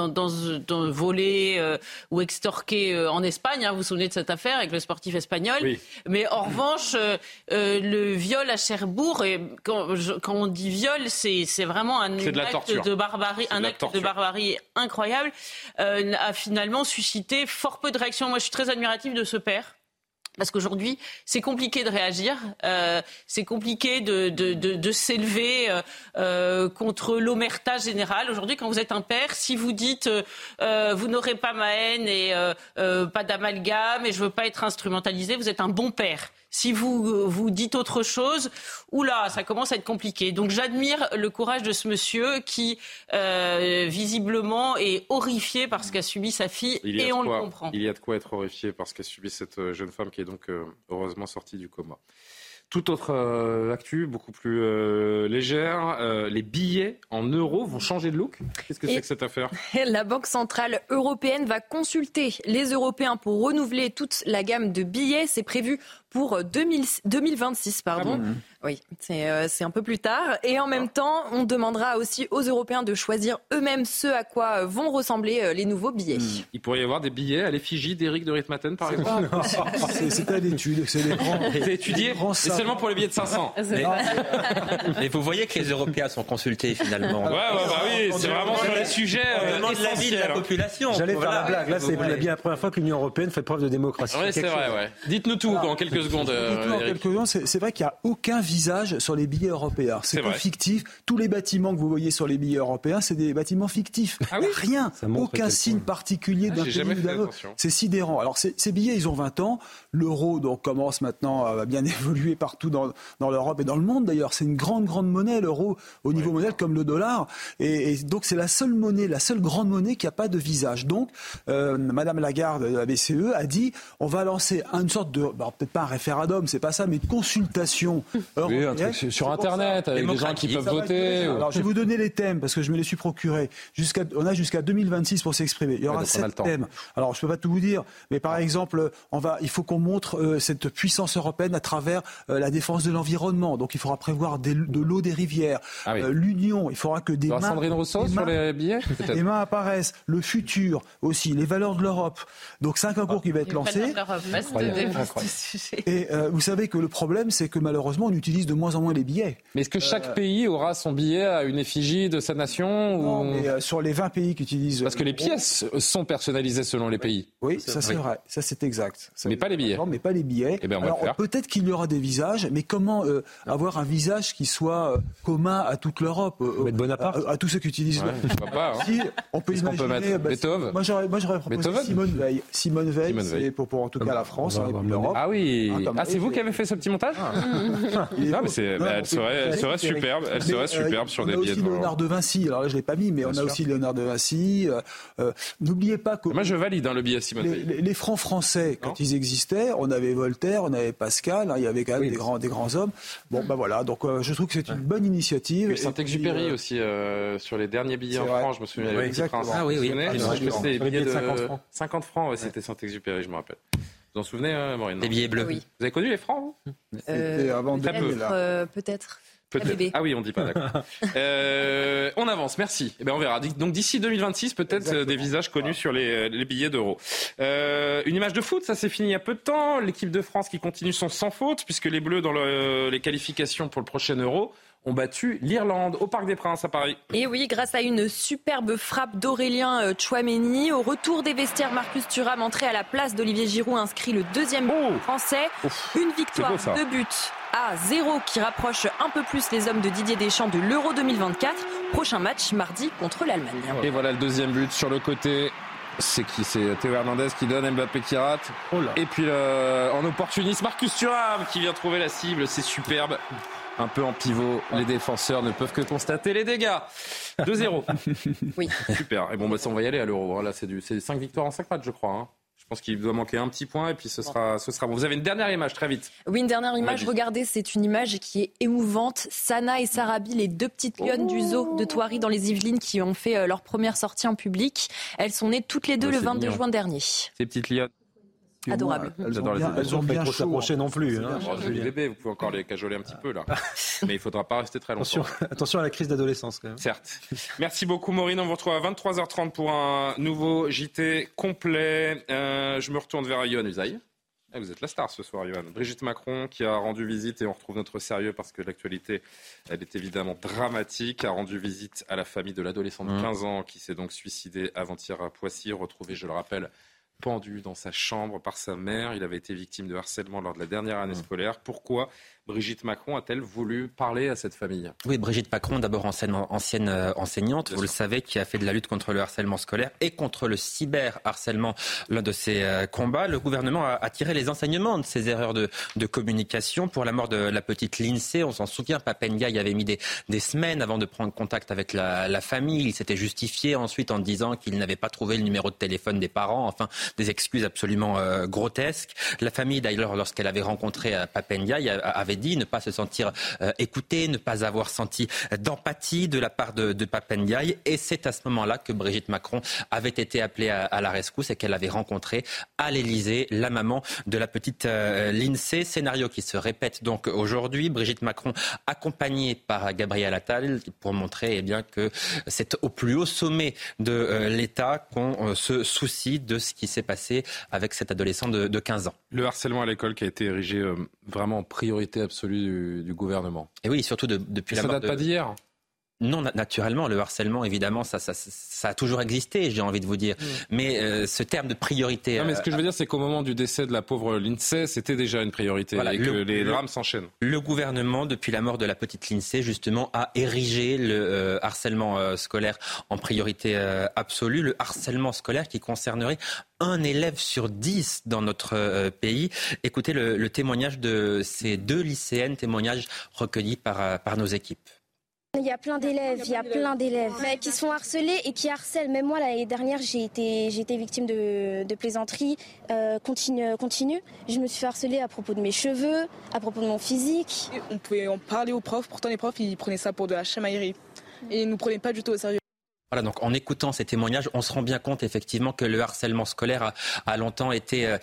d'un voler ou extorqué en Espagne. Vous vous souvenez de cette affaire avec le sportif espagnol. Oui. Mais en revanche, le viol à Cherbourg, et quand on dit viol, c'est vraiment un acte de barbarie, incroyable, a finalement suscité fort peu de réactions. Moi, je suis très admirative de ce père. Parce qu'aujourd'hui, c'est compliqué de réagir, c'est compliqué de s'élever contre l'omerta générale. Aujourd'hui, quand vous êtes un père, si vous dites vous n'aurez pas ma haine et pas d'amalgame et je veux pas être instrumentalisé, vous êtes un bon père. Si vous dites autre chose, oula, ça commence à être compliqué. Donc j'admire le courage de ce monsieur qui, visiblement, est horrifié par ce qu'a subi sa fille et on le comprend. Il y a de quoi être horrifié par ce qu'a subi cette jeune femme qui est donc heureusement sortie du coma. Toute autre actu, beaucoup plus légère, les billets en euros vont changer de look. Qu'est-ce que c'est que cette affaire ? La Banque Centrale Européenne va consulter les Européens pour renouveler toute la gamme de billets. C'est prévu pour 2026. Pardon. Oui, c'est un peu plus tard. Et en même temps, on demandera aussi aux Européens de choisir eux-mêmes ce à quoi vont ressembler les nouveaux billets. Il pourrait y avoir des billets à l'effigie d'Éric de Ritmaten, par exemple. C'est à l'étude. C'est étudié, c'est seulement pour les billets de 500. Mais vous voyez que les Européens sont consultés finalement. Oui, c'est vraiment sur les sujets l'avis de la population. J'allais faire la blague. Là, c'est bien la première fois que l'Union européenne fait preuve de démocratie. Oui, c'est vrai. Dites-nous tout en quelques secondes. secondes. C'est vrai qu'il n'y a aucun visage sur les billets européens. C'est fictif. Tous les bâtiments que vous voyez sur les billets européens, c'est des bâtiments fictifs. Ah oui, rien, aucun signe particulier d'un pays ou d'un autre. C'est sidérant. Alors ces billets, ils ont 20 ans. L'euro donc commence maintenant à bien évoluer partout dans l'Europe et dans le monde d'ailleurs. C'est une grande monnaie, l'euro, au niveau mondial, comme le dollar. Et donc c'est la seule grande monnaie qui n'a pas de visage. Donc Madame Lagarde de la BCE a dit on va lancer une sorte de, peut-être pas un référendum, c'est pas ça, mais une consultation européenne. Oui, un truc sur Internet, avec des gens qui peuvent voter. Alors je vais vous donner les thèmes, parce que je me les suis procurés. On a jusqu'à 2026 pour s'exprimer. Il y aura 7 thèmes. Alors je peux pas tout vous dire, mais par exemple, il faut qu'on montre cette puissance européenne à travers la défense de l'environnement. Donc il faudra prévoir de l'eau des rivières. L'union, il faudra que des mains... Sandrine Rousseau sur les billets, les mains apparaissent. Le futur aussi, les valeurs de l'Europe. Donc c'est un concours qui va être lancé. Et vous savez que le problème, c'est que malheureusement, on utilise de moins en moins les billets. Mais est-ce que chaque pays aura son billet à une effigie de sa nation Non, mais sur les 20 pays qui utilisent... Parce que les pièces sont personnalisées selon les pays. Oui, ça c'est vrai. Ça c'est exact. Mais pas les billets. Non, mais pas les billets. Eh bien, alors peut-être qu'il y aura des visages, mais comment avoir un visage qui soit commun à toute l'Europe, à tous ceux qui utilisent... Si, on peut imaginer... Beethoven. Moi j'aurais proposé Simone Veil, c'est pour en tout cas la France, l'Europe. Ah oui. C'est vous qui avez fait ce petit montage? Non, mais elle serait superbe. Elle serait superbe sur des billets. On a aussi Léonard de Vinci. Alors là, je l'ai pas mis, mais on a aussi Léonard de Vinci. N'oubliez pas que... Moi, je valide le billet Simone Veil. Les francs français, quand ils existaient, on avait Voltaire, on avait Pascal, il y avait quand même des grands hommes. Bon, voilà. Donc, je trouve que c'est une bonne initiative. Et Saint-Exupéry aussi, sur les derniers billets en francs, je me souviens. Ah oui. Des billets de 50 francs, c'était Saint-Exupéry, je me rappelle. Vous en souvenez, Maureen? Des billets bleus. Oui. Vous avez connu les francs, vous? C'était avant peut-être. Ah oui, on dit pas, d'accord. On avance, merci. On verra. Donc d'ici 2026, peut-être des visages connus sur les billets d'euros. Une image de foot, ça s'est fini il y a peu de temps. L'équipe de France qui continue son sans faute, puisque les Bleus, dans les qualifications pour le prochain Euro, ont battu l'Irlande au Parc des Princes à Paris. Et oui, grâce à une superbe frappe d'Aurélien Tchouaméni. Au retour des vestiaires, Marcus Thuram, entré à la place d'Olivier Giroud, inscrit le deuxième but français. Une victoire, 2-0 qui rapproche un peu plus les hommes de Didier Deschamps de l'Euro 2024. Prochain match mardi contre l'Allemagne. Et voilà le deuxième but sur le côté. C'est qui? C'est Théo Hernandez qui donne, Mbappé qui rate. Et puis en opportuniste, Marcus Thuram qui vient trouver la cible. C'est superbe. Un peu en pivot, les défenseurs ne peuvent que constater les dégâts. 2-0. Oui. Super. Et on va y aller à l'Euro. Là, c'est 5 victoires en 5 matchs, je crois. Je pense qu'il doit manquer un petit point et puis ce sera bon. Vous avez une dernière image, très vite. Oui, une dernière image. Regardez, c'est une image qui est émouvante. Sana et Sarabi, les deux petites lionnes du zoo de Thoiry dans les Yvelines qui ont fait leur première sortie en public. Elles sont nées toutes les deux le 22 juin dernier. Ces petites lionnes. Adorable. Elles ont bien trop s'approcher non plus. Joli bébé, vous pouvez encore les cajoler un petit peu là. Mais il ne faudra pas rester très longtemps. Attention à la crise d'adolescence quand même. Certes. Merci beaucoup Maureen, on vous retrouve à 23h30 pour un nouveau JT complet. Je me retourne vers Yohann Usaï. Vous êtes la star ce soir, Yohann. Brigitte Macron qui a rendu visite, et on retrouve notre sérieux parce que l'actualité, elle est évidemment dramatique, a rendu visite à la famille de l'adolescent de 15 ans qui s'est donc suicidé avant-hier à Poissy, retrouvé, je le rappelle, pendu dans sa chambre par sa mère. Il avait été victime de harcèlement lors de la dernière année scolaire. Pourquoi Brigitte Macron a-t-elle voulu parler à cette famille? Oui, Brigitte Macron, d'abord ancienne enseignante, vous le savez, qui a fait de la lutte contre le harcèlement scolaire et contre le cyberharcèlement l'un de ses combats. Le gouvernement a tiré les enseignements de ces erreurs de communication. Pour la mort de la petite Lindsay, on s'en souvient, Pape Ndiaye avait mis des semaines avant de prendre contact avec la famille. Il s'était justifié ensuite en disant qu'il n'avait pas trouvé le numéro de téléphone des parents. Enfin, des excuses absolument grotesques. La famille, d'ailleurs, lorsqu'elle avait rencontré Pape Ndiaye, avait dit ne pas se sentir écoutée, ne pas avoir senti d'empathie de la part de Pape Ndiaye. Et c'est à ce moment-là que Brigitte Macron avait été appelée à la rescousse et qu'elle avait rencontré à l'Élysée la maman de la petite Lindsay. Scénario qui se répète donc aujourd'hui. Brigitte Macron accompagnée par Gabriel Attal pour montrer que c'est au plus haut sommet de l'État qu'on se soucie de ce qui s'est passé avec cet adolescent de 15 ans. Le harcèlement à l'école qui a été érigé vraiment en priorité absolue du gouvernement. Et oui, surtout depuis la mort ça date pas d'hier. Non, naturellement, le harcèlement, évidemment, ça a toujours existé, j'ai envie de vous dire. Mais ce terme de priorité... Non, mais ce que je veux dire, c'est qu'au moment du décès de la pauvre Lindsay, c'était déjà une priorité et que les drames s'enchaînent. Le gouvernement, depuis la mort de la petite Lindsay, justement, a érigé le harcèlement scolaire en priorité absolue. Le harcèlement scolaire qui concernerait un élève sur 10 dans notre pays. Écoutez le témoignage de ces 2 lycéennes, témoignage recueillis par nos équipes. Il y a plein d'élèves qui sont harcelés et qui harcèlent. Même moi, l'année dernière, j'ai été victime de plaisanteries continue. Je me suis fait harceler à propos de mes cheveux, à propos de mon physique. On pouvait en parler aux profs, pourtant les profs, ils prenaient ça pour de la chamaillerie. Et ils ne nous prenaient pas du tout au sérieux. Voilà, donc en écoutant ces témoignages, on se rend bien compte effectivement que le harcèlement scolaire a longtemps été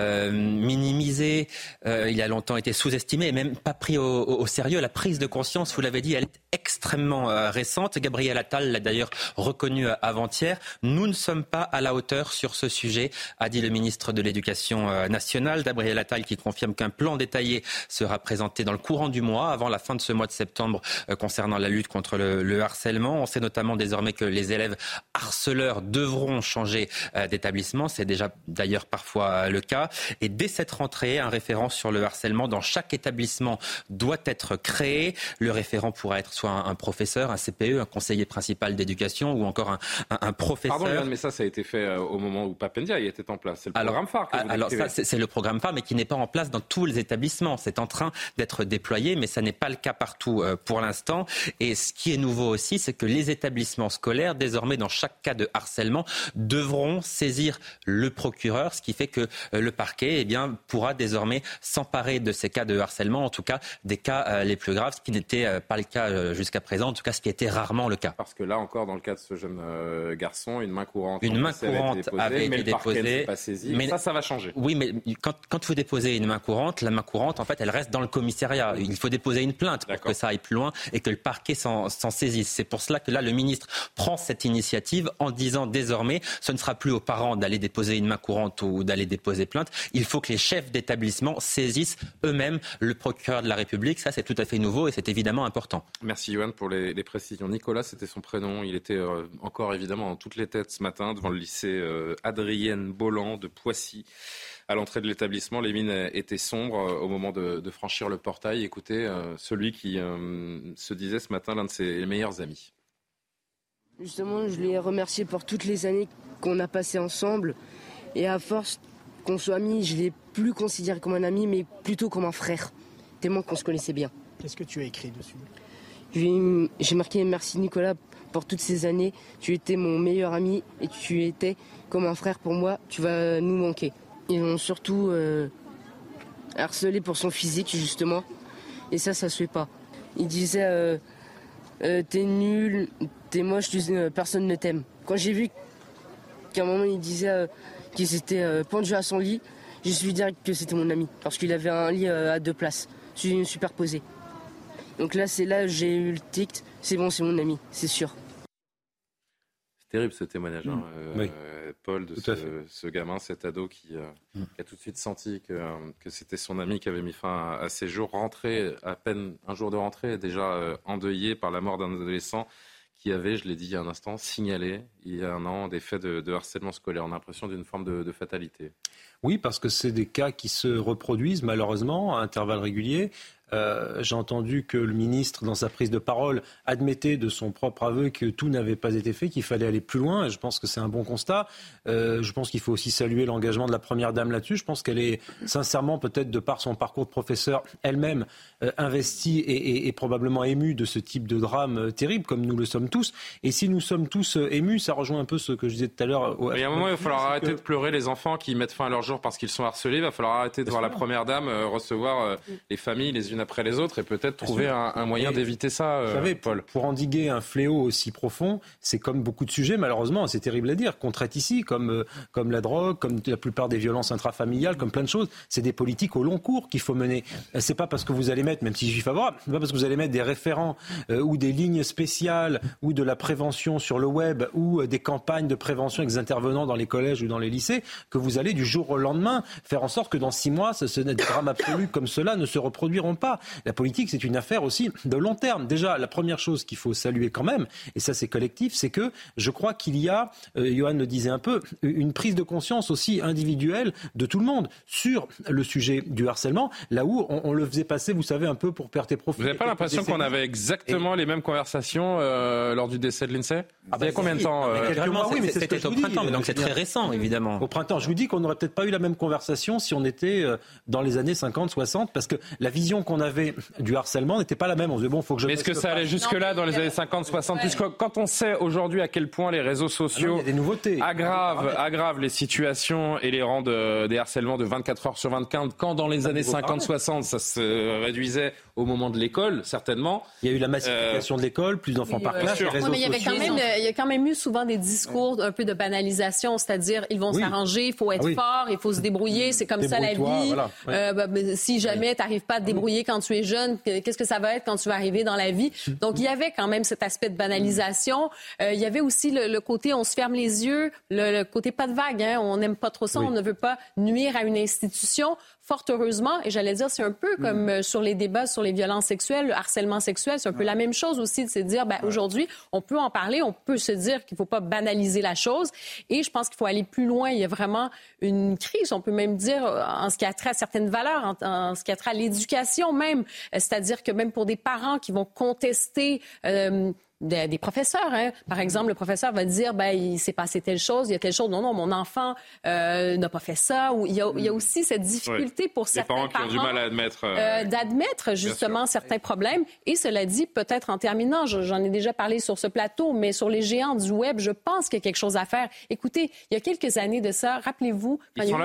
minimisé, il a longtemps été sous-estimé et même pas pris au sérieux. La prise de conscience, vous l'avez dit, elle est extrêmement récente. Gabriel Attal l'a d'ailleurs reconnu avant-hier. Nous ne sommes pas à la hauteur sur ce sujet, a dit le ministre de l'Éducation nationale. Gabriel Attal qui confirme qu'un plan détaillé sera présenté dans le courant du mois, avant la fin de ce mois de septembre, concernant la lutte contre le harcèlement. On sait notamment désormais que les élèves harceleurs devront changer d'établissement. C'est déjà d'ailleurs parfois le cas. Et dès cette rentrée, un référent sur le harcèlement dans chaque établissement doit être créé. Le référent pourra être soit un professeur, un CPE, un conseiller principal d'éducation ou encore un professeur. Pardon Yann, mais ça a été fait au moment où Pape Ndiaye était en place. C'est le programme phare que vous alors ça, c'est le programme phare, mais qui n'est pas en place dans tous les établissements. C'est en train d'être déployé, mais ça n'est pas le cas partout pour l'instant. Et ce qui est nouveau aussi, c'est que les établissements scolaires, désormais dans chaque cas de harcèlement, devront saisir le procureur, ce qui fait que le parquet pourra désormais s'emparer de ces cas de harcèlement, en tout cas des cas les plus graves, ce qui n'était pas le cas jusqu'à présent, en tout cas ce qui était rarement le cas. Parce que là encore, dans le cas de ce jeune garçon, une main courante avait été déposée, pas saisi. Mais ça va changer. Oui, mais quand vous déposez une main courante, la main courante, en fait, elle reste dans le commissariat. Il faut déposer une plainte pour que ça aille plus loin et que le parquet s'en saisisse. C'est pour cela que là, le ministre prend cette initiative en disant désormais, ce ne sera plus aux parents d'aller déposer une main courante ou d'aller déposer plainte. Il faut que les chefs d'établissement saisissent eux-mêmes le procureur de la République. Ça, c'est tout à fait nouveau et c'est évidemment important. Merci Yoann pour les précisions. Nicolas, c'était son prénom. Il était encore évidemment dans toutes les têtes ce matin devant le lycée Adrienne Bolland de Poissy. À l'entrée de l'établissement, les mines étaient sombres au moment de franchir le portail. Écoutez, celui qui se disait ce matin l'un de ses meilleurs amis. Justement, je l'ai remercié pour toutes les années qu'on a passées ensemble. Et à force qu'on soit amis, je ne l'ai plus considéré comme un ami, mais plutôt comme un frère. Tellement qu'on se connaissait bien. Qu'est-ce que tu as écrit dessus ? J'ai marqué « Merci Nicolas pour toutes ces années. Tu étais mon meilleur ami et tu étais comme un frère pour moi. Tu vas nous manquer. » Ils ont surtout harcelé pour son physique, justement. Et ça se fait pas. Ils disaient t'es nul, t'es moche, personne ne t'aime. Quand j'ai vu qu'à un moment il disait qu'il s'était pendu à son lit, j'ai su dire que c'était mon ami. Parce qu'il avait un lit à 2 places, superposé. Donc là, c'est là que j'ai eu le tic. C'est bon, c'est mon ami, c'est sûr. C'est terrible ce témoignage, Oui. Paul, de ce gamin, cet ado qui a tout de suite senti que c'était son ami qui avait mis fin à ses jours. Rentré, à peine un jour de rentrée, déjà endeuillé par la mort d'un adolescent qui avait, je l'ai dit il y a un instant, signalé il y a 1 an des faits de harcèlement scolaire. On a l'impression d'une forme de fatalité. Oui, parce que c'est des cas qui se reproduisent malheureusement à intervalles réguliers. J'ai entendu que le ministre, dans sa prise de parole, admettait de son propre aveu que tout n'avait pas été fait, qu'il fallait aller plus loin. Et je pense que c'est un bon constat. Je pense qu'il faut aussi saluer l'engagement de la Première Dame là-dessus. Je pense qu'elle est sincèrement, peut-être de par son parcours de professeur, elle-même investie et probablement émue de ce type de drame terrible, comme nous le sommes tous. Et si nous sommes tous émus, ça rejoint un peu ce que je disais tout à l'heure. Il y a un moment, il va falloir arrêter de pleurer les enfants qui mettent fin à leur jour parce qu'ils sont harcelés. Il va falloir arrêter de voir la Première Dame recevoir les familles les unes après les autres et peut-être trouver un moyen d'éviter ça, vous savez, Paul. Pour endiguer un fléau aussi profond, c'est comme beaucoup de sujets, malheureusement, c'est terrible à dire, qu'on traite ici, comme la drogue, comme la plupart des violences intrafamiliales, comme plein de choses. C'est des politiques au long cours qu'il faut mener. C'est pas parce que vous allez mettre, même si j'y suis favorable, c'est pas parce que vous allez mettre des référents ou des lignes spéciales ou de la prévention sur le web ou des campagnes de prévention avec des intervenants dans les collèges ou dans les lycées que vous allez du jour au lendemain faire en sorte que dans 6 mois, des drames absolus comme cela ne se reproduiront pas. pas. La politique, c'est une affaire aussi de long terme. Déjà, la première chose qu'il faut saluer quand même, et ça c'est collectif, c'est que je crois qu'il y a, Johan le disait un peu, une prise de conscience aussi individuelle de tout le monde sur le sujet du harcèlement, là où on le faisait passer, vous savez, un peu pour perte et profit. Vous n'avez pas l'impression qu'on avait exactement les mêmes conversations lors du décès de Lindsay ? Il y a combien de temps Oui, mais c'était au printemps, donc c'est très récent, évidemment. Au printemps, je vous dis qu'on n'aurait peut-être pas eu la même conversation si on était dans les années 50, 60, parce que la vision qu'on avait du harcèlement n'était pas la même. On se disait, bon, faut que je... Mais est-ce que ça allait jusque-là dans les années 50, 60 puisque quand on sait aujourd'hui à quel point les réseaux sociaux aggravent les situations et les rendent des harcèlements de 24 heures sur 24, quand dans les années 50, 60, ça se réduisait au moment de l'école, certainement. Il y a eu la massification de l'école, plus d'enfants par classe, les réseaux sociaux. Il y a quand même eu souvent des discours un peu de banalisation, c'est-à-dire ils vont s'arranger, il faut être fort, il faut se débrouiller, c'est comme ça la vie. Voilà. Si jamais tu n'arrives pas à te débrouiller quand tu es jeune, qu'est-ce que ça va être quand tu vas arriver dans la vie? Donc il y avait quand même cet aspect de banalisation. Il y avait aussi le côté on se ferme les yeux, le côté pas de vague, hein, on n'aime pas trop ça, on ne veut pas nuire à une institution. Fort heureusement, et j'allais dire, c'est un peu comme sur les débats sur les violences sexuelles, le harcèlement sexuel, c'est un peu la même chose aussi, de se dire, aujourd'hui, on peut en parler, on peut se dire qu'il ne faut pas banaliser la chose, et je pense qu'il faut aller plus loin. Il y a vraiment une crise, on peut même dire, en ce qui a trait à certaines valeurs, en ce qui a trait à l'éducation même, c'est-à-dire que même pour des parents qui vont contester... des professeurs, hein. Par exemple, le professeur va dire, il s'est passé telle chose, il y a telle chose. Non, mon enfant n'a pas fait ça. Ou il y a aussi cette difficulté pour certains parents qui ont du mal à admettre, d'admettre justement certains problèmes. Et cela dit, peut-être en terminant, j'en ai déjà parlé sur ce plateau, mais sur les géants du web, je pense qu'il y a quelque chose à faire. Écoutez, il y a quelques années de ça, rappelez-vous, quand il y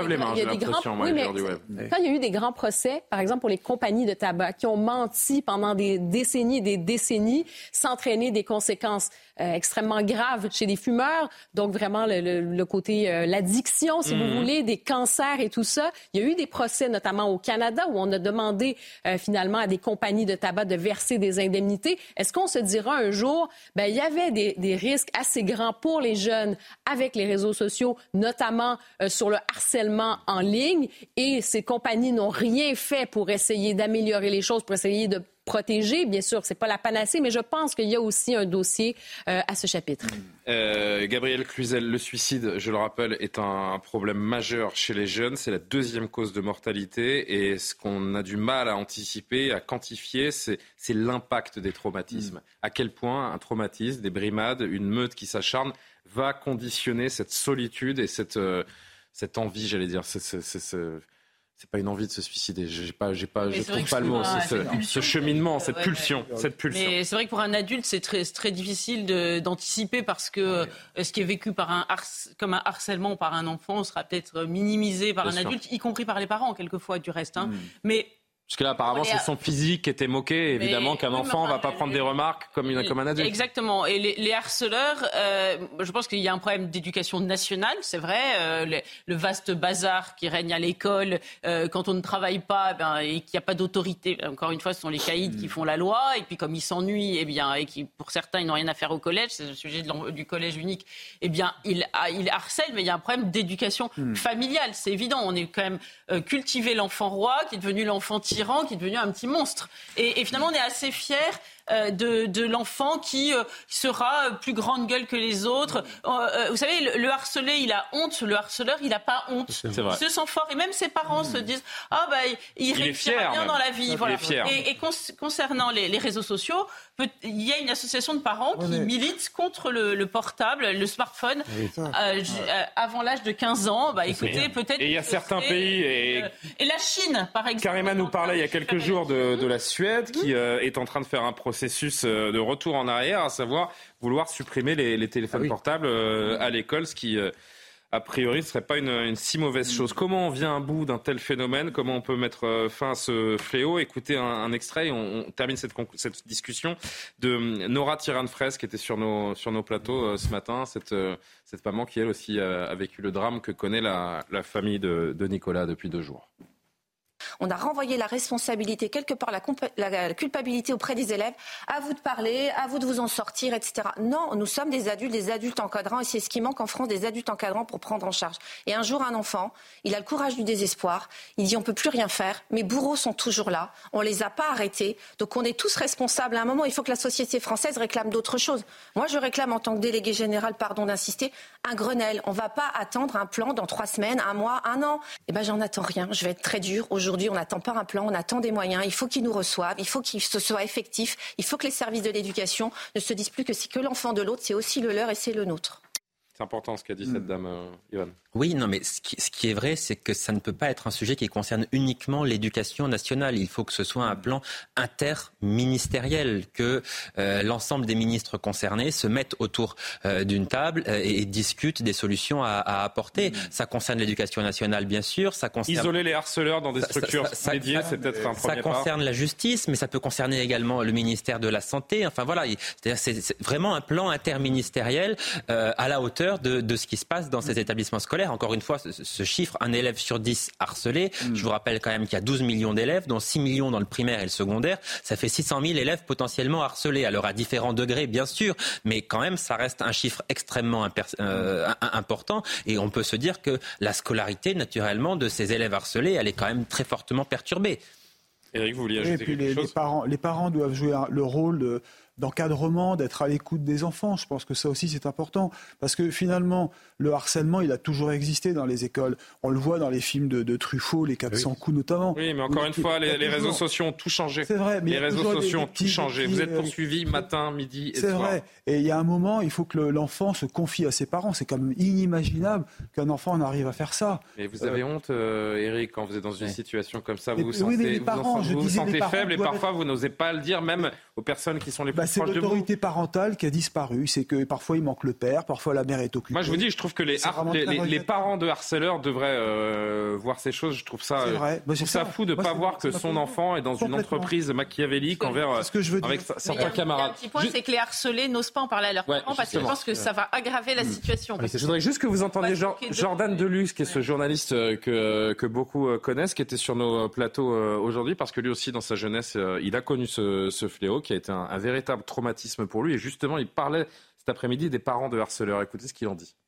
a eu des grands procès, par exemple pour les compagnies de tabac qui ont menti pendant des décennies et des décennies, s'entraîner des conséquences extrêmement graves chez les fumeurs. Donc, vraiment, le côté, l'addiction, si vous voulez, des cancers et tout ça. Il y a eu des procès, notamment au Canada, où on a demandé finalement à des compagnies de tabac de verser des indemnités. Est-ce qu'on se dira un jour, il y avait des risques assez grands pour les jeunes avec les réseaux sociaux, notamment sur le harcèlement en ligne, et ces compagnies n'ont rien fait pour essayer d'améliorer les choses, pour essayer de protéger. Bien sûr, c'est pas la panacée, mais je pense qu'il y a aussi un dossier à ce chapitre. Gabriel Cluzel, le suicide, je le rappelle, est un problème majeur chez les jeunes. C'est la deuxième cause de mortalité. Et ce qu'on a du mal à anticiper, à quantifier, c'est l'impact des traumatismes. À quel point un traumatisme, des brimades, une meute qui s'acharne, va conditionner cette solitude et cette envie, j'allais dire, c'est pas une envie de se suicider. Je trouve pas le mot. Ce cheminement, cette pulsion. Mais c'est vrai que pour un adulte, c'est très difficile d'anticiper parce que ce qui est vécu comme un harcèlement par un enfant sera peut-être minimisé par un adulte, y compris par les parents quelquefois du reste. Hein. Mais parce que là, apparemment, c'est son physique qui était moqué. Évidemment qu'un enfant ne va pas prendre des remarques comme un adulte. Exactement. Et les harceleurs, je pense qu'il y a un problème d'éducation nationale, c'est vrai. Le vaste bazar qui règne à l'école, quand on ne travaille pas et qu'il n'y a pas d'autorité. Encore une fois, ce sont les caïds qui font la loi. Et puis, comme ils s'ennuient, et qui, pour certains, ils n'ont rien à faire au collège, c'est le sujet du collège unique, ils harcèlent. Mais il y a un problème d'éducation familiale. C'est évident. On est quand même cultivé l'enfant roi, qui est devenu l'enfant tyran, qui est devenu un petit monstre. Et finalement, on est assez fiers de l'enfant qui sera plus grande gueule que les autres. Vous savez, le harcelé, il a honte. Le harceleur, il n'a pas honte. Il se sent fort. Et même ses parents se disent il réussit rien dans la vie. Voilà. Et concernant les réseaux sociaux, il y a une association de parents qui milite contre le portable, le smartphone, avant l'âge de 15 ans. Écoutez, peut-être... Et il y a certains pays... Et la Chine, par exemple. Karima nous parlait il y a quelques jours de la Suède, qui est en train de faire un processus de retour en arrière, à savoir vouloir supprimer les téléphones portables à l'école, ce qui... a priori, ce ne serait pas une si mauvaise chose. Comment on vient à bout d'un tel phénomène? Comment on peut mettre fin à ce fléau? Écoutez un extrait et on termine cette discussion de Nora Tiran-Fraisse qui était sur nos plateaux ce matin. Cette maman qui, elle aussi, a vécu le drame que connaît la famille de Nicolas depuis 2 jours. On a renvoyé la responsabilité, quelque part la culpabilité auprès des élèves. À vous de parler, à vous de vous en sortir, etc. Non, nous sommes des adultes encadrants et c'est ce qui manque en France, des adultes encadrants pour prendre en charge. Et un jour, un enfant, il a le courage du désespoir, il dit on peut plus rien faire, mes bourreaux sont toujours là, on les a pas arrêtés, donc on est tous responsables. À un moment, il faut que la société française réclame d'autres choses. Moi, je réclame en tant que délégué général, pardon d'insister, un Grenelle. On va pas attendre un plan dans 3 semaines, 1 mois, 1 an. Eh ben, j'en attends rien. Je vais être très dure. Aujourd'hui, on n'attend pas un plan, on attend des moyens. Il faut qu'ils nous reçoivent, il faut qu'ils soient effectifs, il faut que les services de l'éducation ne se disent plus que c'est que l'enfant de l'autre, c'est aussi le leur et c'est le nôtre. C'est important ce qu'a dit cette dame, Yohann. Oui, non, mais ce qui est vrai, c'est que ça ne peut pas être un sujet qui concerne uniquement l'éducation nationale. Il faut que ce soit un plan interministériel, que l'ensemble des ministres concernés se mettent autour d'une table et discutent des solutions à apporter. Ça concerne l'éducation nationale, bien sûr. Ça concerne... Isoler les harceleurs dans des structures dédiées, c'est peut-être un premier pas. Ça concerne la justice, mais ça peut concerner également le ministère de la Santé. Enfin voilà, c'est vraiment un plan interministériel à la hauteur de ce qui se passe dans ces établissements scolaires. Encore une fois, ce chiffre, un élève sur 10 harcelé, je vous rappelle quand même qu'il y a 12 millions d'élèves, dont 6 millions dans le primaire et le secondaire, ça fait 600 000 élèves potentiellement harcelés. Alors à différents degrés, bien sûr, mais quand même, ça reste un chiffre extrêmement important et on peut se dire que la scolarité, naturellement, de ces élèves harcelés, elle est quand même très fortement perturbée. Éric, vous vouliez ajouter quelque chose ? Les parents doivent jouer le rôle d'encadrement, d'être à l'écoute des enfants. Je pense que ça aussi, c'est important. Parce que finalement, le harcèlement, il a toujours existé dans les écoles. On le voit dans les films de Truffaut, les 400 coups notamment. Oui, mais encore une fois, les réseaux sociaux ont tout changé. C'est vrai. Mais les réseaux sociaux ont tout changé. Vous êtes poursuivis matin, midi et soir. C'est vrai. Et il y a un moment, il faut que l'enfant se confie à ses parents. C'est quand même inimaginable qu'un enfant en arrive à faire ça. Et vous avez honte, Éric, quand vous êtes dans une situation comme ça, vous vous sentez faible et parfois vous n'osez pas le dire, même aux personnes qui sont les plus c'est l'autorité parentale qui a disparu. C'est que parfois il manque le père, parfois la mère est occupée. Moi je vous dis, je trouve que les parents de harceleurs devraient voir ces choses. Je trouve ça, fou de ne pas voir que son enfant est dans une entreprise machiavélique avec certains camarades. Un petit point, c'est que les harcelés n'osent pas en parler à leurs parents parce qu'ils pensent que ça va aggraver la situation. Je voudrais juste que vous entendiez Jordan Deluxe, qui est ce journaliste que beaucoup connaissent, qui était sur nos plateaux aujourd'hui, parce que lui aussi dans sa jeunesse, il a connu ce fléau qui a été un véritable traumatisme pour lui. Et justement, il parlait cet après-midi des parents de harceleurs. Écoutez ce qu'il en dit.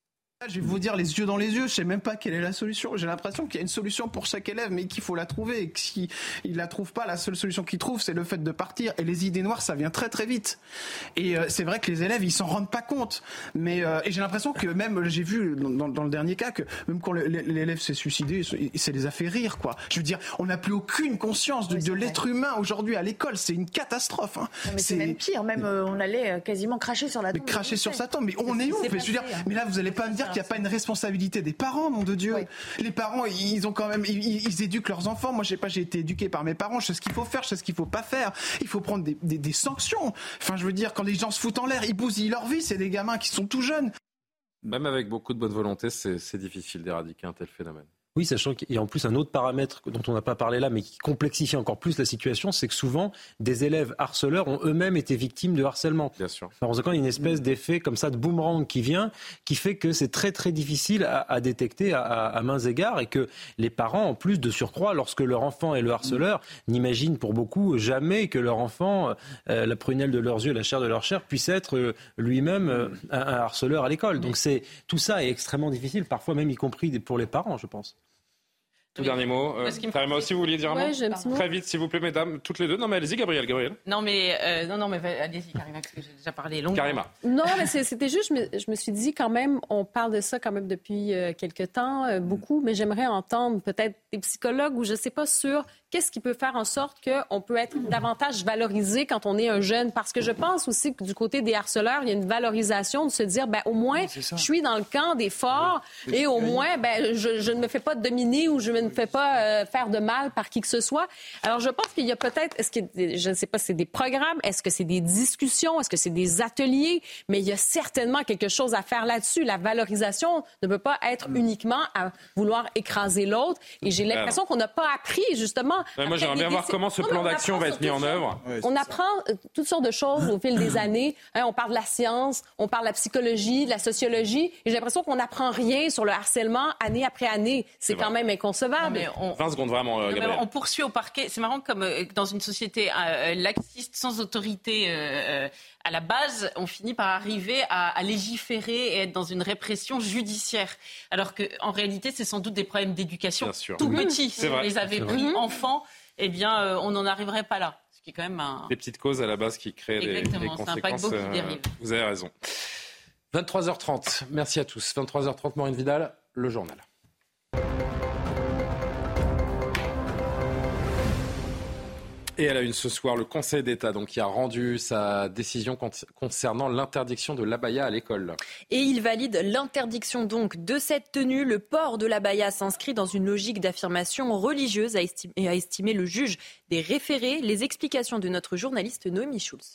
Je vais vous dire les yeux dans les yeux, je sais même pas quelle est la solution. J'ai l'impression qu'il y a une solution pour chaque élève, mais qu'il faut la trouver. Et que si il la trouve pas, la seule solution qu'il trouve, c'est le fait de partir. Et les idées noires, ça vient très très vite. Et c'est vrai que les élèves, ils s'en rendent pas compte. Mais et j'ai l'impression que même, j'ai vu dans le dernier cas que même quand l'élève s'est suicidé, ça les a fait rire, quoi. Je veux dire, on n'a plus aucune conscience de l'être humain aujourd'hui à l'école. C'est une catastrophe. Hein. Non, mais c'est même pire. Même on allait quasiment cracher sur la tombe. Cracher sur sa tombe. Mais on est où ? Je veux dire, mais là, vous allez pas me dire qu'il n'y a pas une responsabilité des parents, nom de Dieu. Oui. Les parents, ils ont quand même, ils éduquent leurs enfants. Moi, je sais pas, j'ai été éduqué par mes parents. Je sais ce qu'il faut faire, je sais ce qu'il faut pas faire. Il faut prendre des sanctions. Enfin, je veux dire, quand les gens se foutent en l'air, ils bousillent leur vie. C'est des gamins qui sont tout jeunes. Même avec beaucoup de bonne volonté, c'est difficile d'éradiquer un tel phénomène. Oui, sachant qu'il y a en plus un autre paramètre dont on n'a pas parlé là, mais qui complexifie encore plus la situation, c'est que souvent, des élèves harceleurs ont eux-mêmes été victimes de harcèlement. Bien sûr. Par conséquent, il y a une espèce d'effet comme ça de boomerang qui vient, qui fait que c'est très très difficile à détecter à mains égards et que les parents, en plus de surcroît, lorsque leur enfant est le harceleur, n'imaginent pour beaucoup jamais que leur enfant, la prunelle de leurs yeux, la chair de leur chair, puisse être lui-même un harceleur à l'école. Donc tout ça est extrêmement difficile, parfois même y compris pour les parents, je pense. Tout dernier mot. Karima aussi, vous vouliez dire un mot ? Très vite, s'il vous plaît, mesdames, toutes les deux. Non, mais allez-y, Gabriel. Non, mais allez-y, Karima, parce que j'ai déjà parlé longuement. Karima. Non, mais c'était juste, je me suis dit quand même, on parle de ça quand même depuis quelques temps, beaucoup, mais j'aimerais entendre peut-être des psychologues ou je sais pas sur qu'est-ce qui peut faire en sorte qu'on peut être davantage valorisé quand on est un jeune. Parce que je pense aussi que du côté des harceleurs, il y a une valorisation de se dire, au moins, je suis dans le camp des forts et au moins, je ne me fais pas dominer ou je ne me fais pas faire de mal par qui que ce soit. Alors, je pense qu'il y a peut-être, je ne sais pas si c'est des programmes, est-ce que c'est des discussions, est-ce que c'est des ateliers, mais il y a certainement quelque chose à faire là-dessus. La valorisation ne peut pas être uniquement à vouloir écraser l'autre. Et j'ai l'impression qu'on n'a pas appris, justement. Moi, j'aimerais bien voir comment ce plan d'action va être mis en œuvre. On apprend toutes sortes de choses au fil des années. On parle de la science, on parle de la psychologie, de la sociologie. Et j'ai l'impression qu'on n'apprend rien sur le harcèlement année après année. C'est quand même inconcevable. recevable. 20 secondes vraiment, Gabriel. On poursuit au parquet. C'est marrant comme dans une société laxiste, sans autorité à la base, on finit par arriver à légiférer et être dans une répression judiciaire. Alors qu'en réalité, c'est sans doute des problèmes d'éducation tout petits. Si on les avait pris enfants, eh bien, on n'en arriverait pas là. Ce qui est quand même des petites causes à la base qui créent des conséquences. Ça impacte beaucoup de dérives. Vous avez raison. 23h30, merci à tous. 23h30, Maureen Vidal, le journal. Et à la une ce soir, le Conseil d'État qui a rendu sa décision concernant l'interdiction de l'abaya à l'école. Et il valide l'interdiction donc de cette tenue. Le port de l'abaya s'inscrit dans une logique d'affirmation religieuse, a estimé le juge des référés. Les explications de notre journaliste Noémie Schulz.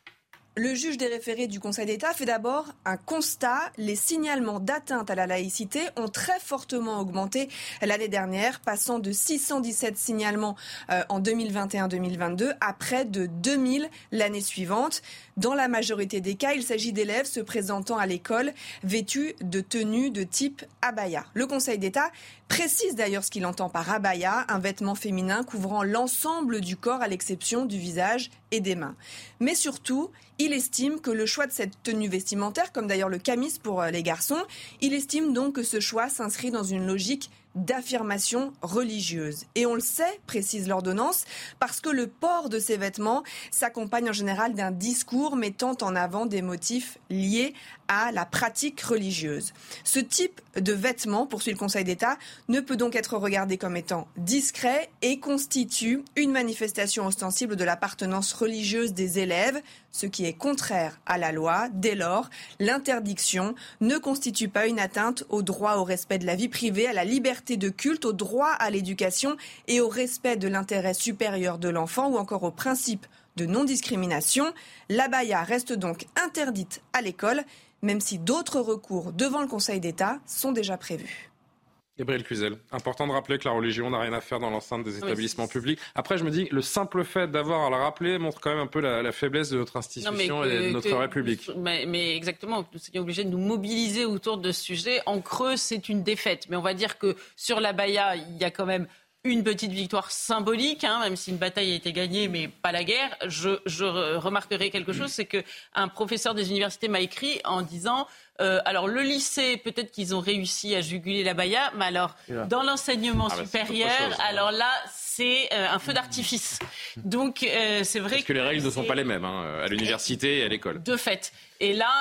Le juge des référés du Conseil d'État fait d'abord un constat. Les signalements d'atteinte à la laïcité ont très fortement augmenté l'année dernière, passant de 617 signalements en 2021-2022 à près de 2000 l'année suivante. Dans la majorité des cas, il s'agit d'élèves se présentant à l'école vêtus de tenues de type abaya. Le Conseil d'État précise d'ailleurs ce qu'il entend par abaya, un vêtement féminin couvrant l'ensemble du corps à l'exception du visage et des mains. Mais surtout, il estime que le choix de cette tenue vestimentaire, comme d'ailleurs le camis pour les garçons, il estime donc que ce choix s'inscrit dans une logique d'affirmation religieuse. Et on le sait, précise l'ordonnance, parce que le port de ces vêtements s'accompagne en général d'un discours mettant en avant des motifs liés à la pratique religieuse. Ce type de vêtements, poursuit le Conseil d'État, ne peut donc être regardé comme étant discret et constitue une manifestation ostensible de l'appartenance religieuse des élèves, ce qui est contraire à la loi. Dès lors, l'interdiction ne constitue pas une atteinte au droit au respect de la vie privée, à la liberté de culte, au droit à l'éducation et au respect de l'intérêt supérieur de l'enfant ou encore au principe de non-discrimination. L'abaya reste donc interdite à l'école, même si d'autres recours devant le Conseil d'État sont déjà prévus. Gabriel Cluzel, important de rappeler que la religion n'a rien à faire dans l'enceinte des établissements publics. Après, je me dis, le simple fait d'avoir à le rappeler montre quand même un peu la faiblesse de notre institution et de notre République. Mais exactement, nous sommes obligés de nous mobiliser autour de ce sujet. En creux, c'est une défaite. Mais on va dire que sur l'abaya, il y a quand même une petite victoire symbolique, même si une bataille a été gagnée, mais pas la guerre. Je remarquerai quelque chose, c'est qu'un professeur des universités m'a écrit en disant... alors le lycée, peut-être qu'ils ont réussi à juguler l'abaya, mais alors dans l'enseignement supérieur, alors là c'est un feu d'artifice. Donc c'est vrai que les règles ne sont pas les mêmes à l'université et à l'école. De fait. Et là,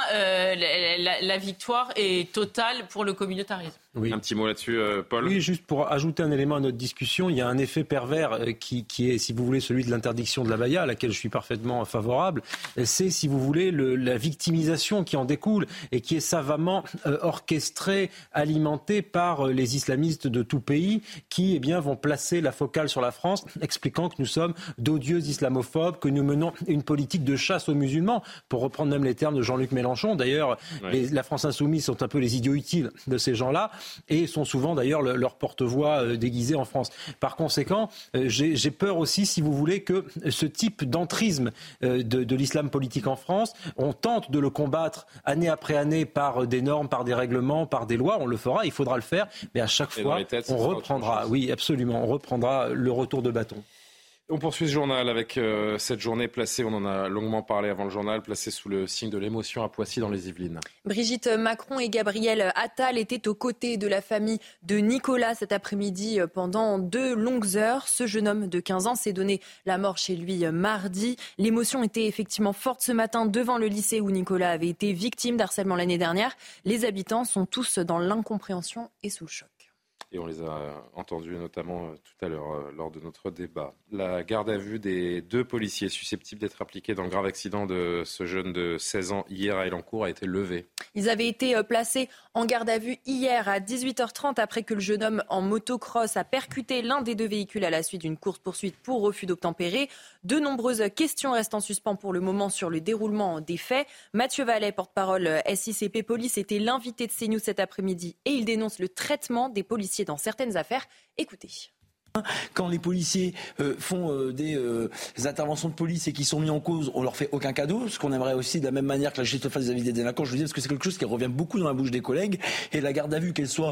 la victoire est totale pour le communautarisme. Oui. Un petit mot là-dessus, Paul. Oui, juste pour ajouter un élément à notre discussion, il y a un effet pervers qui est, si vous voulez, celui de l'interdiction de l'abaya, à laquelle je suis parfaitement favorable. C'est, si vous voulez, la victimisation qui en découle et qui est savamment orchestrée, alimentée par les islamistes de tout pays qui vont placer la focale sur la France, expliquant que nous sommes d'odieux islamophobes, que nous menons une politique de chasse aux musulmans, pour reprendre même les termes de Jean-Luc Mélenchon. D'ailleurs, la France insoumise sont un peu les idiots utiles de ces gens-là et sont souvent d'ailleurs leur porte-voix déguisés en France. Par conséquent, j'ai peur aussi, si vous voulez, que ce type d'entrisme de l'islam politique en France, on tente de le combattre année après année par des normes, par des règlements, par des lois. On le fera, il faudra le faire, mais à chaque fois, on reprendra. Oui, absolument, on reprendra le retour de bâton. On poursuit ce journal avec cette journée placée, on en a longuement parlé avant le journal, placée sous le signe de l'émotion à Poissy dans les Yvelines. Brigitte Macron et Gabriel Attal étaient aux côtés de la famille de Nicolas cet après-midi pendant 2 longues heures. Ce jeune homme de 15 ans s'est donné la mort chez lui mardi. L'émotion était effectivement forte ce matin devant le lycée où Nicolas avait été victime d'harcèlement l'année dernière. Les habitants sont tous dans l'incompréhension et sous le choc. Et on les a entendus notamment tout à l'heure lors de notre débat. La garde à vue des 2 policiers susceptibles d'être impliqués dans le grave accident de ce jeune de 16 ans hier à Elancourt a été levée. Ils avaient été placés en garde à vue hier à 18h30 après que le jeune homme en motocross a percuté l'un des 2 véhicules à la suite d'une course-poursuite pour refus d'obtempérer. De nombreuses questions restent en suspens pour le moment sur le déroulement des faits. Mathieu Vallet, porte-parole SICP Police, était l'invité de CNews cet après-midi et il dénonce le traitement des policiers dans certaines affaires. Écoutez. Quand les policiers font des interventions de police et qui sont mis en cause, on leur fait aucun cadeau. Ce qu'on aimerait aussi, de la même manière que la justice fasse vis-à-vis des délinquants, je veux dire, parce que c'est quelque chose qui revient beaucoup dans la bouche des collègues. Et la garde à vue, qu'elle soit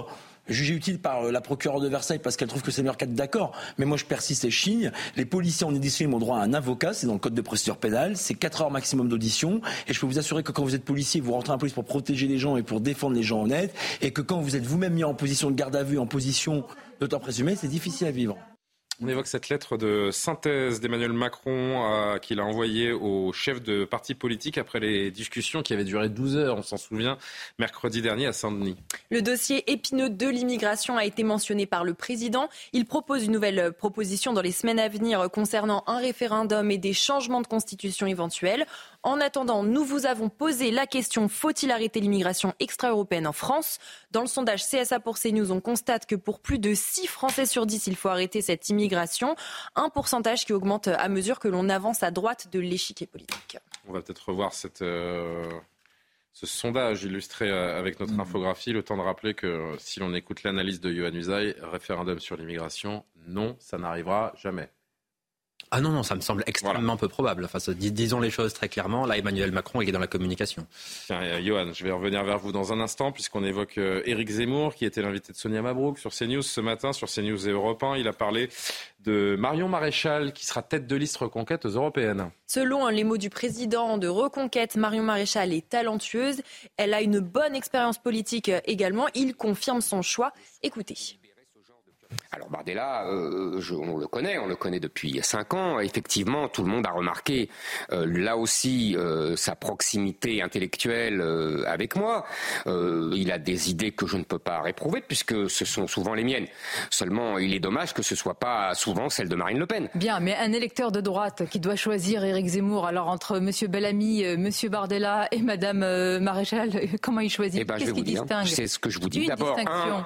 jugée utile par la procureure de Versailles parce qu'elle trouve que c'est le meilleur cadre, d'accord. Mais moi, je persiste et chigne. Les policiers en audition ont droit à un avocat, c'est dans le code de procédure pénale. C'est 4 heures maximum d'audition. Et je peux vous assurer que quand vous êtes policier, vous rentrez en police pour protéger les gens et pour défendre les gens honnêtes. Et que quand vous êtes vous-même mis en position de garde à vue, en position d'auteur présumé, c'est difficile à vivre. On évoque cette lettre de synthèse d'Emmanuel Macron qu'il a envoyée aux chefs de partis politiques après les discussions qui avaient duré 12 heures, on s'en souvient, mercredi dernier à Saint-Denis. Le dossier épineux de l'immigration a été mentionné par le président. Il propose une nouvelle proposition dans les semaines à venir concernant un référendum et des changements de constitution éventuels. En attendant, nous vous avons posé la question: faut-il arrêter l'immigration extra-européenne en France ? Dans le sondage CSA pour CNews, on constate que pour plus de 6 Français sur 10, il faut arrêter cette immigration. Un pourcentage qui augmente à mesure que l'on avance à droite de l'échiquier politique. On va peut-être revoir ce sondage illustré avec notre infographie. Le temps de rappeler que si l'on écoute l'analyse de Yohann Usaï, référendum sur l'immigration, non, ça n'arrivera jamais. Ah non, ça me semble extrêmement peu probable. Enfin, disons les choses très clairement. Là, Emmanuel Macron, il est dans la communication. Tiens, Yohann, je vais revenir vers vous dans un instant, puisqu'on évoque Éric Zemmour, qui était l'invité de Sonia Mabrouk sur CNews ce matin, sur CNews et Europe 1. Il a parlé de Marion Maréchal, qui sera tête de liste Reconquête aux Européennes. Selon les mots du président de Reconquête, Marion Maréchal est talentueuse. Elle a une bonne expérience politique également. Il confirme son choix. Écoutez. Alors Bardella, on le connaît depuis 5 ans. Effectivement, tout le monde a remarqué là aussi sa proximité intellectuelle avec moi. Il a des idées que je ne peux pas réprouver puisque ce sont souvent les miennes. Seulement, il est dommage que ce soit pas souvent celle de Marine Le Pen. Bien, mais un électeur de droite qui doit choisir Éric Zemmour, alors entre M. Bellamy, M. Bardella et Mme Maréchal, comment il choisit ? Qu'est-ce qui distingue ? C'est ce que je vous dis. D'abord,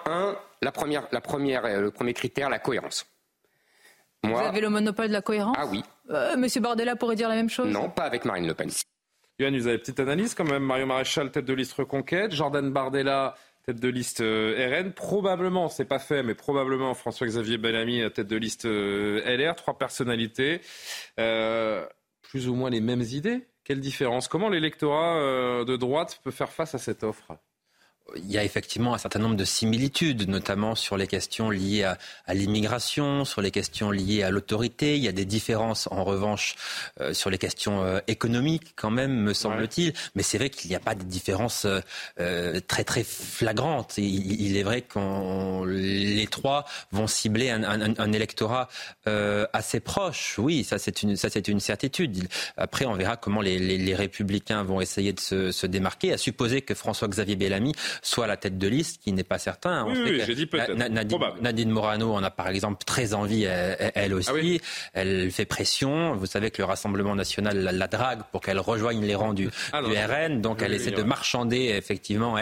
le premier critère, la cohérence. Vous avez le monopole de la cohérence ? Ah oui. Monsieur Bardella pourrait dire la même chose ? Non, pas avec Marine Le Pen. Yohann, vous avez une petite analyse quand même. Marion Maréchal, tête de liste Reconquête. Jordan Bardella, tête de liste RN. Probablement, c'est pas fait, mais probablement François-Xavier Bellamy, tête de liste LR. 3 personnalités. Plus ou moins les mêmes idées. Quelle différence ? Comment l'électorat de droite peut faire face à cette offre ? Il y a effectivement un certain nombre de similitudes, notamment sur les questions liées à l'immigration, sur les questions liées à l'autorité. Il y a des différences, en revanche, sur les questions économiques, quand même, me semble-t-il. Mais c'est vrai qu'il n'y a pas de différences très, très flagrantes. Il est vrai que les 3 vont cibler un électorat assez proche. Oui, ça c'est une certitude. Après, on verra comment les Républicains vont essayer de se démarquer, à supposer que François-Xavier Bellamy soit la tête de liste, qui n'est pas certain. Oui, j'ai dit peut-être. Nadine Morano en a par exemple très envie, elle aussi. Ah oui. Elle fait pression. Vous savez que le Rassemblement national la drague pour qu'elle rejoigne les rangs du RN. Donc elle essaie de marchander effectivement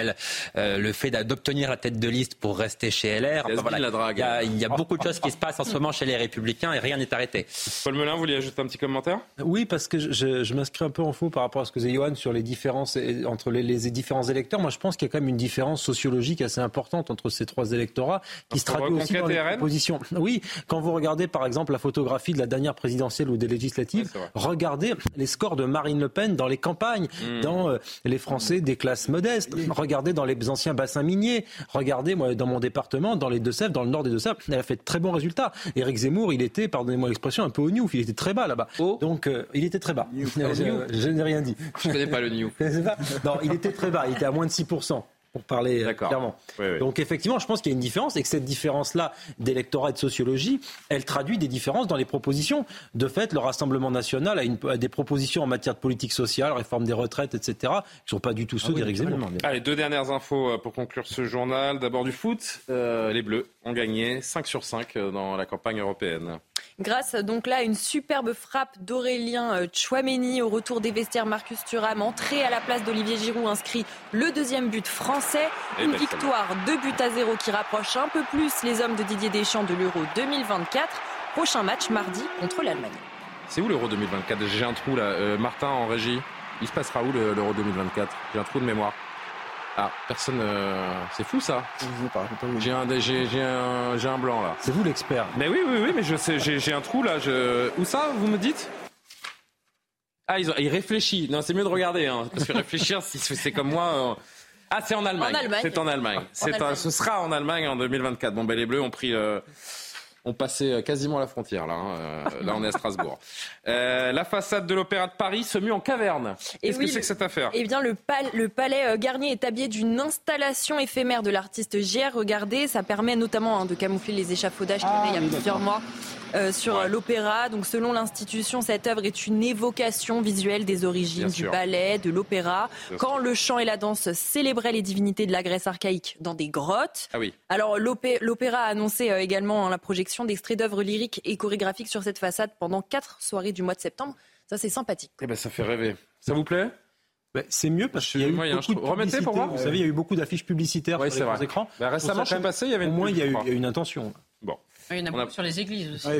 le fait d'obtenir la tête de liste pour rester chez LR. Enfin, voilà, il y a beaucoup de choses qui se passent en ce moment chez les Républicains et rien n'est arrêté. Paul Melun, vous voulez ajouter un petit commentaire ? Oui, parce que je m'inscris un peu en faux par rapport à ce que disait Yohann sur les différences entre les différents électeurs. Moi, je pense qu'il y a quand même une différence sociologique assez importante entre ces 3 électorats qui se traduit aussi dans les propositions. Oui, quand vous regardez par exemple la photographie de la dernière présidentielle ou des législatives, regardez les scores de Marine Le Pen dans les campagnes, dans les Français des classes modestes, regardez dans les anciens bassins miniers, regardez moi dans mon département, dans les Deux-Sèvres, dans le nord des Deux-Sèvres, elle a fait de très bons résultats. Éric Zemmour, il était, pardonnez-moi l'expression, un peu au Niouf, il était très bas là-bas. Donc il était très bas. Je n'ai rien dit. Je ne connais pas le Niouf. Non, il était très bas, il était à moins de 6%. Pour parler clairement. Oui. Donc effectivement, je pense qu'il y a une différence et que cette différence-là d'électorat et de sociologie, elle traduit des différences dans les propositions. De fait, le Rassemblement national a des propositions en matière de politique sociale, réforme des retraites, etc., qui ne sont pas du tout ceux d'Éric Zemmour. Allez, 2 dernières infos pour conclure ce journal. D'abord du foot. Les Bleus ont gagné 5 sur 5 dans la campagne européenne. Grâce donc là à une superbe frappe d'Aurélien Tchouaméni au retour des vestiaires, Marcus Thuram entré à la place d'Olivier Giroud inscrit le 2e but français. Une victoire 2-0 qui rapproche un peu plus les hommes de Didier Deschamps de l'Euro 2024. Prochain match mardi contre l'Allemagne. C'est où l'Euro 2024 ? J'ai un trou là. Martin en régie, il se passera où l'Euro 2024 ? J'ai un trou de mémoire. Ah, personne. C'est fou ça. J'ai un blanc là. C'est vous l'expert. Mais oui, mais je sais, j'ai un trou là. Où ça, vous me dites ? Ah, il réfléchit. Non, c'est mieux de regarder, parce que réfléchir, si c'est comme moi. Ah, c'est en Allemagne. C'est en Allemagne. Ce sera en Allemagne en 2024. Bon, les Bleus ont pris... On passait quasiment la frontière, là. Là, on est à Strasbourg. La façade de l'Opéra de Paris se mue en caverne. Qu'est-ce que c'est que cette affaire ? Eh bien, le palais Garnier est habillé d'une installation éphémère de l'artiste JR. Regardez, ça permet notamment de camoufler les échafaudages qu'il y avait il y a plusieurs mois sur l'opéra. Donc, selon l'institution, cette œuvre est une évocation visuelle des origines du ballet, de l'opéra. Quand le chant et la danse célébraient les divinités de la Grèce archaïque dans des grottes. Ah oui. Alors, l'opéra a annoncé également la projection d'extraits d'œuvres lyriques et chorégraphiques sur cette façade pendant 4 soirées du mois de septembre. Ça, c'est sympathique. Eh ben, ça fait rêver. Ça vous plaît ? C'est mieux parce qu'il y a eu beaucoup de Remettez pour moi. Vous savez, il y a eu beaucoup d'affiches publicitaires sur les grands écrans. Récemment, je suis passé, il y avait au moins il y a eu une intention. Bon. Il y en a beaucoup sur les églises aussi.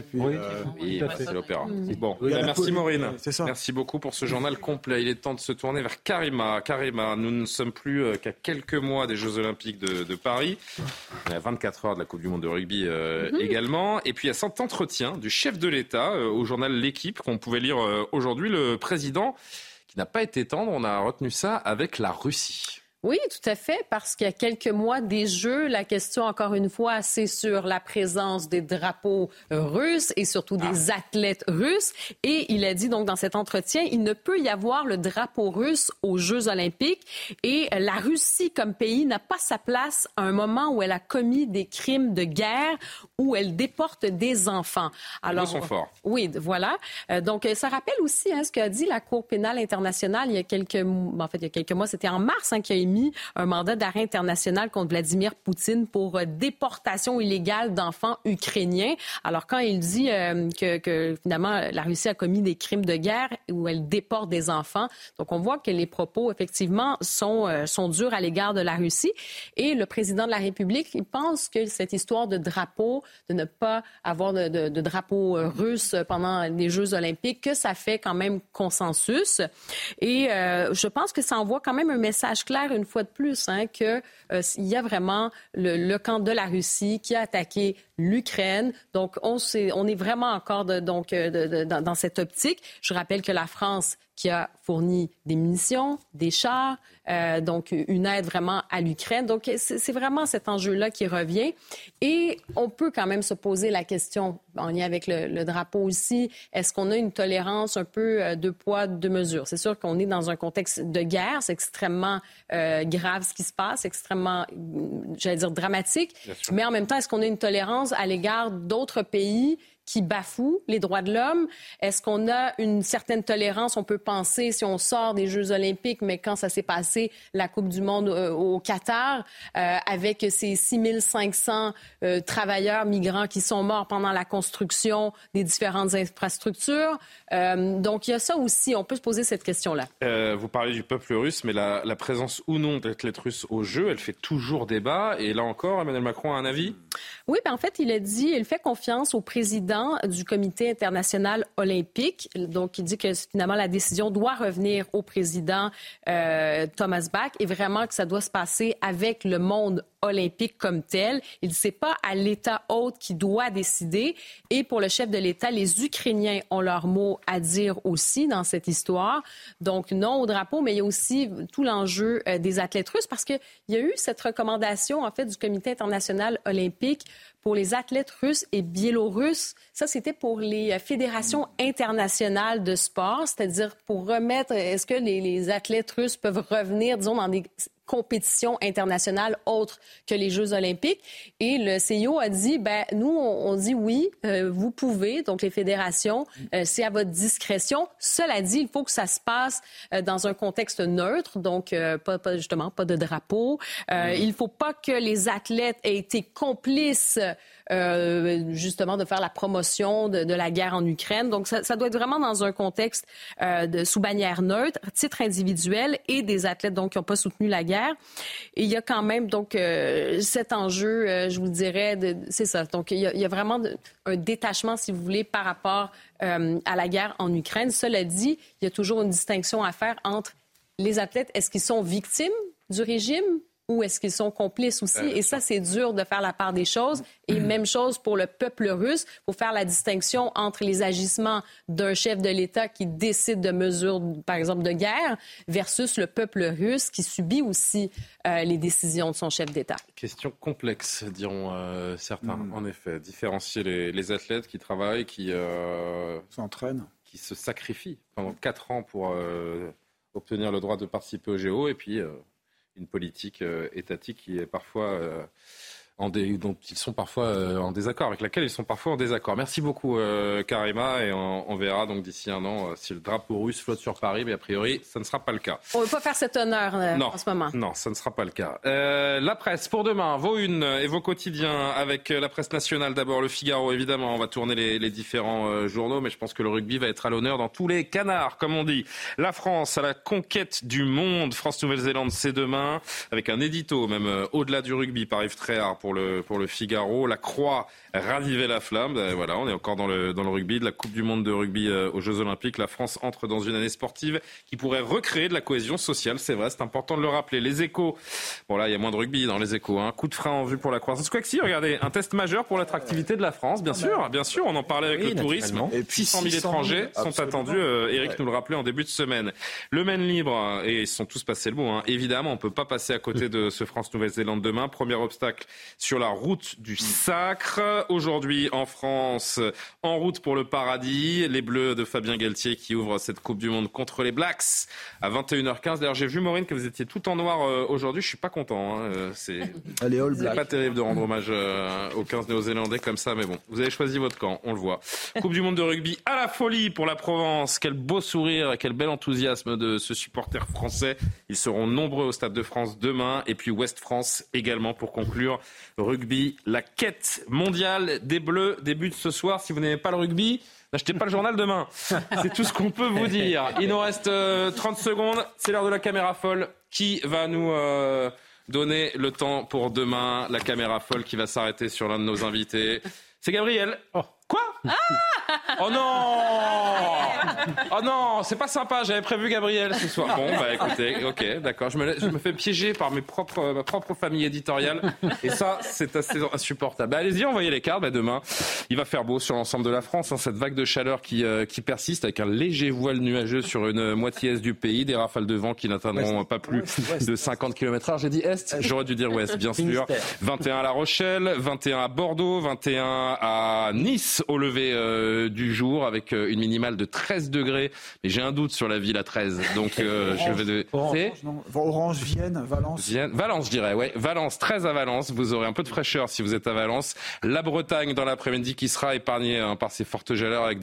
C'est l'opéra. Bon, merci Maureen. Merci beaucoup pour ce journal complet. Il est temps de se tourner vers Karima. Karima, nous ne sommes plus qu'à quelques mois des Jeux Olympiques de Paris. On est à 24 heures de la Coupe du Monde de rugby également. Et puis à cet entretien du chef de l'État au journal L'Équipe qu'on pouvait lire aujourd'hui, le président qui n'a pas été tendre, on a retenu ça avec la Russie. Oui, tout à fait, parce qu'il y a quelques mois des Jeux, la question, encore une fois, c'est sur la présence des drapeaux russes et surtout des athlètes russes. Et il a dit donc dans cet entretien, il ne peut y avoir le drapeau russe aux Jeux olympiques. Et la Russie, comme pays, n'a pas sa place à un moment où elle a commis des crimes de guerre, où elle déporte des enfants. Alors, ils sont forts. Oui, voilà. Donc, ça rappelle aussi ce qu'a dit la Cour pénale internationale il y a quelques mois, c'était en mars, qui a émis un mandat d'arrêt international contre Vladimir Poutine pour déportation illégale d'enfants ukrainiens. Alors, quand il dit que finalement, la Russie a commis des crimes de guerre où elle déporte des enfants, donc on voit que les propos, effectivement, sont durs à l'égard de la Russie. Et le président de la République, il pense que cette histoire de drapeau, de ne pas avoir de drapeau russe pendant les Jeux olympiques, que ça fait quand même consensus. Et je pense que ça envoie quand même un message clair, une fois de plus, qu'il y a vraiment le camp de la Russie qui a attaqué l'Ukraine. Donc, on est vraiment encore dans cette optique. Je rappelle que la France qui a fourni des munitions, des chars, donc une aide vraiment à l'Ukraine. Donc, c'est vraiment cet enjeu-là qui revient. Et on peut quand même se poser la question, en lien avec le drapeau aussi, est-ce qu'on a une tolérance un peu deux poids, deux mesures? C'est sûr qu'on est dans un contexte de guerre, c'est extrêmement grave ce qui se passe, extrêmement, j'allais dire, dramatique. Mais en même temps, est-ce qu'on a une tolérance à l'égard d'autres pays qui bafouent les droits de l'homme? Est-ce qu'on a une certaine tolérance? On peut penser, si on sort des Jeux olympiques, mais quand ça s'est passé, la Coupe du monde au Qatar, avec ces 6500 travailleurs migrants qui sont morts pendant la construction des différentes infrastructures. Donc, il y a ça aussi. On peut se poser cette question-là. Vous parlez du peuple russe, mais la présence ou non d'athlètes russes aux Jeux, elle fait toujours débat. Et là encore, Emmanuel Macron a un avis? Oui, en fait, il fait confiance au président du Comité international olympique. Donc, il dit que finalement, la décision doit revenir au président Thomas Bach et vraiment que ça doit se passer avec le monde olympique comme tel. Il dit que c'est pas à l'État hôte qui doit décider. Et pour le chef de l'État, les Ukrainiens ont leur mot à dire aussi dans cette histoire. Donc, non au drapeau, mais il y a aussi tout l'enjeu des athlètes russes parce qu'il y a eu cette recommandation, en fait, du Comité international olympique pour les athlètes russes et biélorusses. Ça, c'était pour les fédérations internationales de sport, c'est-à-dire pour remettre, est-ce que les athlètes russes peuvent revenir, disons, dans des compétitions internationales autres que les Jeux olympiques. Et le CIO a dit, nous, on dit oui, vous pouvez, donc les fédérations, c'est à votre discrétion. Cela dit, il faut que ça se passe dans un contexte neutre, donc pas de drapeau. Il ne faut pas que les athlètes aient été complices justement de faire la promotion de la guerre en Ukraine. Donc, ça doit être vraiment dans un contexte sous bannière neutre, titre individuel et des athlètes donc qui n'ont pas soutenu la guerre. Et il y a quand même donc cet enjeu, je vous dirais, c'est ça. Donc, il y a vraiment un détachement, si vous voulez, par rapport à la guerre en Ukraine. Cela dit, il y a toujours une distinction à faire entre les athlètes. Est-ce qu'ils sont victimes du régime ou est-ce qu'ils sont complices aussi? Et ça, c'est dur de faire la part des choses. Et même chose pour le peuple russe. Il faut faire la distinction entre les agissements d'un chef de l'État qui décide de mesures, par exemple, de guerre, versus le peuple russe qui subit aussi les décisions de son chef d'État. Question complexe, diront certains. En effet, différencier les athlètes qui travaillent, qui s'entraînent, qui se sacrifient pendant 4 ans pour obtenir le droit de participer au JO, et puis une politique étatique qui est parfois dont ils sont parfois en désaccord, avec laquelle ils sont parfois en désaccord. Merci beaucoup Karima, et on verra donc d'ici un an si le drapeau russe flotte sur Paris, mais a priori ça ne sera pas le cas. On ne veut pas faire cet honneur en ce moment. Non, ça ne sera pas le cas. La presse pour demain, vos unes et vos quotidiens, avec la presse nationale d'abord, Le Figaro évidemment, on va tourner les différents journaux, mais je pense que le rugby va être à l'honneur dans tous les canards, comme on dit. La France à la conquête du monde, France-Nouvelle-Zélande c'est demain, avec un édito même au-delà du rugby par Yves Tréhard pour le Figaro. La Croix ravivait la flamme. Voilà, on est encore dans le rugby, de la Coupe du Monde de rugby aux Jeux Olympiques. La France entre dans une année sportive qui pourrait recréer de la cohésion sociale. C'est vrai, c'est important de le rappeler. Les Échos. Bon là, il y a moins de rugby dans les Échos. Coup de frein en vue pour la croissance. Quoi que si, regardez, un test majeur pour l'attractivité de la France. Bien sûr, on en parlait avec le tourisme. Et 600 000 étrangers sont attendus. Eric nous le rappelait en début de semaine. Le Maine libre, et ils sont tous passés le mot. Évidemment, on peut pas passer à côté de ce France-Nouvelle-Zélande demain. Premier obstacle sur la route du sacre. Aujourd'hui en France, en route pour le paradis, les Bleus de Fabien Galtier qui ouvrent cette Coupe du Monde contre les Blacks à 21h15. D'ailleurs, j'ai vu, Maureen, que vous étiez tout en noir aujourd'hui. Je suis pas content. C'est pas terrible de rendre hommage aux 15 Néo-Zélandais comme ça, mais bon, vous avez choisi votre camp, on le voit. Coupe du Monde de rugby à la folie pour la Provence. Quel beau sourire et quel bel enthousiasme de ce supporter français. Ils seront nombreux au Stade de France demain, et puis Ouest France également pour conclure. Rugby, la quête mondiale des Bleus débute ce soir. Si vous n'aimez pas le rugby, n'achetez pas le journal demain. C'est tout ce qu'on peut vous dire. Il nous reste 30 secondes. C'est l'heure de la caméra folle. Qui va nous donner le temps pour demain? La caméra folle qui va s'arrêter sur l'un de nos invités. C'est Gabriel. Quoi? Oh non! Oh non, c'est pas sympa, j'avais prévu Gabriel ce soir. Bon, bah écoutez, ok, d'accord, je me fais piéger par ma propre famille éditoriale, et ça, c'est assez insupportable. Bah, allez-y, envoyez les cartes, demain, il va faire beau sur l'ensemble de la France, cette vague de chaleur qui persiste, avec un léger voile nuageux sur une moitié est du pays, des rafales de vent qui n'atteindront pas plus de 50 km/h. J'ai dit est, j'aurais dû dire ouest, bien sûr. 21 à La Rochelle, 21 à Bordeaux, 21 à Nice, au lever du jour, avec une minimale de 13 degrés. Mais j'ai un doute sur la ville à 13. Donc je vais Orange, Vienne, Valence. Valence, je dirais, ouais. Valence, 13 à Valence. Vous aurez un peu de fraîcheur si vous êtes à Valence. La Bretagne dans l'après-midi qui sera épargnée par ces fortes chaleurs avec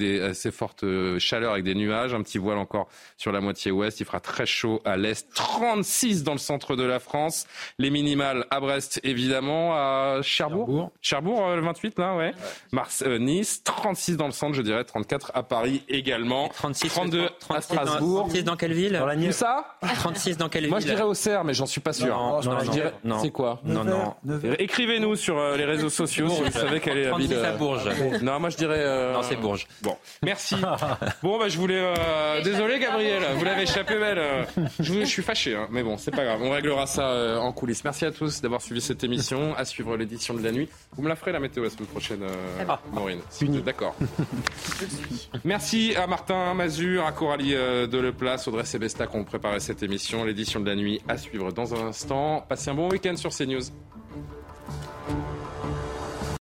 des nuages. Un petit voile encore sur la moitié ouest. Il fera très chaud à l'est. 36 dans le centre de la France. Les minimales à Brest, évidemment. À Cherbourg, le 28, là, ouais. Nice, 36 dans le centre, je dirais, 34 à Paris également. 32 à Strasbourg. 36 dans quelle ville? Où ça? 36 dans quelle ville? Moi, je dirais Auxerre, mais j'en suis pas sûr. Non. C'est quoi? Non. Écrivez-nous sur les réseaux sociaux si vous savez quelle est la ville. 36 à Bourges. Non, moi je dirais. Non, c'est Bourges. Bon, merci. Bon, je voulais. Désolé, Gabriel, vous l'avez échappé belle. Je suis fâché, mais bon, c'est pas grave. On réglera ça en coulisses. Merci à tous d'avoir suivi cette émission. À suivre l'édition de la nuit. Vous me la ferez la météo la semaine prochaine, Maureen. D'accord. Merci à Martin Mazur, à Coralie Deleplace, Audrey Sébesta qui ont préparé cette émission. L'édition de la nuit à suivre dans un instant. Passez un bon week-end sur CNews.